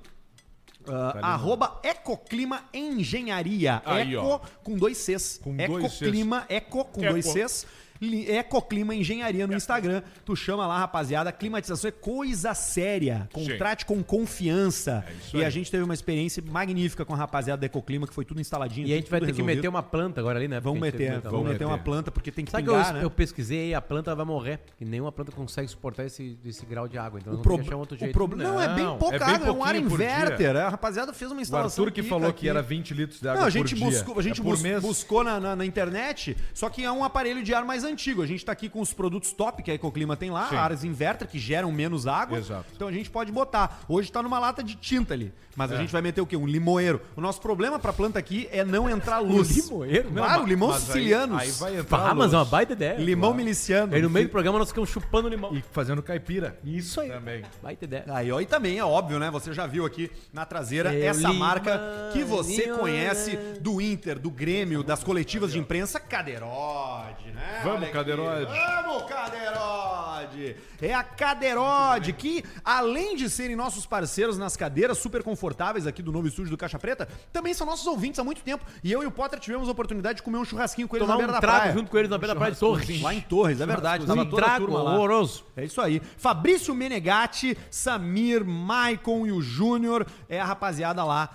Speaker 2: ali,
Speaker 5: Ecoclima Engenharia.
Speaker 2: Aí,
Speaker 5: Eco
Speaker 2: ó.
Speaker 5: com 2 Cs.
Speaker 2: Com dois
Speaker 5: Ecoclima, Eco com 2 Cs. Ecoclima Engenharia no Instagram. Tu chama lá, rapaziada. Climatização é coisa séria. Contrate com confiança.
Speaker 2: isso
Speaker 5: E
Speaker 2: aí.
Speaker 5: a gente teve uma experiência magnífica com a rapaziada da Ecoclima, que foi tudo instaladinho.
Speaker 3: E a gente vai
Speaker 5: tudo
Speaker 3: ter que
Speaker 5: resolvido.
Speaker 3: meter uma planta agora ali, né?
Speaker 5: Vamos
Speaker 3: Porque a gente
Speaker 5: meter,
Speaker 3: teve
Speaker 5: vamos
Speaker 3: muita-
Speaker 5: meter uma planta, porque tem que
Speaker 3: Sabe que
Speaker 5: pingar, né?
Speaker 3: eu pesquisei e a planta vai morrer. Que nenhuma planta consegue suportar esse grau de água. Então
Speaker 5: O
Speaker 3: nós vamos ter que achar
Speaker 5: problema
Speaker 3: outro jeito.
Speaker 5: não, é bem
Speaker 2: Não,
Speaker 5: pouca
Speaker 2: é bem
Speaker 5: água, é um ar
Speaker 2: pouquinho por
Speaker 5: inverter. A rapaziada fez uma
Speaker 2: O
Speaker 5: instalação.
Speaker 2: Arthur que
Speaker 5: pica
Speaker 2: falou que
Speaker 5: aqui.
Speaker 2: era 20 litros de água
Speaker 5: Não, a
Speaker 2: por
Speaker 5: gente
Speaker 2: dia.
Speaker 5: buscou,
Speaker 2: por mês.
Speaker 5: buscou na internet, só que é um aparelho de ar mais antigo. A gente tá aqui com os produtos top que a Ecoclima tem lá,
Speaker 2: Sim.
Speaker 5: ares inverter, que geram menos água.
Speaker 2: Exato.
Speaker 5: Então a gente pode botar. Hoje tá numa lata de tinta ali, mas a gente vai meter o quê? Um limoeiro. O nosso problema pra planta aqui é não entrar luz.
Speaker 3: limoeiro?
Speaker 5: Claro, limão
Speaker 2: Mas
Speaker 5: sicilianos.
Speaker 2: Aí vai entrar
Speaker 3: Ah, mas
Speaker 2: luz.
Speaker 3: é uma baita ideia.
Speaker 5: Limão miliciano.
Speaker 3: Aí no meio do programa nós ficamos chupando limão.
Speaker 2: E fazendo caipira.
Speaker 3: Isso aí.
Speaker 2: Também.
Speaker 3: Baita ideia.
Speaker 5: Aí, ó, e também é óbvio, né? Você já viu aqui na traseira
Speaker 3: Eu
Speaker 5: essa
Speaker 3: li
Speaker 5: marca que você
Speaker 3: Marinho,
Speaker 5: conhece
Speaker 3: né?
Speaker 5: do Inter, do Grêmio, das coletivas de imprensa, Caderode, né?
Speaker 2: Vamos,
Speaker 5: Olha aqui.
Speaker 2: Caderode.
Speaker 5: Vamos, Caderode! É a Caderode, que além de serem nossos parceiros nas cadeiras super confortáveis aqui do novo estúdio do Caixa Preta, também são nossos ouvintes há muito tempo. E eu e o Potter tivemos a oportunidade de comer um churrasquinho com eles
Speaker 3: Tomar
Speaker 5: na beira
Speaker 3: um
Speaker 5: da
Speaker 3: trago
Speaker 5: praia.
Speaker 3: junto com eles na beira da praia de Torres.
Speaker 5: Lá em Torres, é verdade. Tava
Speaker 3: Um
Speaker 5: toda a
Speaker 3: trago
Speaker 5: turma lá.
Speaker 3: horroroso.
Speaker 5: É isso aí. Fabrício Menegatti, Samir, Maicon e o Júnior é a rapaziada lá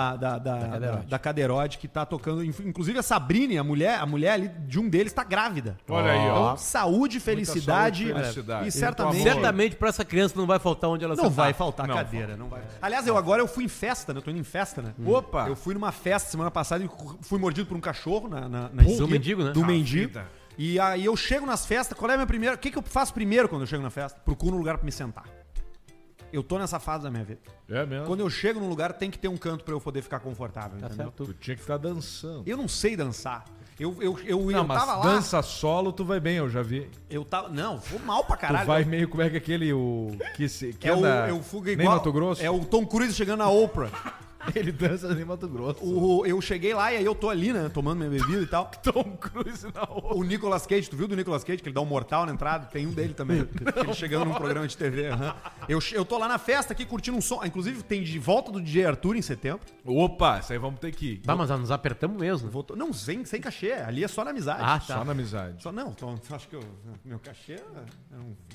Speaker 5: da Caderode que tá tocando. Inclusive a Sabrine, a mulher ali de um deles tá grávida.
Speaker 2: Olha aí, ó.
Speaker 5: Então, saúde, felicidade,
Speaker 2: saúde, felicidade.
Speaker 5: e
Speaker 2: E
Speaker 5: certamente...
Speaker 3: Certamente pra essa criança não vai faltar onde ela
Speaker 5: Não
Speaker 3: sentar.
Speaker 5: vai faltar
Speaker 2: Não,
Speaker 5: cadeira, não vai. Aliás, eu fui em festa, né? Eu tô indo em festa, né?
Speaker 2: Opa!
Speaker 5: Eu fui numa festa semana passada e fui mordido por um cachorro na
Speaker 3: Do
Speaker 5: esquina,
Speaker 3: mendigo, né?
Speaker 5: Do
Speaker 3: Ah,
Speaker 5: mendigo.
Speaker 2: vida.
Speaker 5: E aí eu chego nas festas, qual é a minha primeira... O que eu faço primeiro quando eu chego na festa? Procuro um lugar pra me sentar. Eu tô nessa fase da minha vida.
Speaker 2: É mesmo.
Speaker 5: Quando eu chego num lugar, tem que ter um canto pra eu poder ficar confortável,
Speaker 3: Tá
Speaker 5: entendeu?
Speaker 3: certo.
Speaker 2: Tu tinha que ficar dançando.
Speaker 5: Eu não sei dançar. Eu
Speaker 2: Não, mas
Speaker 5: tava lá...
Speaker 2: dança solo tu vai bem, eu já vi.
Speaker 5: Não, vou mal pra caralho.
Speaker 2: Tu vai meio como é que aquele que
Speaker 5: É
Speaker 2: anda
Speaker 5: eu fugo
Speaker 2: nem
Speaker 5: igual...
Speaker 2: Mato Grosso.
Speaker 5: É o Tom Cruise chegando na Oprah.
Speaker 2: Ele dança nem Mato Grosso.
Speaker 5: Eu cheguei lá e aí eu tô ali, né? Tomando minha bebida e tal.
Speaker 2: Tom Cruise na outra.
Speaker 5: O Nicolas Cage, tu viu do Nicolas Cage? Que ele dá um mortal na entrada? Tem um dele também. Ele chegando num programa de TV. Eu tô lá na festa aqui curtindo um som. Inclusive tem de volta do DJ Arthur em setembro.
Speaker 2: Opa, isso aí vamos ter que ir.
Speaker 3: Tá, mas nos apertamos mesmo.
Speaker 5: Não, sem cachê. Ali é só na amizade.
Speaker 3: Ah, tá.
Speaker 2: Só na amizade.
Speaker 5: Só não, acho que meu cachê não tem nada.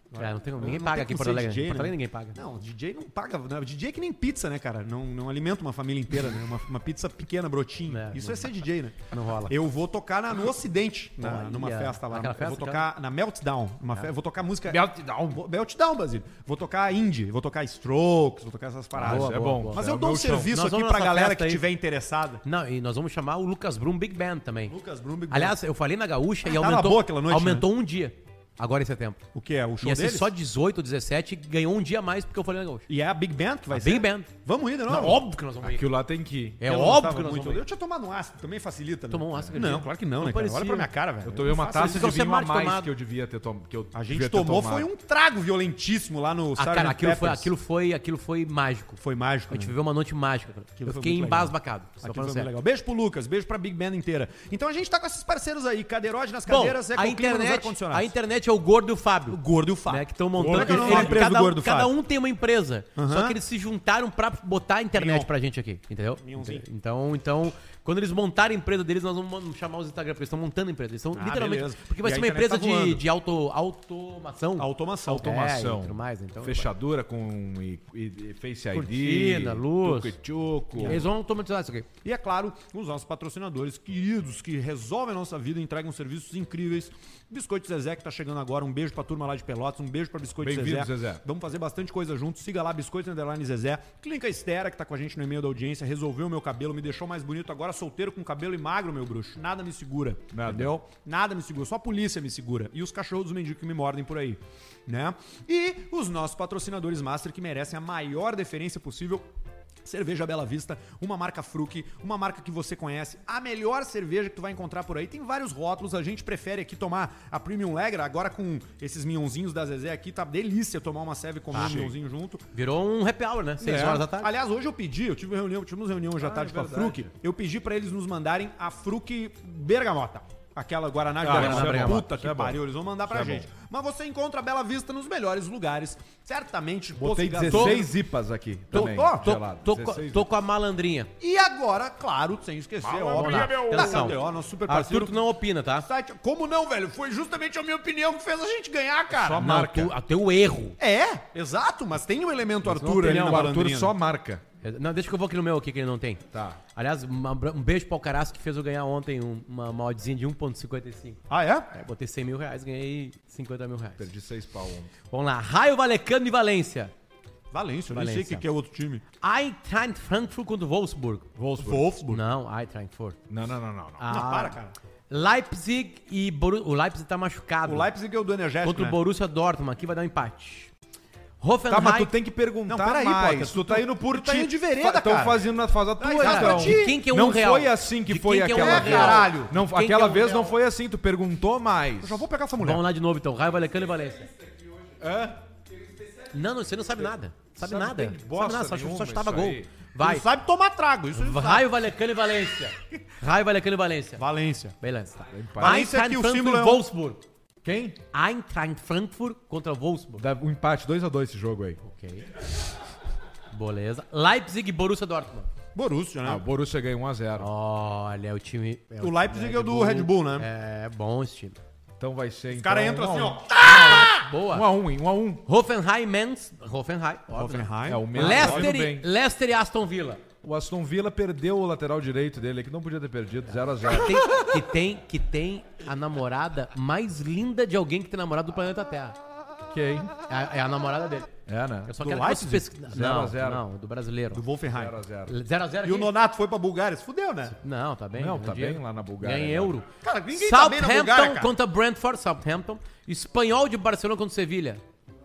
Speaker 3: Não tem, ninguém
Speaker 5: não
Speaker 3: paga
Speaker 5: tem
Speaker 3: aqui em
Speaker 5: como
Speaker 3: Porto
Speaker 5: ser
Speaker 3: Alegre.
Speaker 5: DJ,
Speaker 3: Porto
Speaker 5: né?
Speaker 3: Alegre ninguém paga.
Speaker 5: Não, DJ não paga. Não, DJ é que nem pizza, né, cara? Não alimenta uma família inteira, né? Uma pizza pequena, brotinho.
Speaker 3: É,
Speaker 5: Isso
Speaker 3: não-
Speaker 5: é ser DJ, né?
Speaker 3: Não rola.
Speaker 5: Eu vou tocar no Ocidente,
Speaker 3: Olha,
Speaker 5: numa festa lá.
Speaker 3: naquela
Speaker 5: Eu vou
Speaker 3: festa,
Speaker 5: tocar na Meltdown. Vou tocar música.
Speaker 2: Meltdown.
Speaker 5: Meltdown, Basílio. Vou tocar indie, vou tocar Strokes, vou tocar essas paradas.
Speaker 3: Boa,
Speaker 2: é
Speaker 3: boa,
Speaker 2: bom.
Speaker 3: boa.
Speaker 5: Mas
Speaker 2: É
Speaker 5: eu
Speaker 2: o
Speaker 5: dou um
Speaker 2: meu chão.
Speaker 5: serviço
Speaker 3: Nós
Speaker 5: aqui
Speaker 3: vamos
Speaker 5: pra
Speaker 3: nessa
Speaker 5: galera
Speaker 3: festa
Speaker 5: que
Speaker 3: aí.
Speaker 5: tiver interessada.
Speaker 3: Não, e nós vamos chamar o Lucas Brum Big Band também.
Speaker 5: Lucas Brum, Big
Speaker 3: Aliás, eu falei na Gaúcha e
Speaker 5: tava
Speaker 3: aumentou,
Speaker 5: boa aquela noite,
Speaker 3: aumentou um dia. Agora em setembro.
Speaker 5: o que é? O show
Speaker 3: Ia ser
Speaker 5: deles?
Speaker 3: só 18 ou 17, ganhou um dia a mais porque eu falei na Gaúcha.
Speaker 5: E é a Big Band que vai
Speaker 3: A
Speaker 5: ser?
Speaker 3: Big Band.
Speaker 5: Vamos ir, de novo?
Speaker 3: Não, óbvio que nós vamos ir.
Speaker 2: Aquilo lá tem que ir.
Speaker 3: É
Speaker 5: Eu
Speaker 3: óbvio
Speaker 5: gostava
Speaker 3: que nós
Speaker 5: muito.
Speaker 3: vamos ir.
Speaker 5: Eu tinha tomado um ácido, também facilita, né?
Speaker 3: Tomou um ácido,
Speaker 5: Não,
Speaker 3: acredito.
Speaker 5: claro que não,
Speaker 3: Não
Speaker 5: né, cara? Olha
Speaker 3: parecia.
Speaker 5: pra minha cara, velho.
Speaker 2: Eu tomei uma taça de
Speaker 3: Então você é
Speaker 2: vinho a
Speaker 3: mais
Speaker 2: mais
Speaker 3: tomado.
Speaker 2: que eu devia ter tomado.
Speaker 5: A gente tomou, foi um trago violentíssimo lá no
Speaker 3: Ah, cara,
Speaker 5: Sgt.
Speaker 3: aquilo foi mágico.
Speaker 5: Foi mágico,
Speaker 3: A gente
Speaker 5: né?
Speaker 3: viveu uma noite mágica. Cara.
Speaker 5: Aquilo
Speaker 3: Eu
Speaker 5: foi
Speaker 3: fiquei
Speaker 5: muito legal.
Speaker 3: embasbacado. Só
Speaker 5: Aquilo
Speaker 3: falando
Speaker 5: foi muito
Speaker 3: sério.
Speaker 5: legal. Beijo pro Lucas, beijo pra Big Band inteira. Então a gente tá com esses parceiros aí, Cadeirode nas
Speaker 3: Bom,
Speaker 5: cadeiras,
Speaker 3: a internet,
Speaker 5: ar-condicionado.
Speaker 3: a internet é o Gordo e o Fábio.
Speaker 5: O Gordo e o Fábio.
Speaker 3: Né, que estão montando.
Speaker 5: Gordo e o Fábio. Empresa do
Speaker 3: cada,
Speaker 5: Gordo e
Speaker 3: cada
Speaker 5: Fábio.
Speaker 3: um tem uma empresa.
Speaker 5: Aham.
Speaker 3: Só que eles se juntaram pra botar a internet
Speaker 5: Mion.
Speaker 3: pra gente aqui, entendeu?
Speaker 5: Mionzinho.
Speaker 3: Então, quando eles montarem a empresa deles, nós vamos chamar os Instagram, porque eles estão montando a empresa. Eles estão literalmente.
Speaker 5: beleza.
Speaker 3: Porque vai
Speaker 5: E
Speaker 3: ser
Speaker 5: a
Speaker 3: uma
Speaker 5: internet
Speaker 3: empresa
Speaker 5: tá voando.
Speaker 3: de automação.
Speaker 5: Automação.
Speaker 2: Automação.
Speaker 3: e tudo mais, então
Speaker 2: Fechadura com e Face ID.
Speaker 3: Cortina, luz.
Speaker 2: Tucu-tucu.
Speaker 3: Eles vão automatizar isso aqui.
Speaker 5: E é claro, os nossos patrocinadores queridos que resolvem a nossa vida e entregam serviços incríveis. Biscoito Zezé que tá chegando agora. Um beijo pra turma lá de Pelotas. Um beijo pra Biscoito
Speaker 2: Bem-vindo,
Speaker 5: Zezé.
Speaker 2: Zezé.
Speaker 5: Vamos fazer bastante coisa junto. Siga lá, Biscoito _ Zezé. Clínica Estera, que tá com a gente no e-mail da audiência. Resolveu meu cabelo, me deixou mais bonito. Agora solteiro com cabelo e magro, meu bruxo. Nada me segura.
Speaker 2: Nada.
Speaker 5: Entendeu? Nada me segura. Só a polícia me segura. E os cachorros dos mendigos que me mordem por aí. Né? E os nossos patrocinadores master que merecem a maior deferência possível. Cerveja Bela Vista, uma marca Fruc, uma marca que você conhece, a melhor cerveja que tu vai encontrar por aí. Tem vários rótulos, a gente prefere aqui tomar a Premium Lager, agora com esses minhonzinhos da Zezé aqui, tá delícia tomar uma serve e comer um minhonzinho junto.
Speaker 3: Virou um happy hour, né? 6 horas da tarde.
Speaker 5: Aliás, hoje eu pedi, tivemos reunião hoje à tarde com a Fruc, eu pedi pra eles nos mandarem a Fruc Bergamota. Aquela Guaraná de
Speaker 2: Guaraná
Speaker 5: Bergamota.
Speaker 2: Bergamota.
Speaker 5: Puta que
Speaker 2: Isso é bom.
Speaker 5: pariu, eles vão mandar pra
Speaker 2: Isso é
Speaker 5: gente. Mas você encontra a Bela Vista nos melhores lugares. Certamente,
Speaker 2: Botei
Speaker 5: Poço de Gasolina.
Speaker 2: 16 IPAs aqui
Speaker 5: Tô-
Speaker 2: também.
Speaker 5: ó,
Speaker 2: gelado.
Speaker 3: Tô com a malandrinha.
Speaker 5: E agora, claro, sem esquecer, óbvio, da
Speaker 3: Atenção.
Speaker 5: KTO, nosso super parceiro.
Speaker 3: Arthur, tu não opina, tá?
Speaker 5: Site. Como não, velho? Foi justamente a minha opinião que fez a gente ganhar, cara.
Speaker 2: Só
Speaker 3: Não,
Speaker 2: marca.
Speaker 3: teu erro.
Speaker 5: É, exato, mas tem o elemento
Speaker 2: Não
Speaker 5: Arthur
Speaker 2: tem,
Speaker 5: ali
Speaker 2: não,
Speaker 5: na
Speaker 2: o Arthur
Speaker 5: malandrinha.
Speaker 2: só marca.
Speaker 3: Não, deixa que eu vou aqui no meu aqui que ele não tem.
Speaker 2: Tá.
Speaker 3: Aliás, um beijo pro Alcaraz que fez eu ganhar ontem uma oddzinha de 1,55.
Speaker 5: Ah, é?
Speaker 3: Botei 100 mil reais, ganhei 50 mil reais.
Speaker 2: Perdi 6 pau ontem.
Speaker 3: Vamos lá, Raio Valecano e Valência.
Speaker 5: Valência, eu nem sei o
Speaker 3: Valência.
Speaker 5: que é outro time.
Speaker 3: Eintracht Frankfurt contra o Wolfsburg.
Speaker 5: Wolfsburg.
Speaker 3: Não, Eintracht Frankfurt.
Speaker 2: Não.
Speaker 5: Não, para, cara.
Speaker 3: Leipzig e Borussia. O Leipzig tá machucado.
Speaker 5: O Leipzig é o do energético,
Speaker 3: Contra
Speaker 5: né?
Speaker 3: o Borussia Dortmund. Aqui vai dar um empate. Hoffenheim.
Speaker 2: Tá, mas tu tem que perguntar
Speaker 5: Não, peraí,
Speaker 2: mais.
Speaker 5: Potter,
Speaker 2: Tu tá indo por
Speaker 5: tu tá
Speaker 2: ti.
Speaker 5: indo de vereda,
Speaker 2: Tão
Speaker 5: cara.
Speaker 2: fazendo a tua,
Speaker 5: exato,
Speaker 2: então.
Speaker 5: de
Speaker 3: quem que é um
Speaker 2: Não
Speaker 3: real?
Speaker 2: foi assim que
Speaker 3: De
Speaker 2: foi
Speaker 3: quem que é um
Speaker 2: aquela
Speaker 3: real?
Speaker 2: vez.
Speaker 5: Caralho.
Speaker 2: Não,
Speaker 3: De quem
Speaker 2: aquela
Speaker 3: que é um
Speaker 2: vez
Speaker 3: real?
Speaker 2: não foi assim, tu perguntou mais.
Speaker 5: Eu já vou pegar essa mulher.
Speaker 3: Vamos lá de novo então. Raio Valecano e Valência.
Speaker 2: Hã?
Speaker 3: Não, você não sabe nada. Sabe
Speaker 2: Sabe
Speaker 3: nada.
Speaker 2: bem de bosta
Speaker 3: Sabe nada,
Speaker 2: nenhuma
Speaker 3: só chutava
Speaker 2: isso
Speaker 3: gol.
Speaker 2: aí.
Speaker 3: Vai.
Speaker 5: Ele sabe tomar trago, isso ele sabe.
Speaker 3: Raio Valecano e Valência. Raio Valecano e Valência.
Speaker 5: Valência.
Speaker 3: Beleza, tá.
Speaker 5: Valência aqui, o
Speaker 3: Frankfurt
Speaker 5: símbolo
Speaker 3: e
Speaker 5: é um-
Speaker 3: Wolfsburg.
Speaker 2: Quem?
Speaker 3: Eintracht Frankfurt contra o Wolfsburg.
Speaker 2: Dá um empate, 2x2 esse jogo aí.
Speaker 3: Ok. Beleza. Leipzig e Borussia Dortmund.
Speaker 5: Borussia, né?
Speaker 2: Ah, o Borussia ganhou 1x0.
Speaker 3: Olha, o time...
Speaker 5: O Leipzig é o do Red Bull, né?
Speaker 3: É bom esse time.
Speaker 2: Então vai ser,
Speaker 5: Os caras entram assim, ó.
Speaker 3: Boa.
Speaker 2: 1x1.
Speaker 3: Hoffenheim, Hoffenheim. óbvio, né?
Speaker 5: Hoffenheim.
Speaker 2: É o mesmo. tá indo bem.
Speaker 3: Leicester e Aston Villa.
Speaker 2: O Aston Villa perdeu o lateral direito dele, que não podia ter perdido, 0x0.
Speaker 3: Que tem a namorada mais linda de alguém que tem namorado do planeta Terra.
Speaker 2: Quem?
Speaker 3: É a namorada dele.
Speaker 2: É, né?
Speaker 3: Eu só
Speaker 5: Do
Speaker 3: quero que você
Speaker 5: Leipzig?
Speaker 3: pesquise.
Speaker 2: 0 a
Speaker 3: Não,
Speaker 2: 0.
Speaker 3: não, do brasileiro.
Speaker 5: Do Wolfenheim.
Speaker 2: 0x0.
Speaker 3: 0x0
Speaker 5: E o Nonato foi pra Bulgária, se fudeu, né?
Speaker 3: Não, tá bem.
Speaker 2: Não,
Speaker 3: ganhou
Speaker 2: tá
Speaker 3: dinheiro.
Speaker 2: bem lá na Bulgária,
Speaker 3: Ganha em
Speaker 2: né?
Speaker 3: euro.
Speaker 5: Cara, ninguém tá bem na Bulgária,
Speaker 3: Southampton
Speaker 5: cara.
Speaker 3: contra Brentford, Southampton. Espanhol de Barcelona contra Sevilha.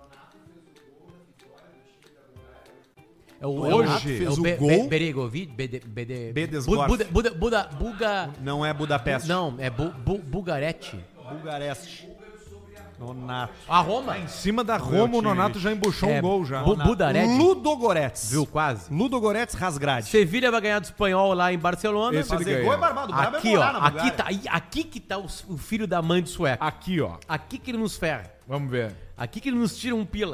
Speaker 3: É o
Speaker 2: Hoje
Speaker 3: Renato
Speaker 5: fez o
Speaker 3: Be-
Speaker 5: gol.
Speaker 3: Be- Beregovic,
Speaker 5: Bedesgorf.
Speaker 3: Buga...
Speaker 5: Não é Budapeste.
Speaker 3: Não, é Bugarete.
Speaker 5: Bugareste. Nonato.
Speaker 3: A Roma.
Speaker 2: Em cima da Roma, o Nonato já embuchou um gol já.
Speaker 3: Budarete.
Speaker 5: Ludogorets.
Speaker 3: Viu, quase.
Speaker 5: Ludogorets Rasgrad.
Speaker 3: Sevilha vai ganhar do Espanhol lá em Barcelona.
Speaker 2: Esse ele
Speaker 5: Fazer
Speaker 2: ganha.
Speaker 5: gol é barbado. O brabo é
Speaker 3: Aqui, ó.
Speaker 5: morar na Bulgária.
Speaker 3: Aqui que tá o filho da mãe do sueco.
Speaker 2: Aqui, ó.
Speaker 3: Aqui que ele nos ferra.
Speaker 2: Vamos ver.
Speaker 3: Aqui que ele nos tira um pila.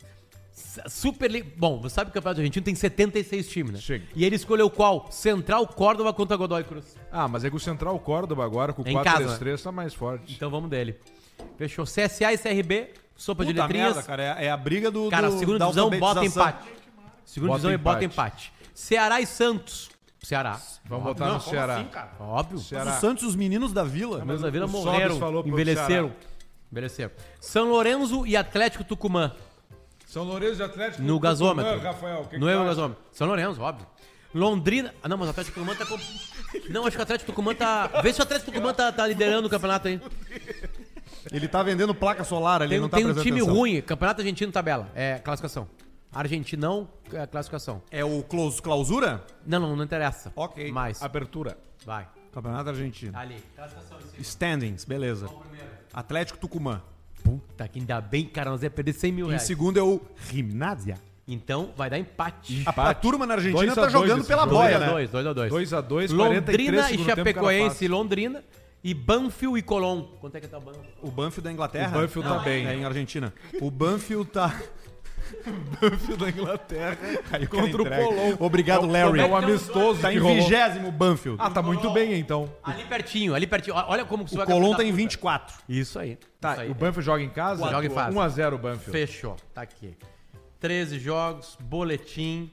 Speaker 3: Bom, você sabe que o Campeonato Argentino tem 76 times, né?
Speaker 2: Chega.
Speaker 3: E ele escolheu qual? Central Córdoba contra Godoy Cruz.
Speaker 2: Ah, mas é que o Central Córdoba agora, com o
Speaker 3: Em casa,
Speaker 2: 4-3-3, tá mais forte.
Speaker 3: Então vamos dele. Fechou. CSA e CRB. Sopa de
Speaker 5: Puta
Speaker 3: letrinhas.
Speaker 5: merda, cara. É a briga do.
Speaker 3: Cara,
Speaker 5: do,
Speaker 3: segunda
Speaker 5: da
Speaker 3: divisão bota
Speaker 5: alfabetização.
Speaker 3: empate. Segunda
Speaker 2: Bota
Speaker 3: divisão e bota
Speaker 2: empate.
Speaker 3: empate. Ceará e Santos. Ceará.
Speaker 2: Vamos botar no Ceará.
Speaker 3: Óbvio.
Speaker 2: Ceará.
Speaker 5: O Santos e os meninos da Vila.
Speaker 3: Meus da Vila
Speaker 2: o Sobis
Speaker 3: morreram,
Speaker 2: falou pro
Speaker 3: envelheceram.
Speaker 2: Ceará.
Speaker 3: Envelheceram. São Lourenço e Atlético Tucumã.
Speaker 2: São Lourenço de Atlético.
Speaker 3: No gasômetro.
Speaker 2: Rafael, o que
Speaker 3: No
Speaker 2: que tu acha?
Speaker 3: gasômetro. São Lourenço, óbvio. Londrina. Ah, não, mas o Atlético Tucumã tá com. Não, acho que o Atlético Tucumã tá. Vê se o Atlético Tucumã tá liderando o campeonato aí.
Speaker 5: Ele tá vendendo placa solar ali, não tá
Speaker 3: Tem um
Speaker 5: prestando
Speaker 3: time
Speaker 5: atenção.
Speaker 3: ruim. Campeonato Argentino tabela. É classificação. Argentinão, é classificação.
Speaker 5: É o clausura?
Speaker 3: Não interessa.
Speaker 5: Ok.
Speaker 3: Mais.
Speaker 2: Abertura.
Speaker 3: Vai.
Speaker 5: Campeonato Argentino.
Speaker 3: Ali. Classificação em cima.
Speaker 5: Standings, beleza. Atlético Tucumã.
Speaker 3: Puta, que ainda bem, cara, nós ia perder 100 mil
Speaker 5: Em
Speaker 3: reais.
Speaker 5: segundo é o Gimnasia.
Speaker 3: Então vai dar empate.
Speaker 5: A turma na Argentina
Speaker 2: 2 a
Speaker 5: tá
Speaker 2: 2
Speaker 5: jogando
Speaker 2: esse
Speaker 5: pela
Speaker 2: jogo.
Speaker 5: boia, né?
Speaker 3: 2x2.
Speaker 2: 2x2, 43
Speaker 3: Londrina e
Speaker 2: segundo tempo, cara
Speaker 3: Chapecoense
Speaker 2: fácil.
Speaker 3: e Londrina. E Banfield e Colón. Quanto é que tá o Banfield?
Speaker 5: O Banfield da Inglaterra.
Speaker 2: O Banfield tá bem.
Speaker 5: É em Argentina. O Banfield tá...
Speaker 2: Banfield da Inglaterra
Speaker 5: Aí
Speaker 2: contra o
Speaker 5: entrega.
Speaker 2: Colón.
Speaker 5: Obrigado, Larry.
Speaker 2: É um amistoso
Speaker 5: Tá
Speaker 2: que
Speaker 5: em
Speaker 2: rolou.
Speaker 5: 20º Banfield.
Speaker 2: Ah, tá muito bem, então.
Speaker 3: Ali pertinho. Olha como que
Speaker 5: O Colón tá em 24.
Speaker 3: Isso aí.
Speaker 2: Tá,
Speaker 3: Isso aí.
Speaker 2: o Banfield joga em casa?
Speaker 3: Joga em casa.
Speaker 2: 1x0 o Banfield.
Speaker 3: Fechou. Tá aqui. 13 jogos, boletim.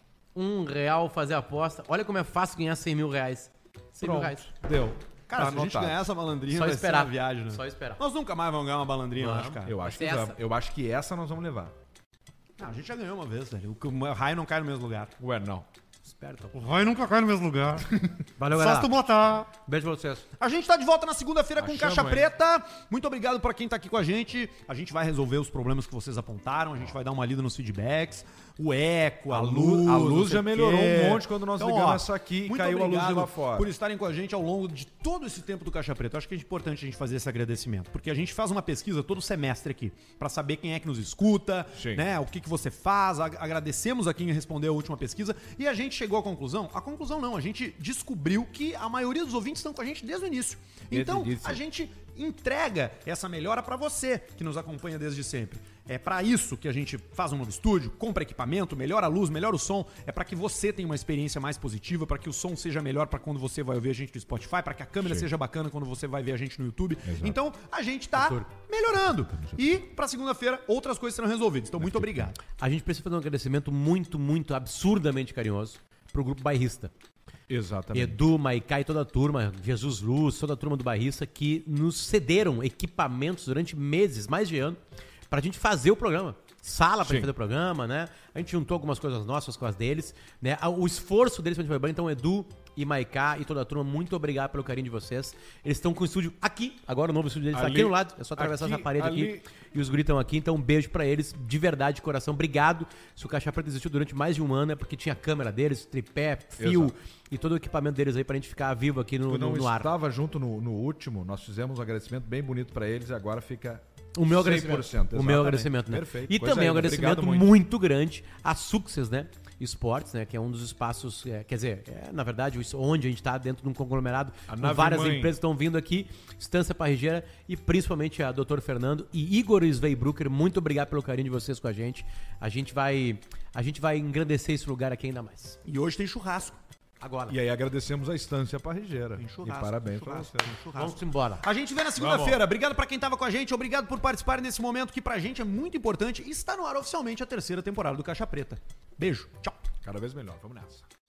Speaker 3: R$1 fazer aposta. Olha como é fácil ganhar 100 mil reais. 100 mil
Speaker 2: Pronto,
Speaker 3: reais.
Speaker 2: deu.
Speaker 5: Cara,
Speaker 2: Tá
Speaker 5: se a gente
Speaker 2: anotado.
Speaker 5: ganhar essa malandrinha,
Speaker 3: Só
Speaker 5: vai
Speaker 3: esperar.
Speaker 5: ser uma viagem, né?
Speaker 3: Só esperar.
Speaker 5: Nós nunca mais vamos ganhar uma balandrinha, eu
Speaker 3: Vamos.
Speaker 5: acho, cara.
Speaker 2: Eu acho, que
Speaker 3: Vai ser
Speaker 2: vamos.
Speaker 3: essa.
Speaker 2: Eu acho que essa nós vamos levar.
Speaker 5: Não, a gente já ganhou uma vez, velho. O raio não cai no mesmo lugar.
Speaker 2: Ué, não.
Speaker 3: Esperto.
Speaker 5: O raio nunca cai no mesmo lugar.
Speaker 3: Valeu,
Speaker 5: Só se
Speaker 3: galera.
Speaker 5: tu botar.
Speaker 3: Beijo pra vocês.
Speaker 5: A gente tá de volta na segunda-feira com
Speaker 2: Achamos,
Speaker 5: Caixa
Speaker 2: hein?
Speaker 5: Preta. Muito obrigado pra quem tá aqui com a gente. A gente vai resolver os problemas que vocês apontaram. A gente vai dar uma lida nos feedbacks. O eco, a luz.
Speaker 2: A luz
Speaker 5: não sei
Speaker 2: já
Speaker 5: o
Speaker 2: melhorou
Speaker 5: quê.
Speaker 2: um monte quando nós ligamos essa aqui e
Speaker 5: muito
Speaker 2: caiu a luz de
Speaker 5: obrigado
Speaker 2: lá fora.
Speaker 5: por estarem com a gente ao longo de todo esse tempo do Caixa Preta. Eu acho que é importante a gente fazer esse agradecimento. Porque a gente faz uma pesquisa todo semestre aqui. Pra saber quem é que nos escuta,
Speaker 2: Sim.
Speaker 5: né? O que você faz. Agradecemos a quem respondeu a última pesquisa. E a gente chegou à conclusão. A conclusão não. A gente descobriu que a maioria dos ouvintes estão com a gente desde o início.
Speaker 2: Desde
Speaker 5: Então,
Speaker 2: o início.
Speaker 5: a gente entrega essa melhora pra você que nos acompanha desde sempre. É pra isso que a gente faz um novo estúdio, compra equipamento, melhora a luz, melhora o som. É pra que você tenha uma experiência mais positiva, pra que o som seja melhor pra quando você vai ouvir a gente no Spotify, pra que a câmera seja bacana quando você vai ver a gente no YouTube. Então, a gente tá melhorando. E pra segunda-feira, outras coisas serão resolvidas. Então, muito obrigado.
Speaker 3: A gente precisa fazer um agradecimento muito absurdamente carinhoso pro grupo bairrista.
Speaker 2: Exatamente.
Speaker 3: Edu, Maiká e toda a turma, Jesus Luz, toda a turma do bairrista que nos cederam equipamentos durante meses, mais de ano, pra gente fazer o programa. Sala pra gente fazer o programa, né? A gente juntou algumas coisas nossas com as deles, né? O esforço deles pra gente fazer o programa. Então, Edu e Maiká e toda a turma, muito obrigado pelo carinho de vocês. Eles estão com o estúdio aqui, agora o novo estúdio deles tá
Speaker 2: Ali,
Speaker 3: aqui no lado, é só atravessar
Speaker 2: aqui,
Speaker 3: essa parede
Speaker 2: ali.
Speaker 3: aqui. E os guris estão aqui, então um beijo pra eles, de verdade, de coração. Obrigado. Se o Caixa Preta existiu durante mais de um ano, é porque tinha a câmera deles, tripé, fio
Speaker 2: Exato.
Speaker 3: e todo o equipamento deles aí pra gente ficar vivo aqui no,
Speaker 2: Tu não
Speaker 3: no ar.
Speaker 2: estava junto no último, nós fizemos um agradecimento bem bonito pra eles e agora fica
Speaker 3: O meu
Speaker 2: 100%,
Speaker 3: agradecimento. O meu
Speaker 2: exatamente.
Speaker 3: agradecimento, né?
Speaker 2: Perfeito.
Speaker 3: E
Speaker 2: Coisa
Speaker 3: também um
Speaker 2: linda.
Speaker 3: agradecimento
Speaker 2: Obrigado
Speaker 3: muito grande a Success, né? Esportes, né? Que é um dos espaços, quer dizer, na verdade, onde a gente tá dentro de um conglomerado.
Speaker 2: A
Speaker 3: Com
Speaker 2: nave
Speaker 3: várias
Speaker 2: mãe.
Speaker 3: empresas que estão vindo aqui. Estância Parrigeira e principalmente a Dr. Fernando e Igor Sveibrucker. Muito obrigado pelo carinho de vocês com a gente. A gente vai engrandecer esse lugar aqui ainda mais.
Speaker 5: E hoje tem churrasco.
Speaker 3: Agora,
Speaker 2: E aí agradecemos a Estância Parrigeira.
Speaker 5: Tem
Speaker 2: E
Speaker 5: churrasco.
Speaker 2: parabéns
Speaker 5: tem
Speaker 2: pra
Speaker 5: churrasco,
Speaker 2: você.
Speaker 5: tem churrasco.
Speaker 3: vamos embora.
Speaker 5: A gente vê na segunda-feira. Obrigado pra quem tava com a gente. Obrigado por participar nesse momento que pra gente é muito importante. E está no ar oficialmente a terceira temporada do Caixa Preta. Beijo. Tchau.
Speaker 2: Cada vez melhor. Vamos nessa.